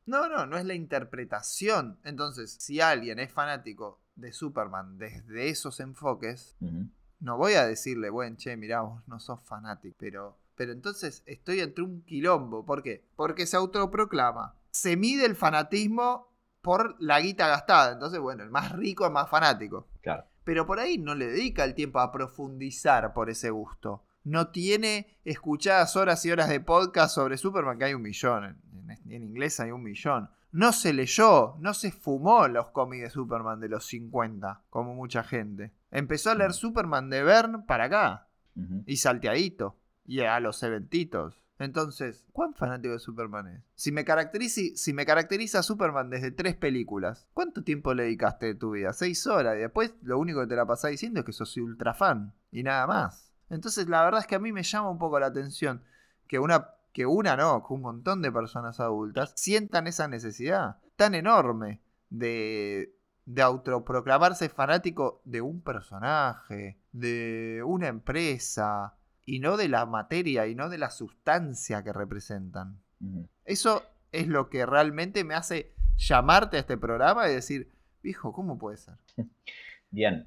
No es la interpretación. Entonces, si alguien es fanático de Superman desde esos enfoques, no voy a decirle, bueno, che, mirá, vos no sos fanático, pero entonces estoy entre un quilombo. ¿Por qué? Porque se autoproclama. Se mide el fanatismo por la guita gastada. Entonces, bueno, el más rico es más fanático. Claro. Pero por ahí no le dedica el tiempo a profundizar por ese gusto. No tiene escuchadas horas y horas de podcast sobre Superman, que hay 1.000.000. En inglés hay 1.000.000. No se leyó, no se fumó los cómics de Superman de los 50, como mucha gente. Empezó a leer Superman de Byrne para acá. Y salteadito. Y a los eventitos. Entonces, ¿cuán fanático de Superman es? Si me caracteriza Superman desde 3 películas, ¿cuánto tiempo le dedicaste de tu vida? 6 horas. Y después lo único que te la pasás diciendo es que sos ultra fan. Y nada más. Entonces la verdad es que a mí me llama un poco la atención que un montón de personas adultas sientan esa necesidad tan enorme de autoproclamarse fanático de un personaje, de una empresa, y no de la materia y no de la sustancia que representan. Eso es lo que realmente me hace llamarte a este programa y decir, viejo, ¿cómo puede ser? Bien,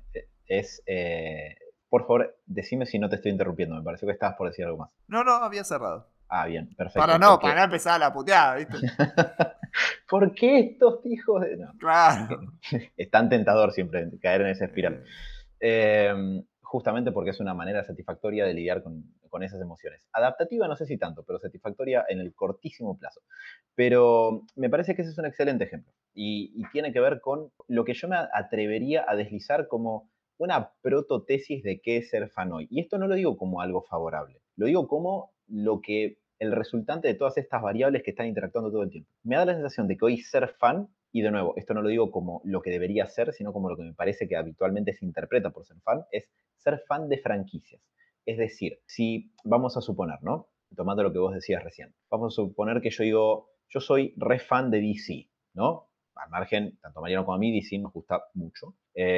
por favor, decime si no te estoy interrumpiendo. Me pareció que estabas por decir algo más. No, había cerrado. Ah, bien, perfecto. Para no empezar la puteada, ¿viste? ¿Por qué estos hijos de...? No. Claro. Es tan tentador siempre caer en esa espiral. Justamente porque es una manera satisfactoria de lidiar con esas emociones. Adaptativa no sé si tanto, pero satisfactoria en el cortísimo plazo. Pero me parece que ese es un excelente ejemplo. Y tiene que ver con lo que yo me atrevería a deslizar como una prototesis de qué es ser fan hoy. Y esto no lo digo como algo favorable. Lo digo como el resultante de todas estas variables que están interactuando todo el tiempo. Me da la sensación de que hoy ser fan, y de nuevo, esto no lo digo como lo que debería ser, sino como lo que me parece que habitualmente se interpreta por ser fan, es ser fan de franquicias. Es decir, si vamos a suponer, ¿no? Tomando lo que vos decías recién, vamos a suponer que yo digo, yo soy re fan de DC, ¿no? Al margen, tanto a Mariano como a mí, DC nos gusta mucho.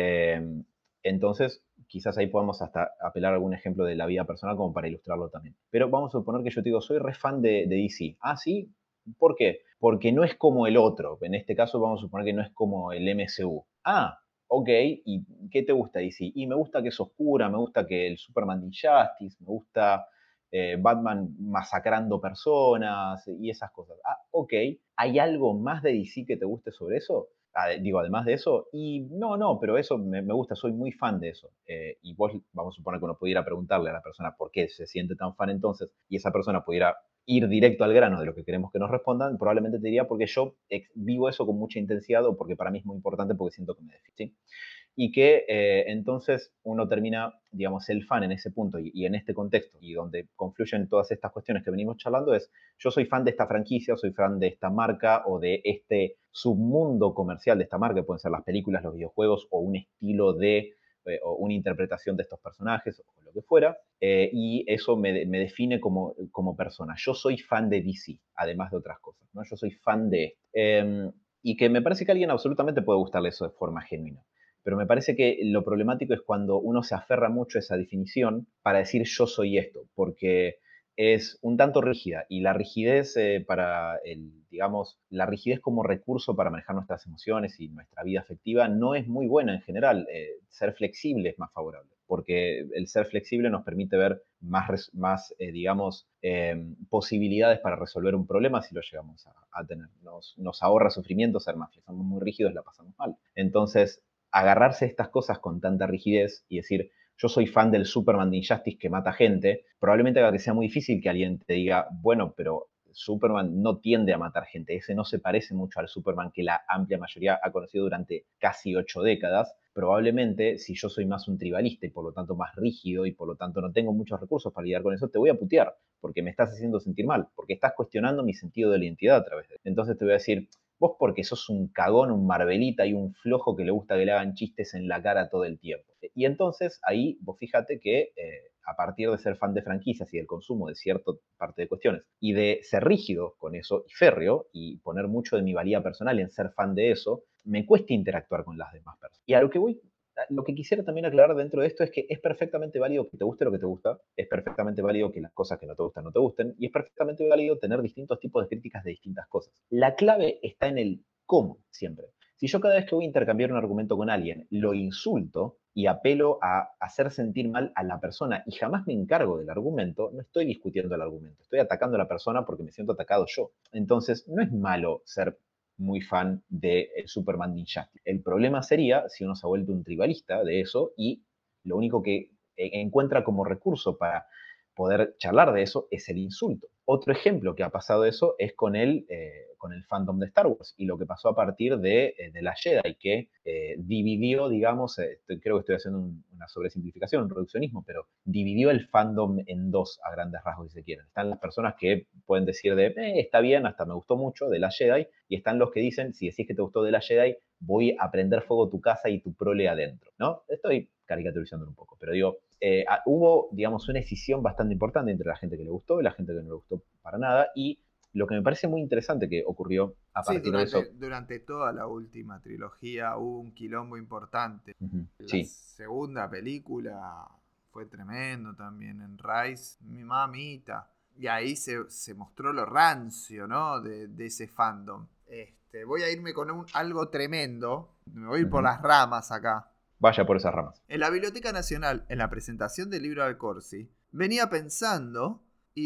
Entonces, quizás ahí podamos hasta apelar a algún ejemplo de la vida personal como para ilustrarlo también. Pero vamos a suponer que yo te digo, soy re fan de DC. Ah, ¿sí? ¿Por qué? Porque no es como el otro. En este caso vamos a suponer que no es como el MCU. Ah, ok. ¿Y qué te gusta DC? Y me gusta que es oscura, me gusta que el Superman Injustice, me gusta Batman masacrando personas y esas cosas. Ah, ok. ¿Hay algo más de DC que te guste sobre eso? Además de eso, y no, pero eso me gusta, soy muy fan de eso. Y vos, vamos a suponer que uno pudiera preguntarle a la persona por qué se siente tan fan entonces, y esa persona pudiera ir directo al grano de lo que queremos que nos respondan, probablemente te diría porque yo vivo eso con mucha intensidad o porque para mí es muy importante porque siento que me define, ¿sí? Y que entonces uno termina, digamos, el fan en ese punto y en este contexto y donde confluyen todas estas cuestiones que venimos charlando es, yo soy fan de esta franquicia, soy fan de esta marca o de este submundo comercial de esta marca, que pueden ser las películas, los videojuegos o un estilo de o una interpretación de estos personajes o lo que fuera, y eso me define como persona. Yo soy fan de DC, además de otras cosas, ¿no? Yo soy fan de... y que me parece que a alguien absolutamente puede gustarle eso de forma genuina. Pero me parece que lo problemático es cuando uno se aferra mucho a esa definición para decir yo soy esto, porque es un tanto rígida y la rigidez la rigidez como recurso para manejar nuestras emociones y nuestra vida afectiva no es muy buena en general. Ser flexible es más favorable, porque el ser flexible nos permite ver más posibilidades para resolver un problema si lo llegamos a tener. Nos ahorra sufrimiento ser más flexibles. Somos muy rígidos, la pasamos mal. Entonces, agarrarse a estas cosas con tanta rigidez y decir, yo soy fan del Superman de Injustice que mata gente, probablemente haga que sea muy difícil que alguien te diga, bueno, pero Superman no tiende a matar gente, ese no se parece mucho al Superman que la amplia mayoría ha conocido durante casi 8 décadas. Probablemente, si yo soy más un tribalista y por lo tanto más rígido y por lo tanto no tengo muchos recursos para lidiar con eso, te voy a putear porque me estás haciendo sentir mal, porque estás cuestionando mi sentido de la identidad a través de eso. Entonces te voy a decir, vos porque sos un cagón, un Marvelita y un flojo que le gusta que le hagan chistes en la cara todo el tiempo. Y entonces ahí vos fíjate que a partir de ser fan de franquicias y del consumo de cierta parte de cuestiones y de ser rígido con eso y férreo y poner mucho de mi valía personal en ser fan de eso, me cuesta interactuar con las demás personas. Y a lo que voy Lo que quisiera también aclarar dentro de esto es que es perfectamente válido que te guste lo que te gusta, es perfectamente válido que las cosas que no te gustan no te gusten, y es perfectamente válido tener distintos tipos de críticas de distintas cosas. La clave está en el cómo, siempre. Si yo cada vez que voy a intercambiar un argumento con alguien lo insulto y apelo a hacer sentir mal a la persona y jamás me encargo del argumento, no estoy discutiendo el argumento, estoy atacando a la persona porque me siento atacado yo. Entonces, no es malo ser muy fan de Superman de Injustice. El problema sería si uno se ha vuelto un tribalista de eso y lo único que encuentra como recurso para poder charlar de eso es el insulto. Otro ejemplo que ha pasado eso es con el fandom de Star Wars y lo que pasó a partir de la Jedi, que dividió, digamos, creo que estoy haciendo una sobresimplificación, un reduccionismo, pero dividió el fandom en dos a grandes rasgos, si se quieren. Están las personas que pueden decir está bien, hasta me gustó mucho, de la Jedi, y están los que dicen, si decís que te gustó de la Jedi, voy a prender fuego tu casa y tu prole adentro, ¿no? Estoy caricaturizando un poco, pero digo, hubo, digamos, una escisión bastante importante entre la gente que le gustó y la gente que no le gustó para nada, y lo que me parece muy interesante que ocurrió a partir de eso. Durante toda la última trilogía hubo un quilombo importante. La segunda película fue tremendo también, en Rise, mi mamita. Y ahí se mostró lo rancio, ¿no? De ese fandom. Voy a irme con algo tremendo. Me voy a ir por las ramas acá. Vaya por esas ramas. En la Biblioteca Nacional, en la presentación del libro de Corsi, venía pensando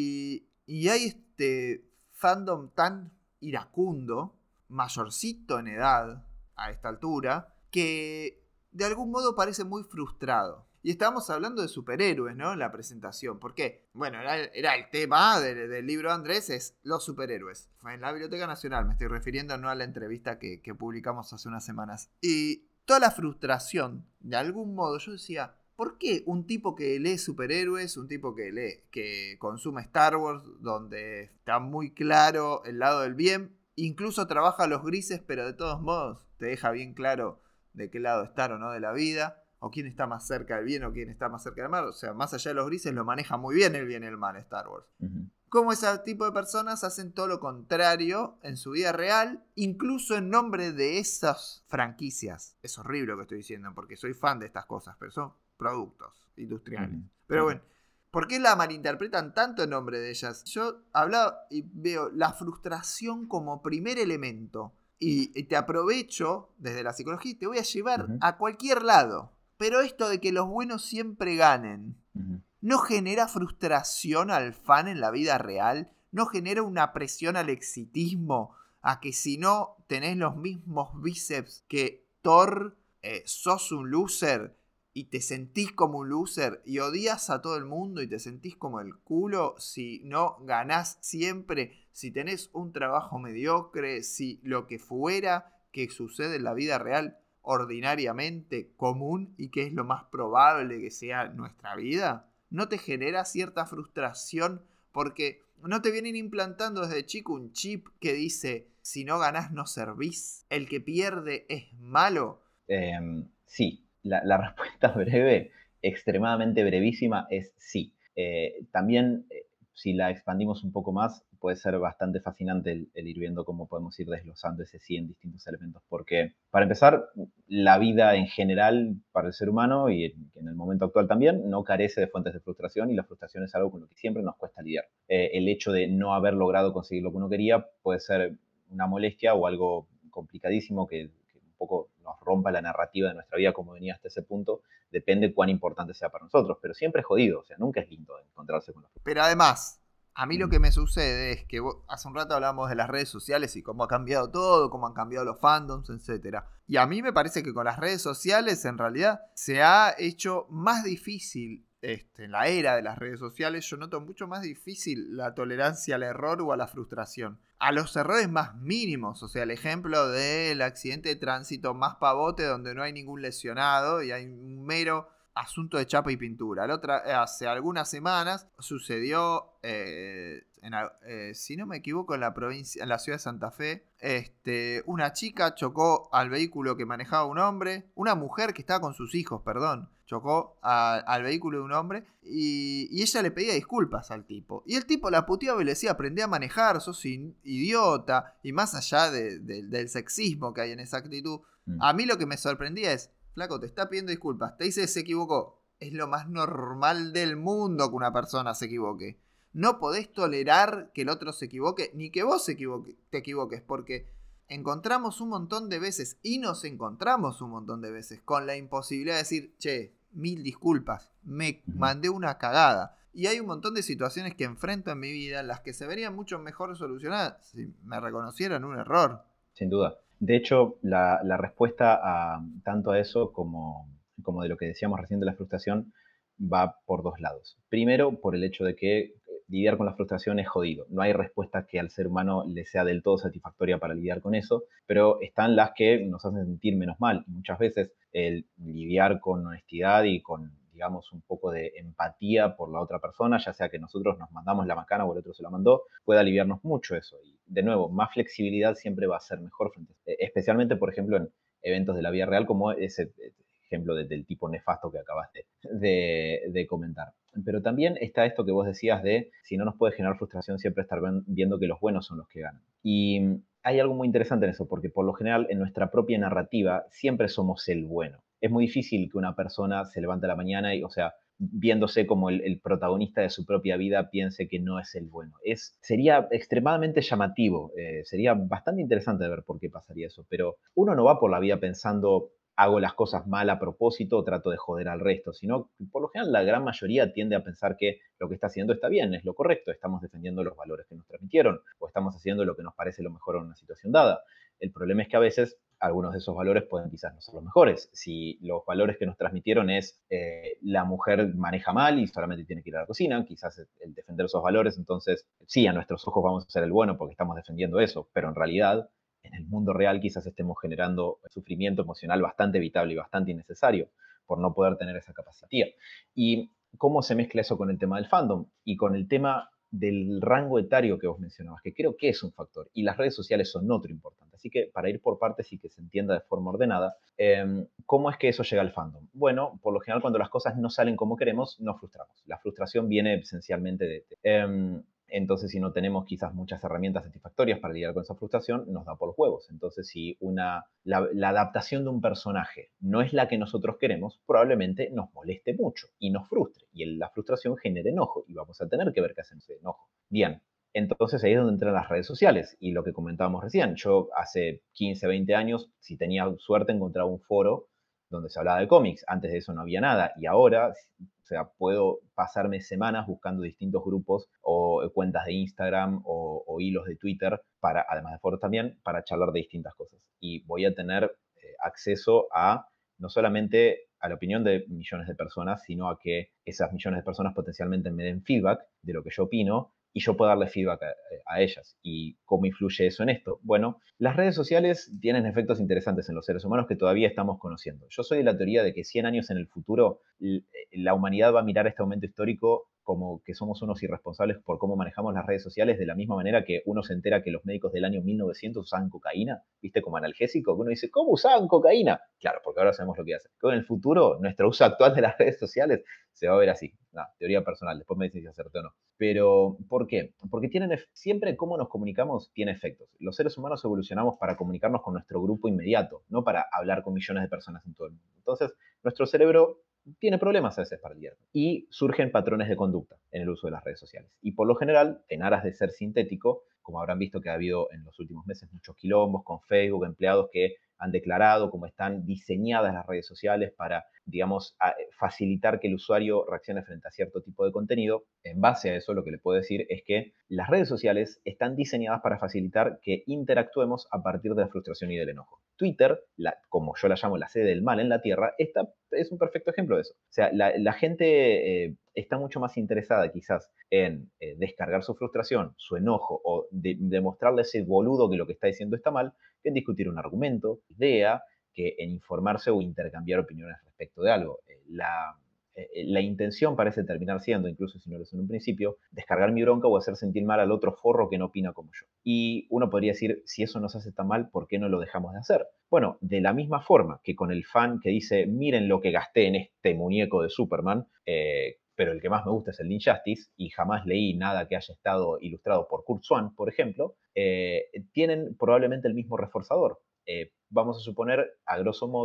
y hay este fandom tan iracundo, mayorcito en edad a esta altura, que de algún modo parece muy frustrado. Y estábamos hablando de superhéroes, ¿no? En la presentación. ¿Por qué? Bueno, era el tema del libro de Andrés, es los superhéroes. Fue en la Biblioteca Nacional, me estoy refiriendo no a la entrevista que publicamos hace unas semanas. Y toda la frustración, de algún modo, yo decía, ¿por qué un tipo que lee superhéroes, un tipo que consume Star Wars, donde está muy claro el lado del bien, incluso trabaja los grises, pero de todos modos te deja bien claro de qué lado estar o no de la vida, o quién está más cerca del bien o quién está más cerca del mal? O sea, más allá de los grises lo maneja muy bien el bien y el mal Star Wars. Cómo ese tipo de personas hacen todo lo contrario en su vida real, incluso en nombre de esas franquicias. Es horrible lo que estoy diciendo, porque soy fan de estas cosas, pero son productos industriales. Pero bueno, ¿por qué la malinterpretan tanto en nombre de ellas? Yo hablaba y veo la frustración como primer elemento. Y te aprovecho desde la psicología y te voy a llevar a cualquier lado. Pero esto de que los buenos siempre ganen, ¿no genera frustración al fan en la vida real? ¿No genera una presión al exitismo? A que si no tenés los mismos bíceps que Thor, sos un loser y te sentís como un loser y odias a todo el mundo y te sentís como el culo si no ganás siempre, si tenés un trabajo mediocre, si lo que fuera que sucede en la vida real ordinariamente común y que es lo más probable que sea nuestra vida, ¿no te genera cierta frustración? Porque no te vienen implantando desde chico un chip que dice, si no ganás no servís, el que pierde es malo. Sí, la respuesta breve, extremadamente brevísima, es sí. También, si la expandimos un poco más, puede ser bastante fascinante el ir viendo cómo podemos ir desglosando ese sí en distintos elementos, porque para empezar, la vida en general para el ser humano y en el momento actual también no carece de fuentes de frustración, y la frustración es algo con lo que siempre nos cuesta lidiar. El hecho de no haber logrado conseguir lo que uno quería puede ser una molestia o algo complicadísimo que un poco nos rompa la narrativa de nuestra vida como venía hasta ese punto, depende cuán importante sea para nosotros, pero siempre es jodido, o sea, nunca es lindo encontrarse con los... Pero además, a mí lo que me sucede es que hace un rato hablamos de las redes sociales y cómo ha cambiado todo, cómo han cambiado los fandoms, etc. Y a mí me parece que con las redes sociales en realidad se ha hecho más difícil, en la era de las redes sociales, yo noto mucho más difícil la tolerancia al error o a la frustración. A los errores más mínimos, o sea, el ejemplo del accidente de tránsito más pavote donde no hay ningún lesionado y hay un mero asunto de chapa y pintura. Hace algunas semanas sucedió, si no me equivoco, en la ciudad de Santa Fe, una chica chocó al vehículo que manejaba una mujer que estaba con sus hijos, chocó al vehículo de un hombre y ella le pedía disculpas al tipo. Y el tipo la puteaba y le decía, aprendí a manejar, sos idiota. Y más allá del sexismo que hay en esa actitud, a mí lo que me sorprendía es, flaco, te está pidiendo disculpas, te dice se equivocó. Es lo más normal del mundo que una persona se equivoque. No podés tolerar que el otro se equivoque, ni que vos te equivoques, porque encontramos un montón de veces, y nos encontramos un montón de veces, con la imposibilidad de decir, che, 1000 disculpas, me mandé una cagada. Y hay un montón de situaciones que enfrento en mi vida en las que se verían mucho mejor solucionadas si me reconocieran un error. Sin duda. De hecho, la respuesta tanto a eso como de lo que decíamos recién de la frustración va por dos lados. Primero, por el hecho de que lidiar con la frustración es jodido. No hay respuesta que al ser humano le sea del todo satisfactoria para lidiar con eso, pero están las que nos hacen sentir menos mal. Y muchas veces el lidiar con honestidad y con, digamos, un poco de empatía por la otra persona, ya sea que nosotros nos mandamos la macana o el otro se la mandó, puede aliviarnos mucho eso. Y de nuevo, más flexibilidad siempre va a ser mejor, especialmente, por ejemplo, en eventos de la vida real, como ese ejemplo del tipo nefasto que acabaste de comentar. Pero también está esto que vos decías de, si no nos puede generar frustración, siempre estar viendo que los buenos son los que ganan. Y hay algo muy interesante en eso, porque por lo general en nuestra propia narrativa siempre somos el bueno. Es muy difícil que una persona se levante a la mañana y, o sea, viéndose como el protagonista de su propia vida, piense que no es el bueno. Sería extremadamente llamativo, sería bastante interesante de ver por qué pasaría eso, pero uno no va por la vida pensando hago las cosas mal a propósito o trato de joder al resto, sino por lo general la gran mayoría tiende a pensar que lo que está haciendo está bien, es lo correcto, estamos defendiendo los valores que nos transmitieron o estamos haciendo lo que nos parece lo mejor en una situación dada. El problema es que a veces algunos de esos valores pueden quizás no ser los mejores. Si los valores que nos transmitieron es la mujer maneja mal y solamente tiene que ir a la cocina, quizás el defender esos valores, entonces sí, a nuestros ojos vamos a ser el bueno porque estamos defendiendo eso, pero en realidad en el mundo real quizás estemos generando sufrimiento emocional bastante evitable y bastante innecesario por no poder tener esa capacidad. ¿Y cómo se mezcla eso con el tema del fandom y con el tema del rango etario que vos mencionabas, que creo que es un factor, y las redes sociales son otro importante? Así que para ir por partes y que se entienda de forma ordenada, ¿cómo es que eso llega al fandom? Bueno, por lo general cuando las cosas no salen como queremos, nos frustramos. La frustración viene esencialmente entonces, si no tenemos quizás muchas herramientas satisfactorias para lidiar con esa frustración, nos da por los huevos. Entonces, si la adaptación de un personaje no es la que nosotros queremos, probablemente nos moleste mucho y nos frustre. Y la frustración genera enojo y vamos a tener que ver qué hacemos ese enojo. Bien, entonces ahí es donde entran las redes sociales y lo que comentábamos recién. Yo hace 15, 20 años, si tenía suerte, encontraba un foro donde se hablaba de cómics. Antes de eso no había nada. Y ahora, o sea, puedo pasarme semanas buscando distintos grupos o cuentas de Instagram o hilos de Twitter, además de foros también, para charlar de distintas cosas. Y voy a tener acceso a no solamente a la opinión de millones de personas, sino a que esas millones de personas potencialmente me den feedback de lo que yo opino y yo puedo darle feedback a ellas. ¿Y cómo influye eso en esto? Bueno, las redes sociales tienen efectos interesantes en los seres humanos que todavía estamos conociendo. Yo soy de la teoría de que 100 años en el futuro la humanidad va a mirar este momento histórico como que somos unos irresponsables por cómo manejamos las redes sociales, de la misma manera que uno se entera que los médicos del año 1900 usaban cocaína, ¿viste? Como analgésico, que uno dice, ¿cómo usaban cocaína? Claro, porque ahora sabemos lo que hacen. Pero en el futuro, nuestro uso actual de las redes sociales se va a ver así. No, teoría personal, después me dicen si acerté o no. Pero, ¿por qué? Porque siempre cómo nos comunicamos tiene efectos. Los seres humanos evolucionamos para comunicarnos con nuestro grupo inmediato, no para hablar con millones de personas en todo el mundo. Entonces, nuestro cerebro tiene problemas a veces para lidiar. Y surgen patrones de conducta en el uso de las redes sociales. Y por lo general, en aras de ser sintético, como habrán visto que ha habido en los últimos meses muchos quilombos con Facebook, empleados que han declarado cómo están diseñadas las redes sociales para, digamos, facilitar que el usuario reaccione frente a cierto tipo de contenido. En base a eso, lo que le puedo decir es que las redes sociales están diseñadas para facilitar que interactuemos a partir de la frustración y del enojo. Twitter, como yo la llamo la sede del mal en la Tierra, es un perfecto ejemplo de eso. O sea, la gente está mucho más interesada quizás en descargar su frustración, su enojo o demostrarle a ese boludo que lo que está diciendo está mal, que en discutir un argumento, idea, que en informarse o intercambiar opiniones respecto de algo. La intención parece terminar siendo, incluso si no lo es en un principio, descargar mi bronca o hacer sentir mal al otro forro que no opina como yo. Y uno podría decir, si eso nos hace tan mal, ¿por qué no lo dejamos de hacer? Bueno, de la misma forma que con el fan que dice, miren lo que gasté en este muñeco de Superman, pero el que más me gusta es el Injustice, y jamás leí nada que haya estado ilustrado por Kurt Swan, por ejemplo, tienen probablemente el mismo reforzador. Vamos a suponer, a grosso modo,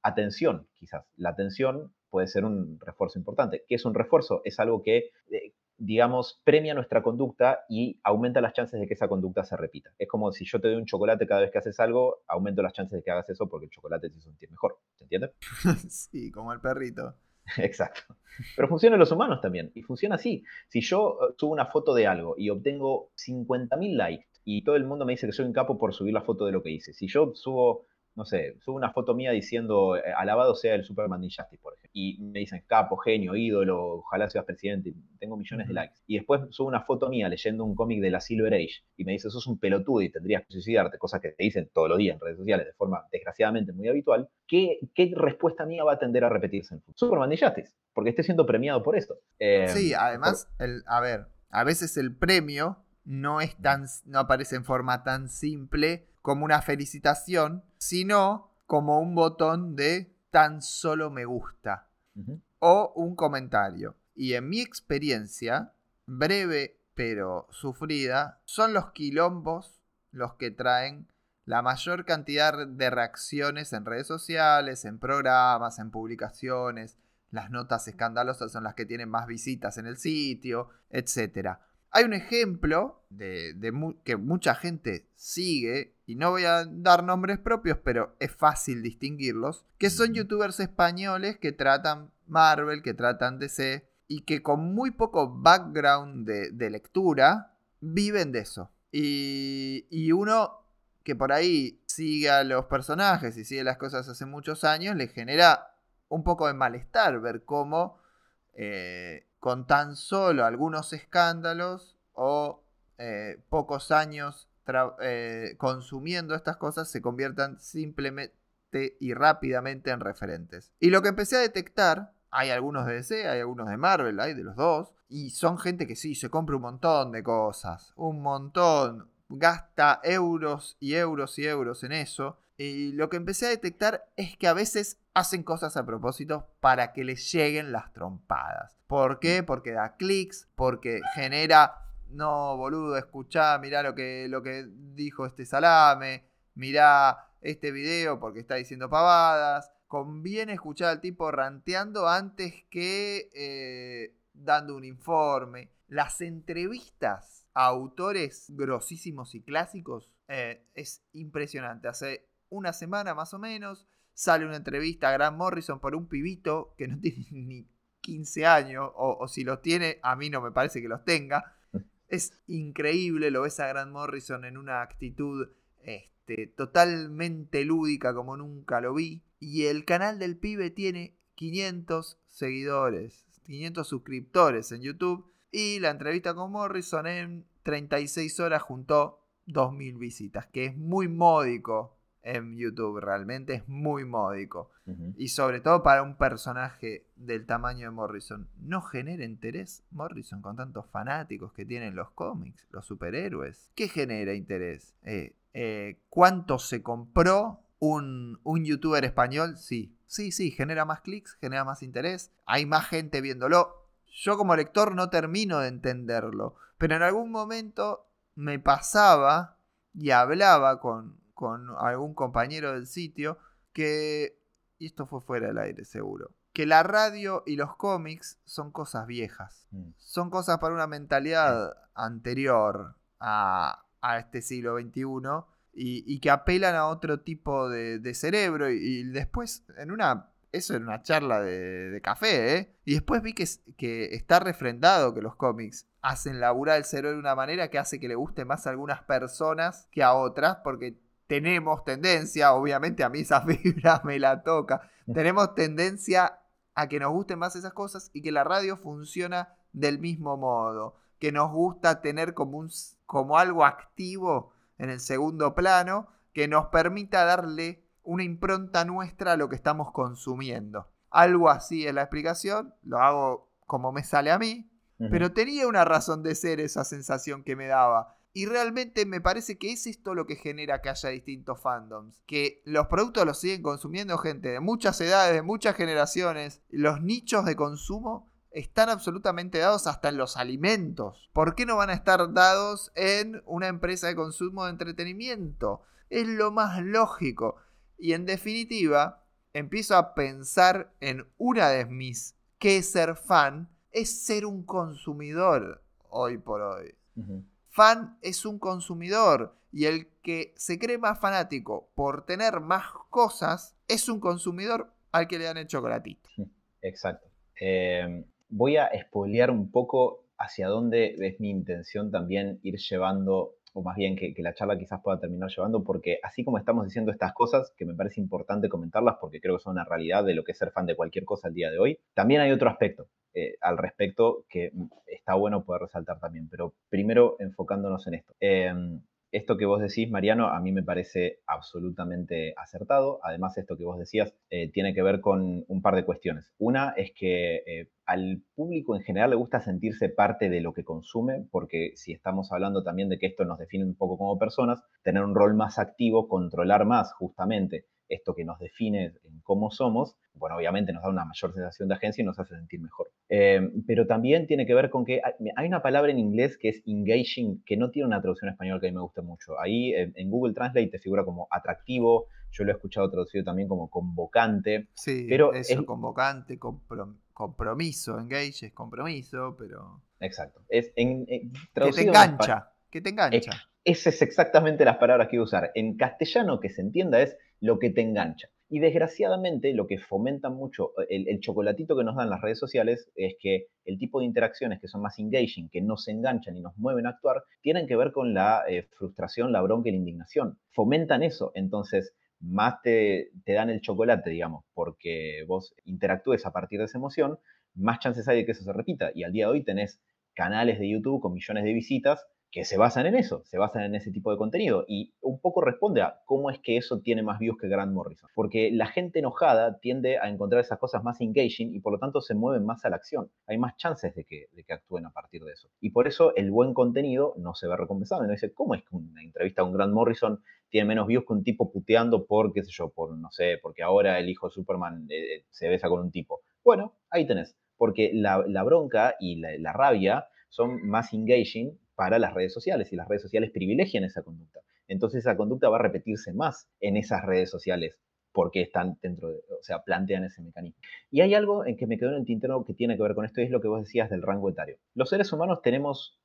atención, quizás. La atención puede ser un refuerzo importante. ¿Qué es un refuerzo? Es algo que, digamos, premia nuestra conducta y aumenta las chances de que esa conducta se repita. Es como si yo te doy un chocolate cada vez que haces algo, aumento las chances de que hagas eso porque el chocolate te hizo sentir mejor. ¿Se entiende? Sí, como el perrito. Exacto. Pero funciona en los humanos también. Y funciona así. Si yo subo una foto de algo y obtengo 50.000 likes y todo el mundo me dice que soy un capo por subir la foto de lo que hice. Si yo subo, no sé, subo una foto mía diciendo alabado sea el Superman de Injustice, por ejemplo, y me dicen capo, genio, ídolo, ojalá seas presidente, tengo millones de likes. Y después subo una foto mía leyendo un cómic de la Silver Age y me dicen sos un pelotudo y tendrías que suicidarte, cosas que te dicen todos los días en redes sociales de forma desgraciadamente muy habitual. ¿Qué respuesta mía va a tender a repetirse en el futuro? Superman de Injustice, porque esté siendo premiado por esto. Sí, además, a veces el premio no aparece en forma tan simple como una felicitación, sino como un botón de tan solo me gusta o un comentario. Y en mi experiencia, breve pero sufrida, son los quilombos los que traen la mayor cantidad de reacciones en redes sociales, en programas, en publicaciones. Las notas escandalosas son las que tienen más visitas en el sitio, etc. Hay un ejemplo que mucha gente sigue, y no voy a dar nombres propios, pero es fácil distinguirlos, que son youtubers españoles que tratan Marvel, que tratan DC, y que con muy poco background de lectura, viven de eso. Y uno que por ahí sigue a los personajes y sigue las cosas hace muchos años, le genera un poco de malestar ver cómo con tan solo algunos escándalos o pocos años consumiendo estas cosas se conviertan simplemente y rápidamente en referentes. Y lo que empecé a detectar, hay algunos de DC, hay algunos de Marvel, hay de los dos, y son gente que sí, se compra un montón de cosas, un montón, gasta euros y euros y euros en eso. Y lo que empecé a detectar es que a veces hacen cosas a propósito para que les lleguen las trompadas. ¿Por qué? Porque da clics, porque genera, no boludo, escuchá, mirá lo que dijo este salame, mirá este video porque está diciendo pavadas. Conviene escuchar al tipo ranteando antes que dando un informe. Las entrevistas a autores grosísimos y clásicos es impresionante. Hace una semana más o menos sale una entrevista a Grant Morrison por un pibito que no tiene ni 15 años, o si los tiene, a mí no me parece que los tenga. Es increíble, lo ves a Grant Morrison en una actitud totalmente lúdica como nunca lo vi. Y el canal del pibe tiene 500 seguidores, 500 suscriptores en YouTube. Y la entrevista con Morrison en 36 horas juntó 2.000 visitas, que es muy módico en YouTube, realmente es muy módico. Y sobre todo para un personaje del tamaño de Morrison. ¿No genera interés Morrison con tantos fanáticos que tienen los cómics, los superhéroes? ¿Qué genera interés? ¿Cuánto se compró un youtuber español? Sí, genera más clics, genera más interés, hay más gente viéndolo. Yo como lector no termino de entenderlo, pero en algún momento me pasaba y hablaba con algún compañero del sitio que, y esto fue fuera del aire seguro, que la radio y los cómics son cosas viejas, son cosas para una mentalidad anterior a este siglo XXI y que apelan a otro tipo de cerebro y después eso en una charla de café, y después vi que está refrendado que los cómics hacen laburar el cerebro de una manera que hace que le guste más a algunas personas que a otras, porque tenemos tendencia, obviamente a mí esa fibra me la toca, tenemos tendencia a que nos gusten más esas cosas y que la radio funciona del mismo modo, que nos gusta tener como algo activo en el segundo plano que nos permita darle una impronta nuestra a lo que estamos consumiendo. Algo así es la explicación, lo hago como me sale a mí, pero tenía una razón de ser esa sensación que me daba. Y realmente me parece que es esto lo que genera que haya distintos fandoms. Que los productos los siguen consumiendo gente de muchas edades, de muchas generaciones. Los nichos de consumo están absolutamente dados hasta en los alimentos. ¿Por qué no van a estar dados en una empresa de consumo de entretenimiento? Es lo más lógico. Y en definitiva, empiezo a pensar en una de mis que ser fan, es ser un consumidor hoy por hoy. Ujú. Fan es un consumidor y el que se cree más fanático por tener más cosas es un consumidor al que le dan el chocolatito. Exacto. Voy a spoilear un poco hacia dónde es mi intención también ir llevando, o más bien que la charla quizás pueda terminar llevando, porque así como estamos diciendo estas cosas, que me parece importante comentarlas porque creo que son una realidad de lo que es ser fan de cualquier cosa al día de hoy, también hay otro aspecto al respecto que está bueno poder resaltar también, pero primero enfocándonos en esto. Esto que vos decís, Mariano, a mí me parece absolutamente acertado. Además, esto que vos decías tiene que ver con un par de cuestiones. Una es que al público en general le gusta sentirse parte de lo que consume, porque si estamos hablando también de que esto nos define un poco como personas, tener un rol más activo, controlar más justamente esto que nos define en cómo somos, bueno, obviamente nos da una mayor sensación de agencia y nos hace sentir mejor. Pero también tiene que ver con que hay una palabra en inglés que es engaging, que no tiene una traducción en español que a mí me gusta mucho. Ahí en Google Translate te figura como atractivo, yo lo he escuchado traducido también como convocante. Sí, pero eso, convocante, compromiso, engage es compromiso, pero... Exacto. Es Que te traducido engancha, que te engancha. Esas es exactamente las palabras que iba a usar. En castellano que se entienda es lo que te engancha. Y desgraciadamente lo que fomenta mucho el chocolatito que nos dan las redes sociales es que el tipo de interacciones que son más engaging, que nos enganchan y nos mueven a actuar, tienen que ver con la frustración, la bronca y la indignación. Fomentan eso. Entonces, más te dan el chocolate, digamos, porque vos interactúes a partir de esa emoción, más chances hay de que eso se repita. Y al día de hoy tenés canales de YouTube con millones de visitas que se basan en eso, se basan en ese tipo de contenido. Y un poco responde a cómo es que eso tiene más views que Grant Morrison. Porque la gente enojada tiende a encontrar esas cosas más engaging y por lo tanto se mueven más a la acción. Hay más chances de que actúen a partir de eso. Y por eso el buen contenido no se ve recompensado. Y no dice, ¿cómo es que una entrevista con Grant Morrison tiene menos views que un tipo puteando por, qué sé yo, por, no sé, porque ahora el hijo de Superman se besa con un tipo? Bueno, ahí tenés. Porque la bronca y la rabia son más engaging para las redes sociales y las redes sociales privilegian esa conducta. Entonces esa conducta va a repetirse más en esas redes sociales porque están dentro de, o sea, plantean ese mecanismo. Y hay algo en que me quedó en el tintero que tiene que ver con esto y es lo que vos decías del rango etario. Los seres humanos tenemos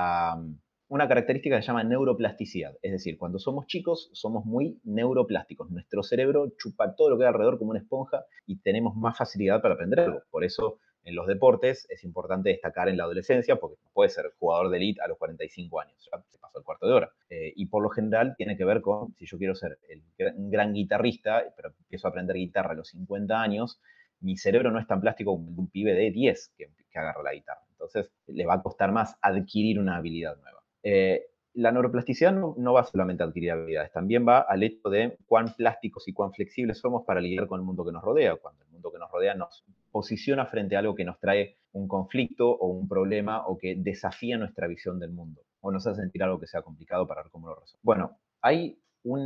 una característica que se llama neuroplasticidad. Es decir, cuando somos chicos somos muy neuroplásticos. Nuestro cerebro chupa todo lo que hay alrededor como una esponja y tenemos más facilidad para aprender algo. Por eso en los deportes es importante destacar en la adolescencia porque no puedes ser jugador de elite a los 45 años, ya se pasó el cuarto de hora. Y por lo general tiene que ver con, si yo quiero ser un gran guitarrista, pero empiezo a aprender guitarra a los 50 años, mi cerebro no es tan plástico como el de un pibe de 10 que agarra la guitarra. Entonces le va a costar más adquirir una habilidad nueva. La neuroplasticidad no va solamente a adquirir habilidades, también va al hecho de cuán plásticos y cuán flexibles somos para lidiar con el mundo que nos rodea. Cuando el mundo que nos rodea nos posiciona frente a algo que nos trae un conflicto o un problema o que desafía nuestra visión del mundo o nos hace sentir algo que sea complicado para ver cómo lo resolvemos. Bueno, hay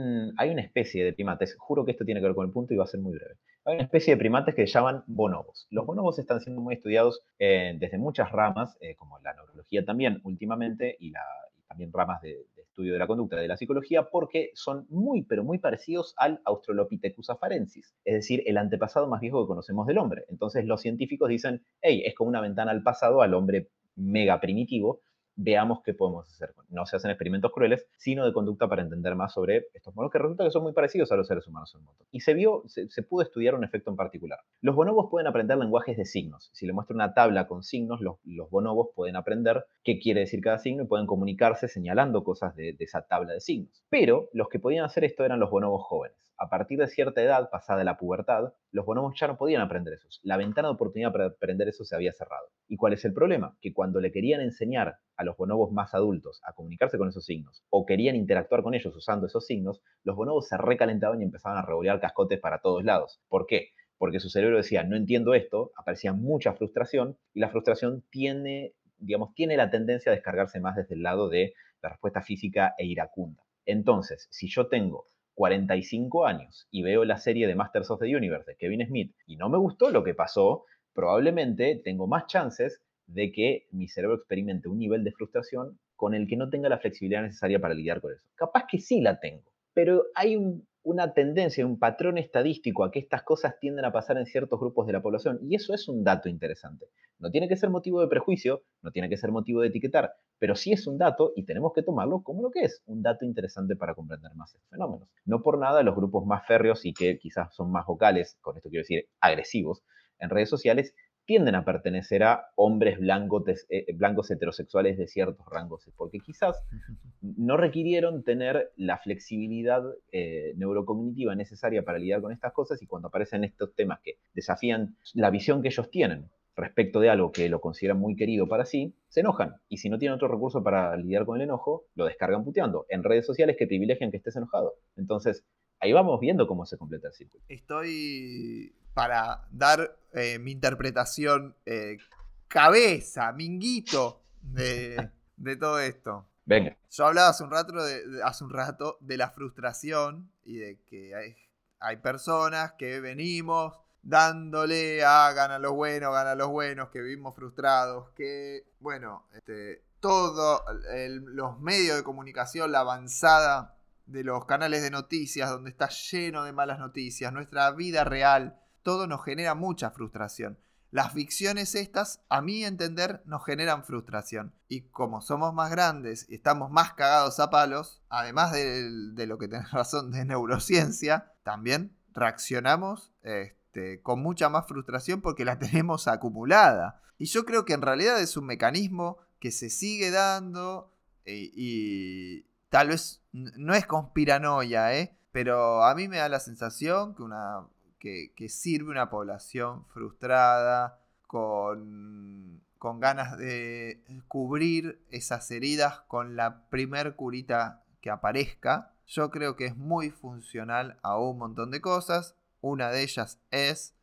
una especie de primates, juro que esto tiene que ver con el punto y va a ser muy breve. Hay una especie de primates que se llaman bonobos. Los bonobos están siendo muy estudiados desde muchas ramas, como la neurología también últimamente y también ramas de estudio de la conducta de la psicología, porque son muy, pero muy parecidos al Australopithecus afarensis, es decir, el antepasado más viejo que conocemos del hombre. Entonces los científicos dicen, hey, es como una ventana al pasado, al hombre mega primitivo, veamos qué podemos hacer. No se hacen experimentos crueles, sino de conducta para entender más sobre estos monos que resulta que son muy parecidos a los seres humanos en un montón. Y se pudo estudiar un efecto en particular. Los bonobos pueden aprender lenguajes de signos. Si le muestro una tabla con signos, los bonobos pueden aprender qué quiere decir cada signo y pueden comunicarse señalando cosas de esa tabla de signos. Pero los que podían hacer esto eran los bonobos jóvenes. A partir de cierta edad, pasada la pubertad, los bonobos ya no podían aprender eso. La ventana de oportunidad para aprender eso se había cerrado. ¿Y cuál es el problema? Que cuando le querían enseñar a los bonobos más adultos a comunicarse con esos signos o querían interactuar con ellos usando esos signos, los bonobos se recalentaban y empezaban a revolear cascotes para todos lados. ¿Por qué? Porque su cerebro decía, no entiendo esto, aparecía mucha frustración y la frustración tiene la tendencia a descargarse más desde el lado de la respuesta física e iracunda. Entonces, si yo tengo 45 años y veo la serie de Masters of the Universe de Kevin Smith y no me gustó lo que pasó, probablemente tengo más chances de que mi cerebro experimente un nivel de frustración con el que no tenga la flexibilidad necesaria para lidiar con eso. Capaz que sí la tengo, pero hay una tendencia, un patrón estadístico a que estas cosas tienden a pasar en ciertos grupos de la población. Y eso es un dato interesante. No tiene que ser motivo de prejuicio, no tiene que ser motivo de etiquetar, pero sí es un dato y tenemos que tomarlo como lo que es, un dato interesante para comprender más estos fenómenos. No por nada los grupos más férreos y que quizás son más vocales, con esto quiero decir agresivos, en redes sociales, tienden a pertenecer a hombres blancos heterosexuales de ciertos rangos, porque quizás no requirieron tener la flexibilidad neurocognitiva necesaria para lidiar con estas cosas, y cuando aparecen estos temas que desafían la visión que ellos tienen respecto de algo que lo consideran muy querido para sí, se enojan. Y si no tienen otro recurso para lidiar con el enojo, lo descargan puteando en redes sociales que privilegian que estés enojado. Entonces, ahí vamos viendo cómo se completa el círculo. Estoy para dar mi interpretación cabeza, minguito de todo esto. Venga. Yo hablaba hace un rato de la frustración y de que hay personas que venimos dándole a gana los buenos, que vivimos frustrados, que, bueno, todos los medios de comunicación, la avanzada de los canales de noticias, donde está lleno de malas noticias, nuestra vida real, todo nos genera mucha frustración. Las ficciones estas, a mi entender, nos generan frustración. Y como somos más grandes y estamos más cagados a palos, además de lo que tenés razón de neurociencia, también reaccionamos con mucha más frustración porque la tenemos acumulada. Y yo creo que en realidad es un mecanismo que se sigue dando y tal vez no es conspiranoia, pero a mí me da la sensación que sirve una población frustrada, con ganas de cubrir esas heridas con la primer curita que aparezca. Yo creo que es muy funcional a un montón de cosas. Una de ellas es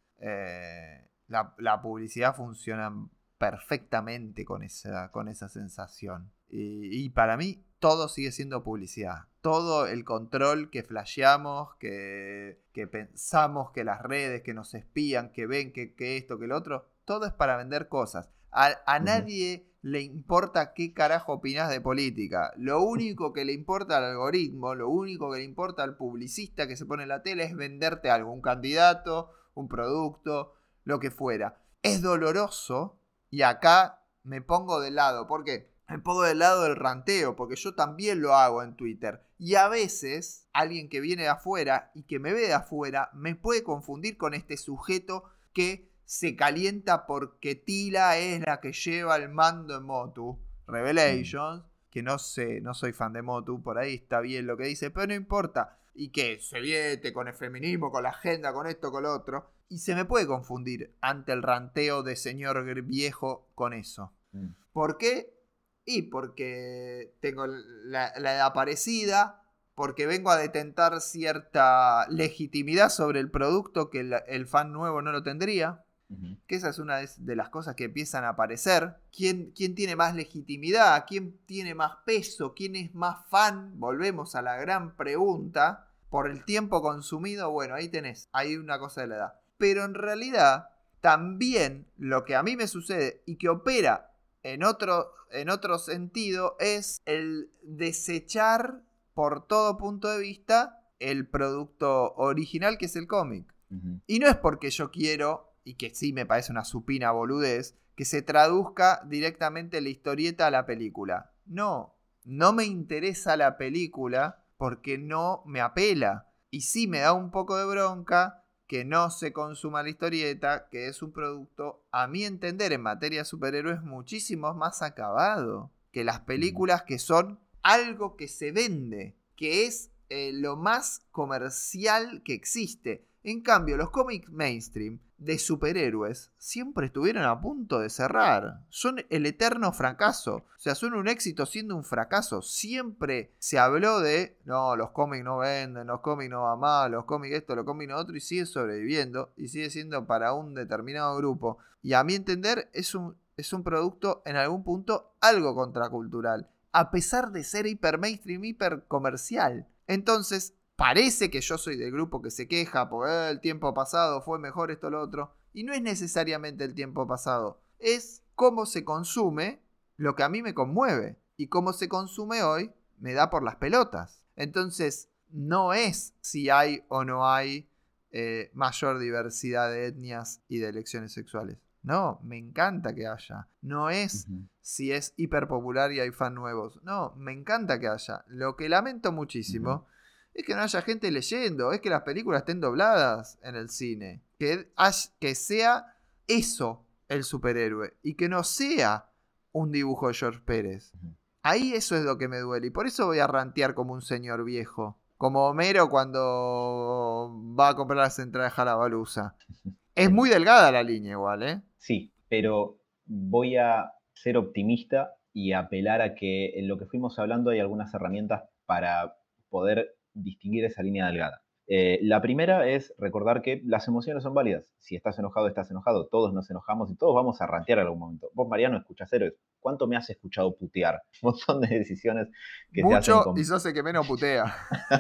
la publicidad funciona perfectamente con esa sensación. Y para mí todo sigue siendo publicidad. Todo el control que flasheamos, que pensamos, que las redes, que nos espían, que ven, que esto, que lo otro, todo es para vender cosas. A nadie le importa qué carajo opinás de política. Lo único que le importa al algoritmo, lo único que le importa al publicista que se pone en la tele es venderte algo, un candidato, un producto, lo que fuera. Es doloroso y acá me pongo de lado. ¿Por qué? Me pongo del lado del ranteo, porque yo también lo hago en Twitter. Y a veces, alguien que viene de afuera y que me ve de afuera, me puede confundir con este sujeto que se calienta porque Tila es la que lleva el mando en Motu Revelations. Que no sé, no soy fan de Motu, por ahí está bien lo que dice, pero no importa. Y que se viete con el feminismo, con la agenda, con esto, con lo otro. Y se me puede confundir ante el ranteo de señor viejo con eso. ¿Por qué? Y porque tengo la edad parecida, porque vengo a detentar cierta legitimidad sobre el producto que el fan nuevo no lo tendría. Que esa es una de las cosas que empiezan a aparecer. ¿Quién tiene más legitimidad? ¿Quién tiene más peso? ¿Quién es más fan? Volvemos a la gran pregunta. Por el tiempo consumido, bueno, ahí tenés. Hay una cosa de la edad. Pero en realidad, también lo que a mí me sucede y que opera en otro sentido es el desechar por todo punto de vista el producto original que es el cómic. Y no es porque yo quiero, y que sí me parece una supina boludez, que se traduzca directamente la historieta a la película. No me interesa la película porque no me apela. Y sí me da un poco de bronca que no se consuma la historieta, que es un producto, a mi entender, en materia de superhéroes, muchísimo más acabado que las películas, que son algo que se vende, que es lo más comercial que existe. En cambio, los cómics mainstream de superhéroes siempre estuvieron a punto de cerrar. Son el eterno fracaso. O sea, son un éxito siendo un fracaso. Siempre se habló de, no, los cómics no venden, los cómics no van mal, los cómics esto, los cómics lo otro, y sigue sobreviviendo y sigue siendo para un determinado grupo. Y a mi entender es un producto en algún punto algo contracultural, a pesar de ser hiper mainstream, hiper comercial. Entonces, parece que yo soy del grupo que se queja porque el tiempo pasado fue mejor esto o lo otro. Y no es necesariamente el tiempo pasado. Es cómo se consume lo que a mí me conmueve. Y cómo se consume hoy me da por las pelotas. Entonces, no es si hay o no hay mayor diversidad de etnias y de elecciones sexuales. No, me encanta que haya. No es si es hiperpopular y hay fans nuevos. No, me encanta que haya. Lo que lamento muchísimo es que no haya gente leyendo, es que las películas estén dobladas en el cine. Que sea eso el superhéroe y que no sea un dibujo de George Pérez. Ahí eso es lo que me duele y por eso voy a rantear como un señor viejo. Como Homero cuando va a comprar las entradas de Jalabaluza. Es muy delgada la línea igual, ¿eh? Sí, pero voy a ser optimista y apelar a que en lo que fuimos hablando hay algunas herramientas para poder distinguir esa línea delgada. La primera es recordar que las emociones son válidas. Si estás enojado, estás enojado. Todos nos enojamos y todos vamos a rantear en algún momento. Vos, Mariano, escuchás Héroes. ¿Cuánto me has escuchado putear? Un montón de decisiones que se hacen Mucho y sos el que menos putea.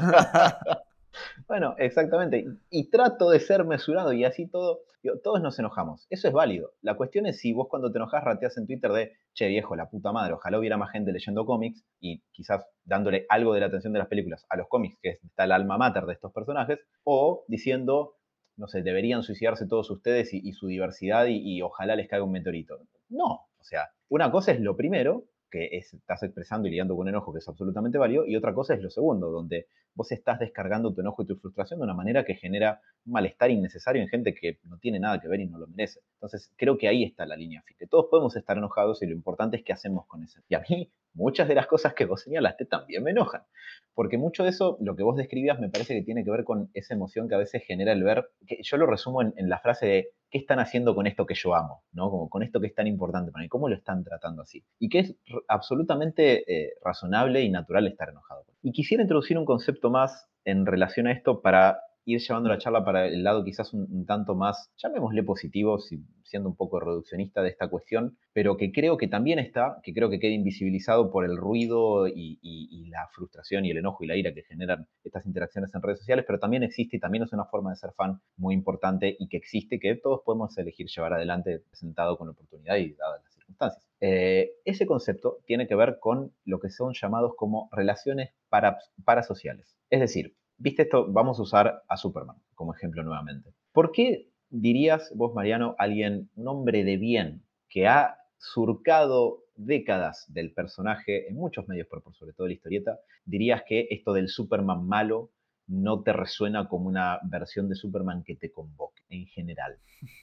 Bueno, exactamente. Y trato de ser mesurado y así todo. Todos nos enojamos. Eso es válido. La cuestión es si vos cuando te enojas rateás en Twitter de, che viejo, la puta madre, ojalá hubiera más gente leyendo cómics y quizás dándole algo de la atención de las películas a los cómics, que está el alma mater de estos personajes, o diciendo, no sé, deberían suicidarse todos ustedes y su diversidad y ojalá les caiga un meteorito. No, o sea, una cosa es lo primero, que estás expresando y lidiando con un enojo que es absolutamente válido, y otra cosa es lo segundo, donde vos estás descargando tu enojo y tu frustración de una manera que genera un malestar innecesario en gente que no tiene nada que ver y no lo merece. Entonces, creo que ahí está la línea fina. Todos podemos estar enojados y lo importante es qué hacemos con eso. Y a mí, muchas de las cosas que vos señalaste también me enojan. Porque mucho de eso, lo que vos describías, me parece que tiene que ver con esa emoción que a veces genera el ver, que yo lo resumo en la frase de ¿qué están haciendo con esto que yo amo? ¿No? Como con esto que es tan importante para mí, ¿cómo lo están tratando así? Y que es absolutamente razonable y natural estar enojado. Y quisiera introducir un concepto más en relación a esto para ir llevando la charla para el lado quizás un tanto más, llamémosle positivo, siendo un poco reduccionista de esta cuestión, pero que creo que también está, que creo que queda invisibilizado por el ruido y la frustración y el enojo y la ira que generan estas interacciones en redes sociales, pero también existe y también es una forma de ser fan muy importante y que existe, que todos podemos elegir llevar adelante presentado con oportunidad y dadas las circunstancias. Ese concepto tiene que ver con lo que son llamados como relaciones parasociales. Es decir, viste esto, vamos a usar a Superman como ejemplo nuevamente. ¿Por qué dirías vos, Mariano, un hombre de bien que ha surcado décadas del personaje en muchos medios, pero por sobre todo la historieta, dirías que esto del Superman malo no te resuena como una versión de Superman que te convoque en general?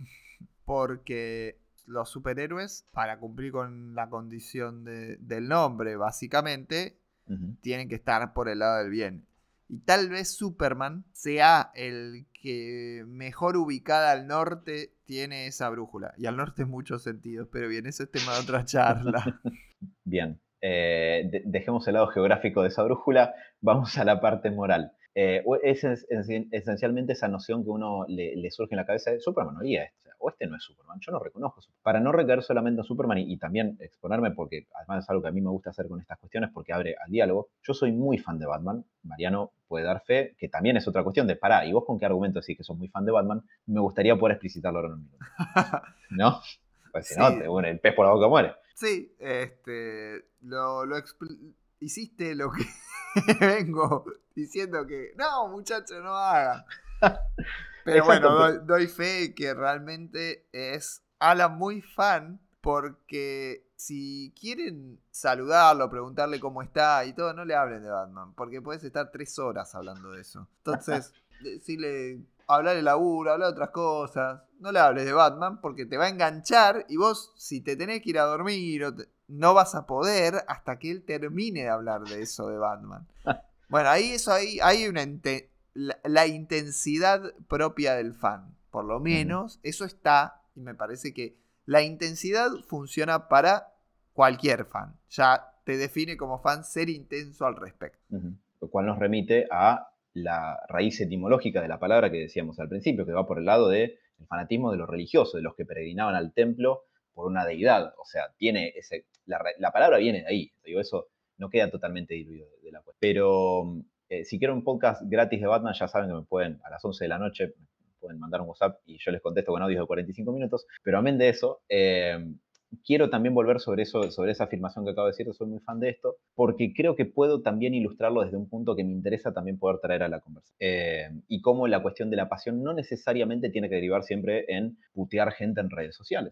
Porque los superhéroes, para cumplir con la condición del nombre, básicamente, tienen que estar por el lado del bien. Y tal vez Superman sea el que mejor ubicada al norte tiene esa brújula. Y al norte en muchos sentidos, pero bien, eso es tema de otra charla. Bien, dejemos el lado geográfico de esa brújula, vamos a la parte moral. Es esencialmente esa noción que uno le surge en la cabeza de Superman no haría esto, o este no es Superman, yo no reconozco Superman. Para no recaer solamente en Superman y también exponerme, porque además es algo que a mí me gusta hacer con estas cuestiones porque abre al diálogo, yo soy muy fan de Batman, Mariano puede dar fe, que también es otra cuestión de pará, ¿y vos con qué argumento decís que sos muy fan de Batman? Me gustaría poder explicitarlo ahora en un minuto. ¿No? Pues si no, bueno, el pez por la boca muere. Sí, hiciste lo que vengo diciendo que no, muchacho, no haga. Pero Exacto, bueno, doy fe que realmente es Alan muy fan, porque si quieren saludarlo, preguntarle cómo está y todo, no le hablen de Batman, porque puedes estar 3 horas hablando de eso. Entonces, decirle, hablar de laburo, hablar de otras cosas, no le hables de Batman porque te va a enganchar y vos, si te tenés que ir a dormir, no vas a poder hasta que él termine de hablar de eso de Batman. Bueno, ahí hay una la intensidad propia del fan, por lo menos, eso está, y me parece que la intensidad funciona para cualquier fan, ya te define como fan ser intenso al respecto. Lo cual nos remite a la raíz etimológica de la palabra que decíamos al principio, que va por el lado del fanatismo de los religiosos, de los que peregrinaban al templo por una deidad. O sea, la palabra viene de ahí. Digo, eso no queda totalmente diluido de la cuestión. Pero si quieren un podcast gratis de Batman, ya saben que me pueden, a las 11 de la noche, me pueden mandar un WhatsApp y yo les contesto con audios de 45 minutos. Pero amén de eso, quiero también volver sobre eso, sobre esa afirmación que acabo de decir, soy muy fan de esto, porque creo que puedo también ilustrarlo desde un punto que me interesa también poder traer a la conversación. Y cómo la cuestión de la pasión no necesariamente tiene que derivar siempre en putear gente en redes sociales.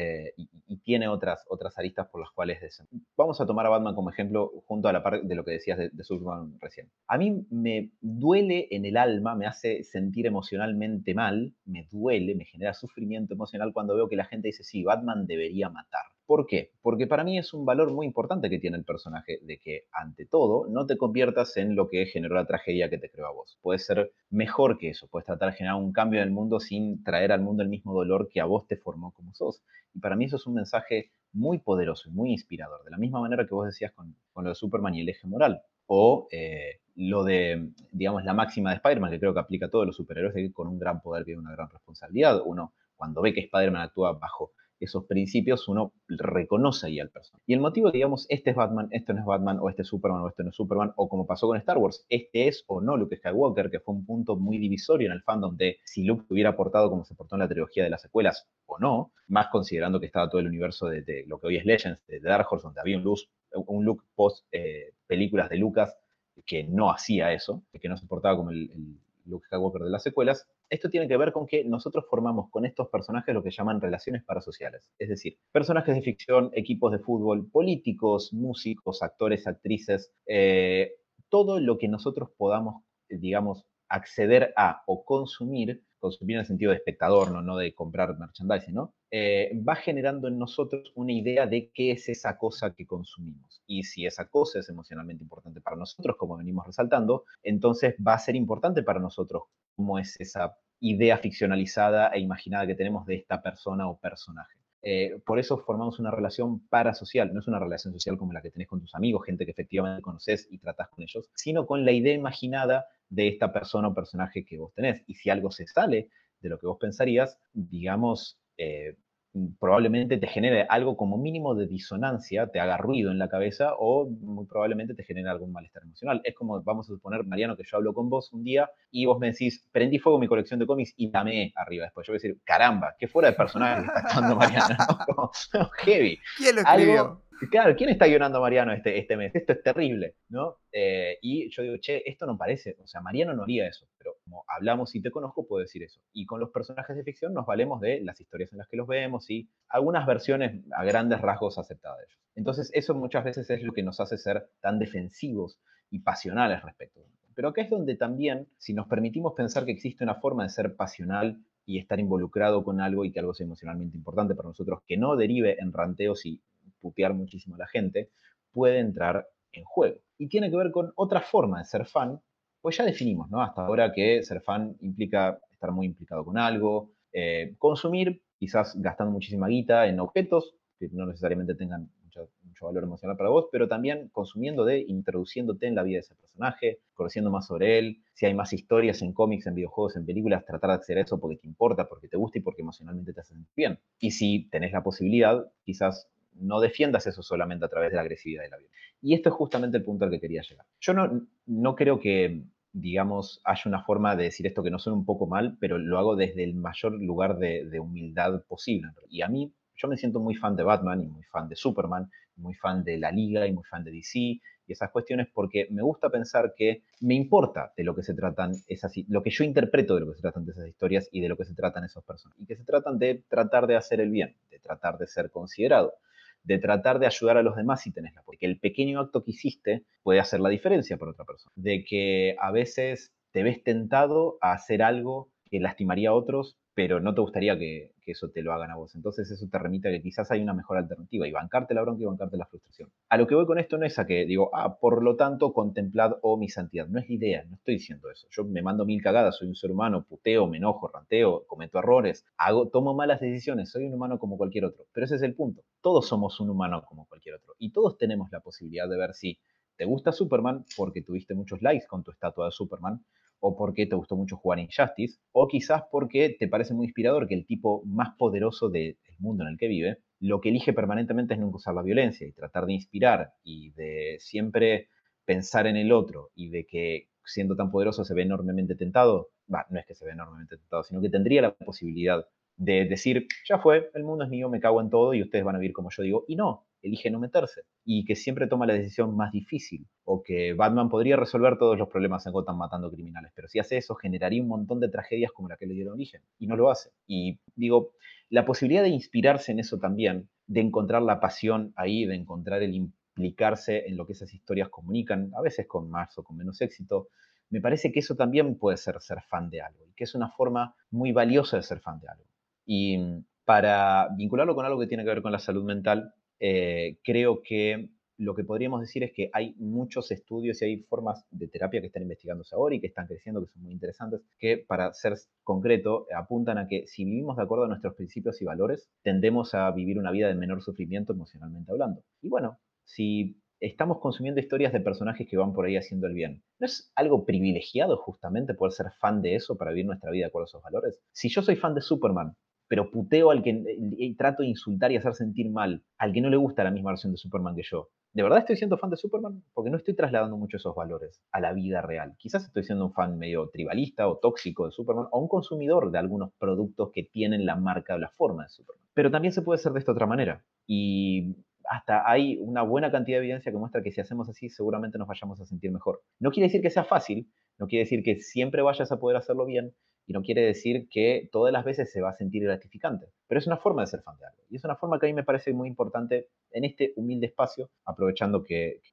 Y tiene otras aristas por las cuales... Vamos a tomar a Batman como ejemplo junto a la parte de lo que decías de Superman recién. A mí me duele en el alma, me hace sentir emocionalmente mal, me duele, me genera sufrimiento emocional cuando veo que la gente dice, sí, Batman debería matar. ¿Por qué? Porque para mí es un valor muy importante que tiene el personaje, de que, ante todo, no te conviertas en lo que generó la tragedia que te creó a vos. Puedes ser mejor que eso, puedes tratar de generar un cambio en el mundo sin traer al mundo el mismo dolor que a vos te formó como sos. Y para mí eso es un mensaje muy poderoso y muy inspirador, de la misma manera que vos decías con lo de Superman y el eje moral. O lo de, digamos, la máxima de Spider-Man, que creo que aplica a todos los superhéroes, de que con un gran poder viene una gran responsabilidad. Uno, cuando ve que Spider-Man actúa bajo esos principios, uno reconoce ahí al personaje. Y el motivo, digamos, este es Batman, este no es Batman, o este es Superman, o este no es Superman, o como pasó con Star Wars, este es o no Luke Skywalker, que fue un punto muy divisorio en el fandom de si Luke hubiera portado como se portó en la trilogía de las secuelas o no, más considerando que estaba todo el universo de lo que hoy es Legends, de Dark Horse, donde había un Luke post películas de Lucas que no hacía eso, que no se portaba como el Luke Skywalker de las secuelas. Esto tiene que ver con que nosotros formamos con estos personajes lo que llaman relaciones parasociales. Es decir, personajes de ficción, equipos de fútbol, políticos, músicos, actores, actrices, todo lo que nosotros podamos, digamos, acceder a o consumir en el sentido de espectador, no de comprar merchandising, ¿no? Va generando en nosotros una idea de qué es esa cosa que consumimos. Y si esa cosa es emocionalmente importante para nosotros, como venimos resaltando, entonces va a ser importante para nosotros cómo es esa idea ficcionalizada e imaginada que tenemos de esta persona o personaje. Por eso formamos una relación parasocial, no es una relación social como la que tenés con tus amigos, gente que efectivamente conoces y tratás con ellos, sino con la idea imaginada de esta persona o personaje que vos tenés. Y si algo se sale de lo que vos pensarías, digamos, probablemente te genere algo como mínimo de disonancia, te haga ruido en la cabeza o muy probablemente te genere algún malestar emocional. Es como, vamos a suponer, Mariano, que yo hablo con vos un día y vos me decís, prendí fuego mi colección de cómics y amé arriba después. Yo voy a decir, caramba, qué fuera de personaje que está actuando Mariano, ¿no? Como, heavy. ¿Quién lo escribió? Claro, ¿quién está guionando a Mariano este mes? Esto es terrible, ¿no? Y yo digo, che, esto no parece, o sea, Mariano no haría eso, pero como hablamos y te conozco, puedo decir eso. Y con los personajes de ficción nos valemos de las historias en las que los vemos y algunas versiones a grandes rasgos aceptadas de ellos. Entonces, eso muchas veces es lo que nos hace ser tan defensivos y pasionales respecto a eso. Pero acá es donde también, si nos permitimos pensar que existe una forma de ser pasional y estar involucrado con algo y que algo sea emocionalmente importante para nosotros, que no derive en ranteos y putear muchísimo a la gente, puede entrar en juego. Y tiene que ver con otra forma de ser fan, pues ya definimos, ¿no? Hasta ahora que ser fan implica estar muy implicado con algo, consumir, quizás gastando muchísima guita en objetos que no necesariamente tengan mucho valor emocional para vos, pero también consumiendo introduciéndote en la vida de ese personaje, conociendo más sobre él, si hay más historias en cómics, en videojuegos, en películas, tratar de hacer eso porque te importa, porque te gusta y porque emocionalmente te hace sentir bien. Y si tenés la posibilidad, quizás no defiendas eso solamente a través de la agresividad y la violencia. Y esto es justamente el punto al que quería llegar. Yo no creo que, digamos, haya una forma de decir esto que no suene un poco mal, pero lo hago desde el mayor lugar de humildad posible. Y a mí, yo me siento muy fan de Batman y muy fan de Superman, muy fan de la Liga y muy fan de DC y esas cuestiones porque me gusta pensar que me importa de lo que se tratan lo que yo interpreto de lo que se tratan de esas historias y de lo que se tratan esos personajes. Y que se tratan de tratar de hacer el bien, de tratar de ser considerado, de tratar de ayudar a los demás si tenés la posibilidad. Que el pequeño acto que hiciste puede hacer la diferencia para otra persona. De que a veces te ves tentado a hacer algo que lastimaría a otros, pero no te gustaría que eso te lo hagan a vos. Entonces eso te remite a que quizás hay una mejor alternativa y bancarte la bronca y bancarte la frustración. A lo que voy con esto no es a que digo, por lo tanto, contemplad mi santidad. No es la idea, no estoy diciendo eso. Yo me mando 1000 cagadas, soy un ser humano, puteo, me enojo, ranteo, cometo errores, tomo malas decisiones, soy un humano como cualquier otro. Pero ese es el punto. Todos somos un humano como cualquier otro. Y todos tenemos la posibilidad de ver si te gusta Superman porque tuviste muchos likes con tu estatua de Superman, o porque te gustó mucho jugar Injustice, o quizás porque te parece muy inspirador que el tipo más poderoso del mundo en el que vive, lo que elige permanentemente es nunca usar la violencia y tratar de inspirar y de siempre pensar en el otro y de que siendo tan poderoso se ve enormemente tentado, no es que se ve enormemente tentado, sino que tendría la posibilidad de decir, ya fue, el mundo es mío, me cago en todo y ustedes van a vivir como yo digo. Y no, elige no meterse. Y que siempre toma la decisión más difícil. O que Batman podría resolver todos los problemas en Gotham matando criminales. Pero si hace eso, generaría un montón de tragedias como la que le dieron origen. Y no lo hace. Y digo, la posibilidad de inspirarse en eso también, de encontrar la pasión ahí, de encontrar el implicarse en lo que esas historias comunican, a veces con más o con menos éxito, me parece que eso también puede ser fan de algo. Y que es una forma muy valiosa de ser fan de algo. Y para vincularlo con algo que tiene que ver con la salud mental, creo que lo que podríamos decir es que hay muchos estudios y hay formas de terapia que están investigándose ahora y que están creciendo, que son muy interesantes, que para ser concreto apuntan a que si vivimos de acuerdo a nuestros principios y valores, tendemos a vivir una vida de menor sufrimiento emocionalmente hablando. Y bueno, si estamos consumiendo historias de personajes que van por ahí haciendo el bien, ¿no es algo privilegiado justamente poder ser fan de eso para vivir nuestra vida de acuerdo a esos valores? Si yo soy fan de Superman, pero puteo al que trato de insultar y hacer sentir mal al que no le gusta la misma versión de Superman que yo, ¿de verdad estoy siendo fan de Superman? Porque no estoy trasladando mucho esos valores a la vida real. Quizás estoy siendo un fan medio tribalista o tóxico de Superman o un consumidor de algunos productos que tienen la marca o la forma de Superman. Pero también se puede hacer de esta otra manera. Y hasta hay una buena cantidad de evidencia que muestra que si hacemos así seguramente nos vayamos a sentir mejor. No quiere decir que sea fácil, no quiere decir que siempre vayas a poder hacerlo bien, y no quiere decir que todas las veces se va a sentir gratificante, pero es una forma de ser fan de algo. Y es una forma que a mí me parece muy importante en este humilde espacio, aprovechando que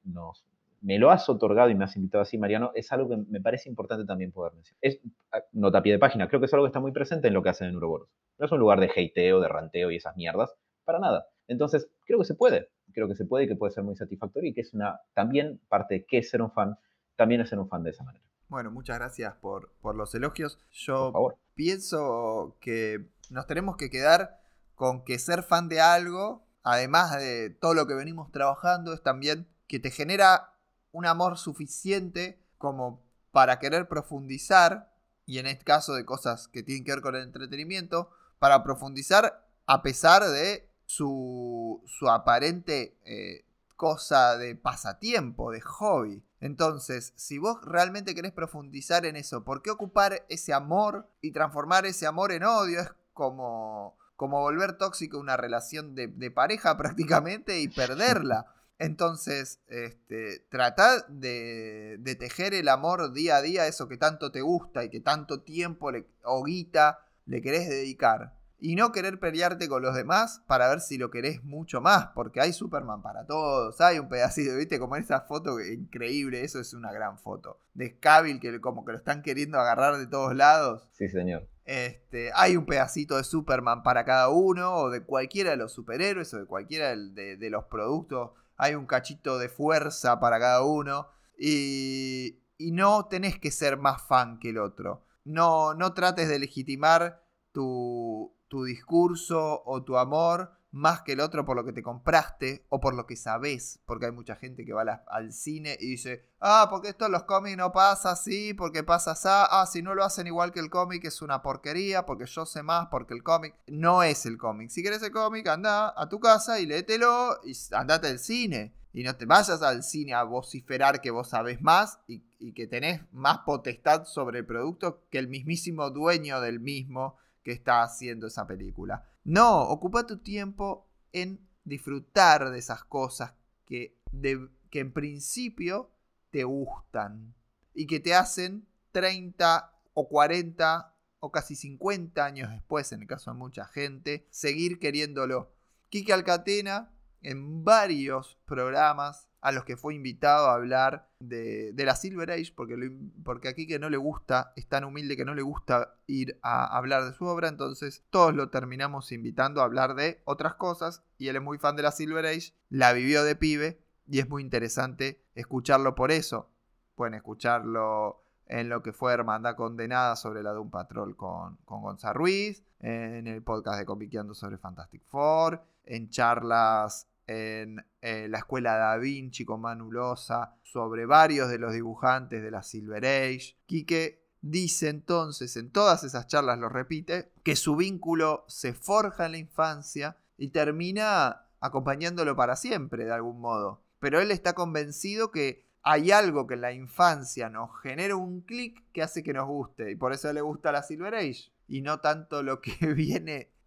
me lo has otorgado y me has invitado así, Mariano, es algo que me parece importante también poder mencionar. Es nota a pie de página, creo que es algo que está muy presente en lo que hacen en Uroboros. No es un lugar de hateo, de ranteo y esas mierdas, para nada. Entonces, creo que se puede y que puede ser muy satisfactorio y que es también parte de qué es ser un fan, también es ser un fan de esa manera. Bueno, muchas gracias por los elogios. Yo pienso que nos tenemos que quedar con que ser fan de algo, además de todo lo que venimos trabajando, es también que te genera un amor suficiente como para querer profundizar, y en este caso de cosas que tienen que ver con el entretenimiento, para profundizar a pesar de su aparente cosa de pasatiempo, de hobby. Entonces, si vos realmente querés profundizar en eso, ¿por qué ocupar ese amor y transformar ese amor en odio? Es como volver tóxico una relación de pareja prácticamente y perderla. Entonces, tratá de tejer el amor día a día, eso que tanto te gusta y que tanto tiempo o guita le querés dedicar. Y no querer pelearte con los demás para ver si lo querés mucho más, porque hay Superman para todos, hay un pedacito, ¿viste? Como en esa foto increíble, eso es una gran foto. De Cavill, que como que lo están queriendo agarrar de todos lados. Sí, señor. Hay un pedacito de Superman para cada uno, o de cualquiera de los superhéroes, o de cualquiera de los productos. Hay un cachito de fuerza para cada uno. Y no tenés que ser más fan que el otro. No trates de legitimar tu discurso o tu amor más que el otro por lo que te compraste o por lo que sabés, porque hay mucha gente que va al cine y dice, porque esto en los cómics no pasa así, porque pasa así, si no lo hacen igual que el cómic es una porquería, porque yo sé más, porque el cómic no es el cómic. Si querés el cómic, anda a tu casa y léetelo y andate al cine. Y no te vayas al cine a vociferar que vos sabés más y que tenés más potestad sobre el producto que el mismísimo dueño del mismo que está haciendo esa película. No, ocupa tu tiempo en disfrutar de esas cosas que en principio te gustan y que te hacen 30 o 40 o casi 50 años después, en el caso de mucha gente, seguir queriéndolo. Quique Alcatena, en varios programas a los que fue invitado a hablar de la Silver Age, porque a Quique no le gusta, es tan humilde que no le gusta ir a hablar de su obra, entonces todos lo terminamos invitando a hablar de otras cosas, y él es muy fan de la Silver Age, la vivió de pibe, y es muy interesante escucharlo por eso. Pueden escucharlo en lo que fue Hermandad Condenada sobre la Doom Patrol con Gonza Ruiz, en el podcast de Comiqueando sobre Fantastic Four, en charlas en la Escuela Da Vinci con Manu Loza sobre varios de los dibujantes de la Silver Age. Quique dice entonces, en todas esas charlas lo repite, que su vínculo se forja en la infancia y termina acompañándolo para siempre de algún modo. Pero él está convencido que hay algo que en la infancia nos genera un clic que hace que nos guste, y por eso le gusta la Silver Age y no tanto lo que viene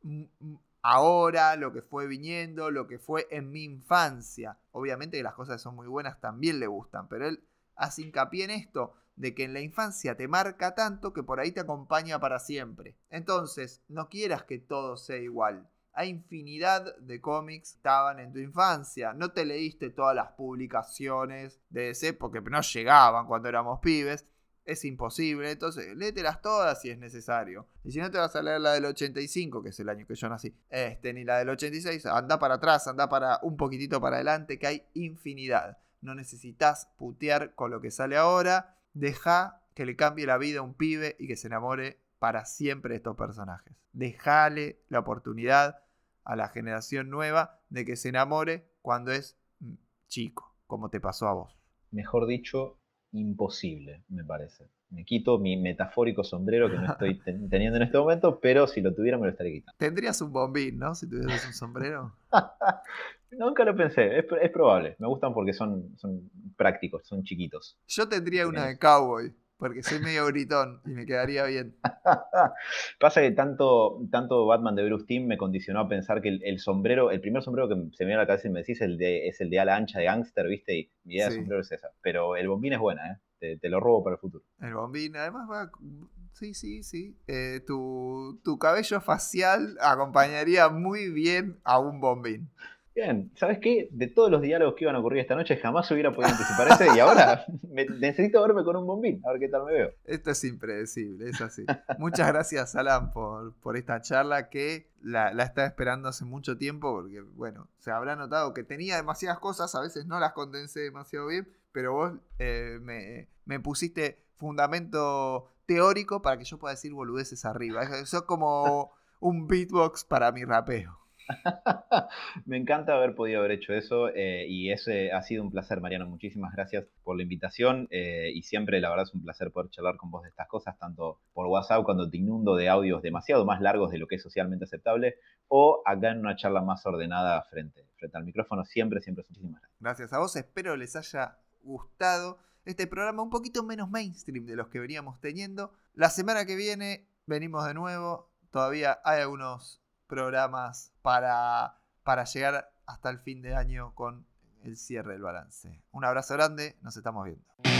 ahora, lo que fue viniendo, lo que fue en mi infancia. Obviamente que las cosas que son muy buenas también le gustan, pero él hace hincapié en esto, de que en la infancia te marca tanto que por ahí te acompaña para siempre. Entonces, no quieras que todo sea igual. Hay infinidad de cómics que estaban en tu infancia. No te leíste todas las publicaciones de DC porque no llegaban cuando éramos pibes. Es imposible. Entonces, léetelas todas si es necesario. Y si no te vas a leer la del 85, que es el año que yo nací, ni la del 86, anda para atrás, anda para un poquitito para adelante, que hay infinidad. No necesitas putear con lo que sale ahora. Deja que le cambie la vida a un pibe y que se enamore para siempre de estos personajes. Dejale la oportunidad a la generación nueva de que se enamore cuando es chico, como te pasó a vos. Mejor dicho, imposible, me parece. Me quito mi metafórico sombrero que no estoy teniendo en este momento, pero si lo tuviera me lo estaría quitando. Tendrías un bombín, ¿no? Si tuvieras un sombrero. Nunca lo pensé, es probable. Me gustan porque son prácticos, son chiquitos. Yo tendría una de cowboy, porque soy medio gritón y me quedaría bien. Pasa que tanto Batman de Bruce Timm me condicionó a pensar que el sombrero, el primer sombrero que se me viene a la cabeza y me decís es el de ala ancha de gángster, ¿viste? Y mi idea de sombrero es esa. Pero el bombín es buena, ¿eh? Te lo robo para el futuro. El bombín, además va... Sí. Tu cabello facial acompañaría muy bien a un bombín. Bien, ¿sabes qué? De todos los diálogos que iban a ocurrir esta noche jamás hubiera podido anticipar ese y ahora necesito verme con un bombín, a ver qué tal me veo. Esto es impredecible, es así. Muchas gracias, Alan, por esta charla que la estaba esperando hace mucho tiempo porque, bueno, se habrá notado que tenía demasiadas cosas, a veces no las condensé demasiado bien, pero vos me pusiste fundamento teórico para que yo pueda decir boludeces arriba. Eso es como un beatbox para mi rapeo. Me encanta haber podido haber hecho eso y ese ha sido un placer, Mariano. Muchísimas gracias por la invitación y siempre la verdad es un placer poder charlar con vos de estas cosas, tanto por WhatsApp cuando te inundo de audios demasiado más largos de lo que es socialmente aceptable o acá en una charla más ordenada frente al micrófono. Siempre muchísimas gracias. Gracias a vos, espero les haya gustado este programa un poquito menos mainstream de los que veníamos teniendo. La semana que viene venimos de nuevo, todavía hay algunos programas para llegar hasta el fin de año con el cierre del balance. Un abrazo grande, nos estamos viendo.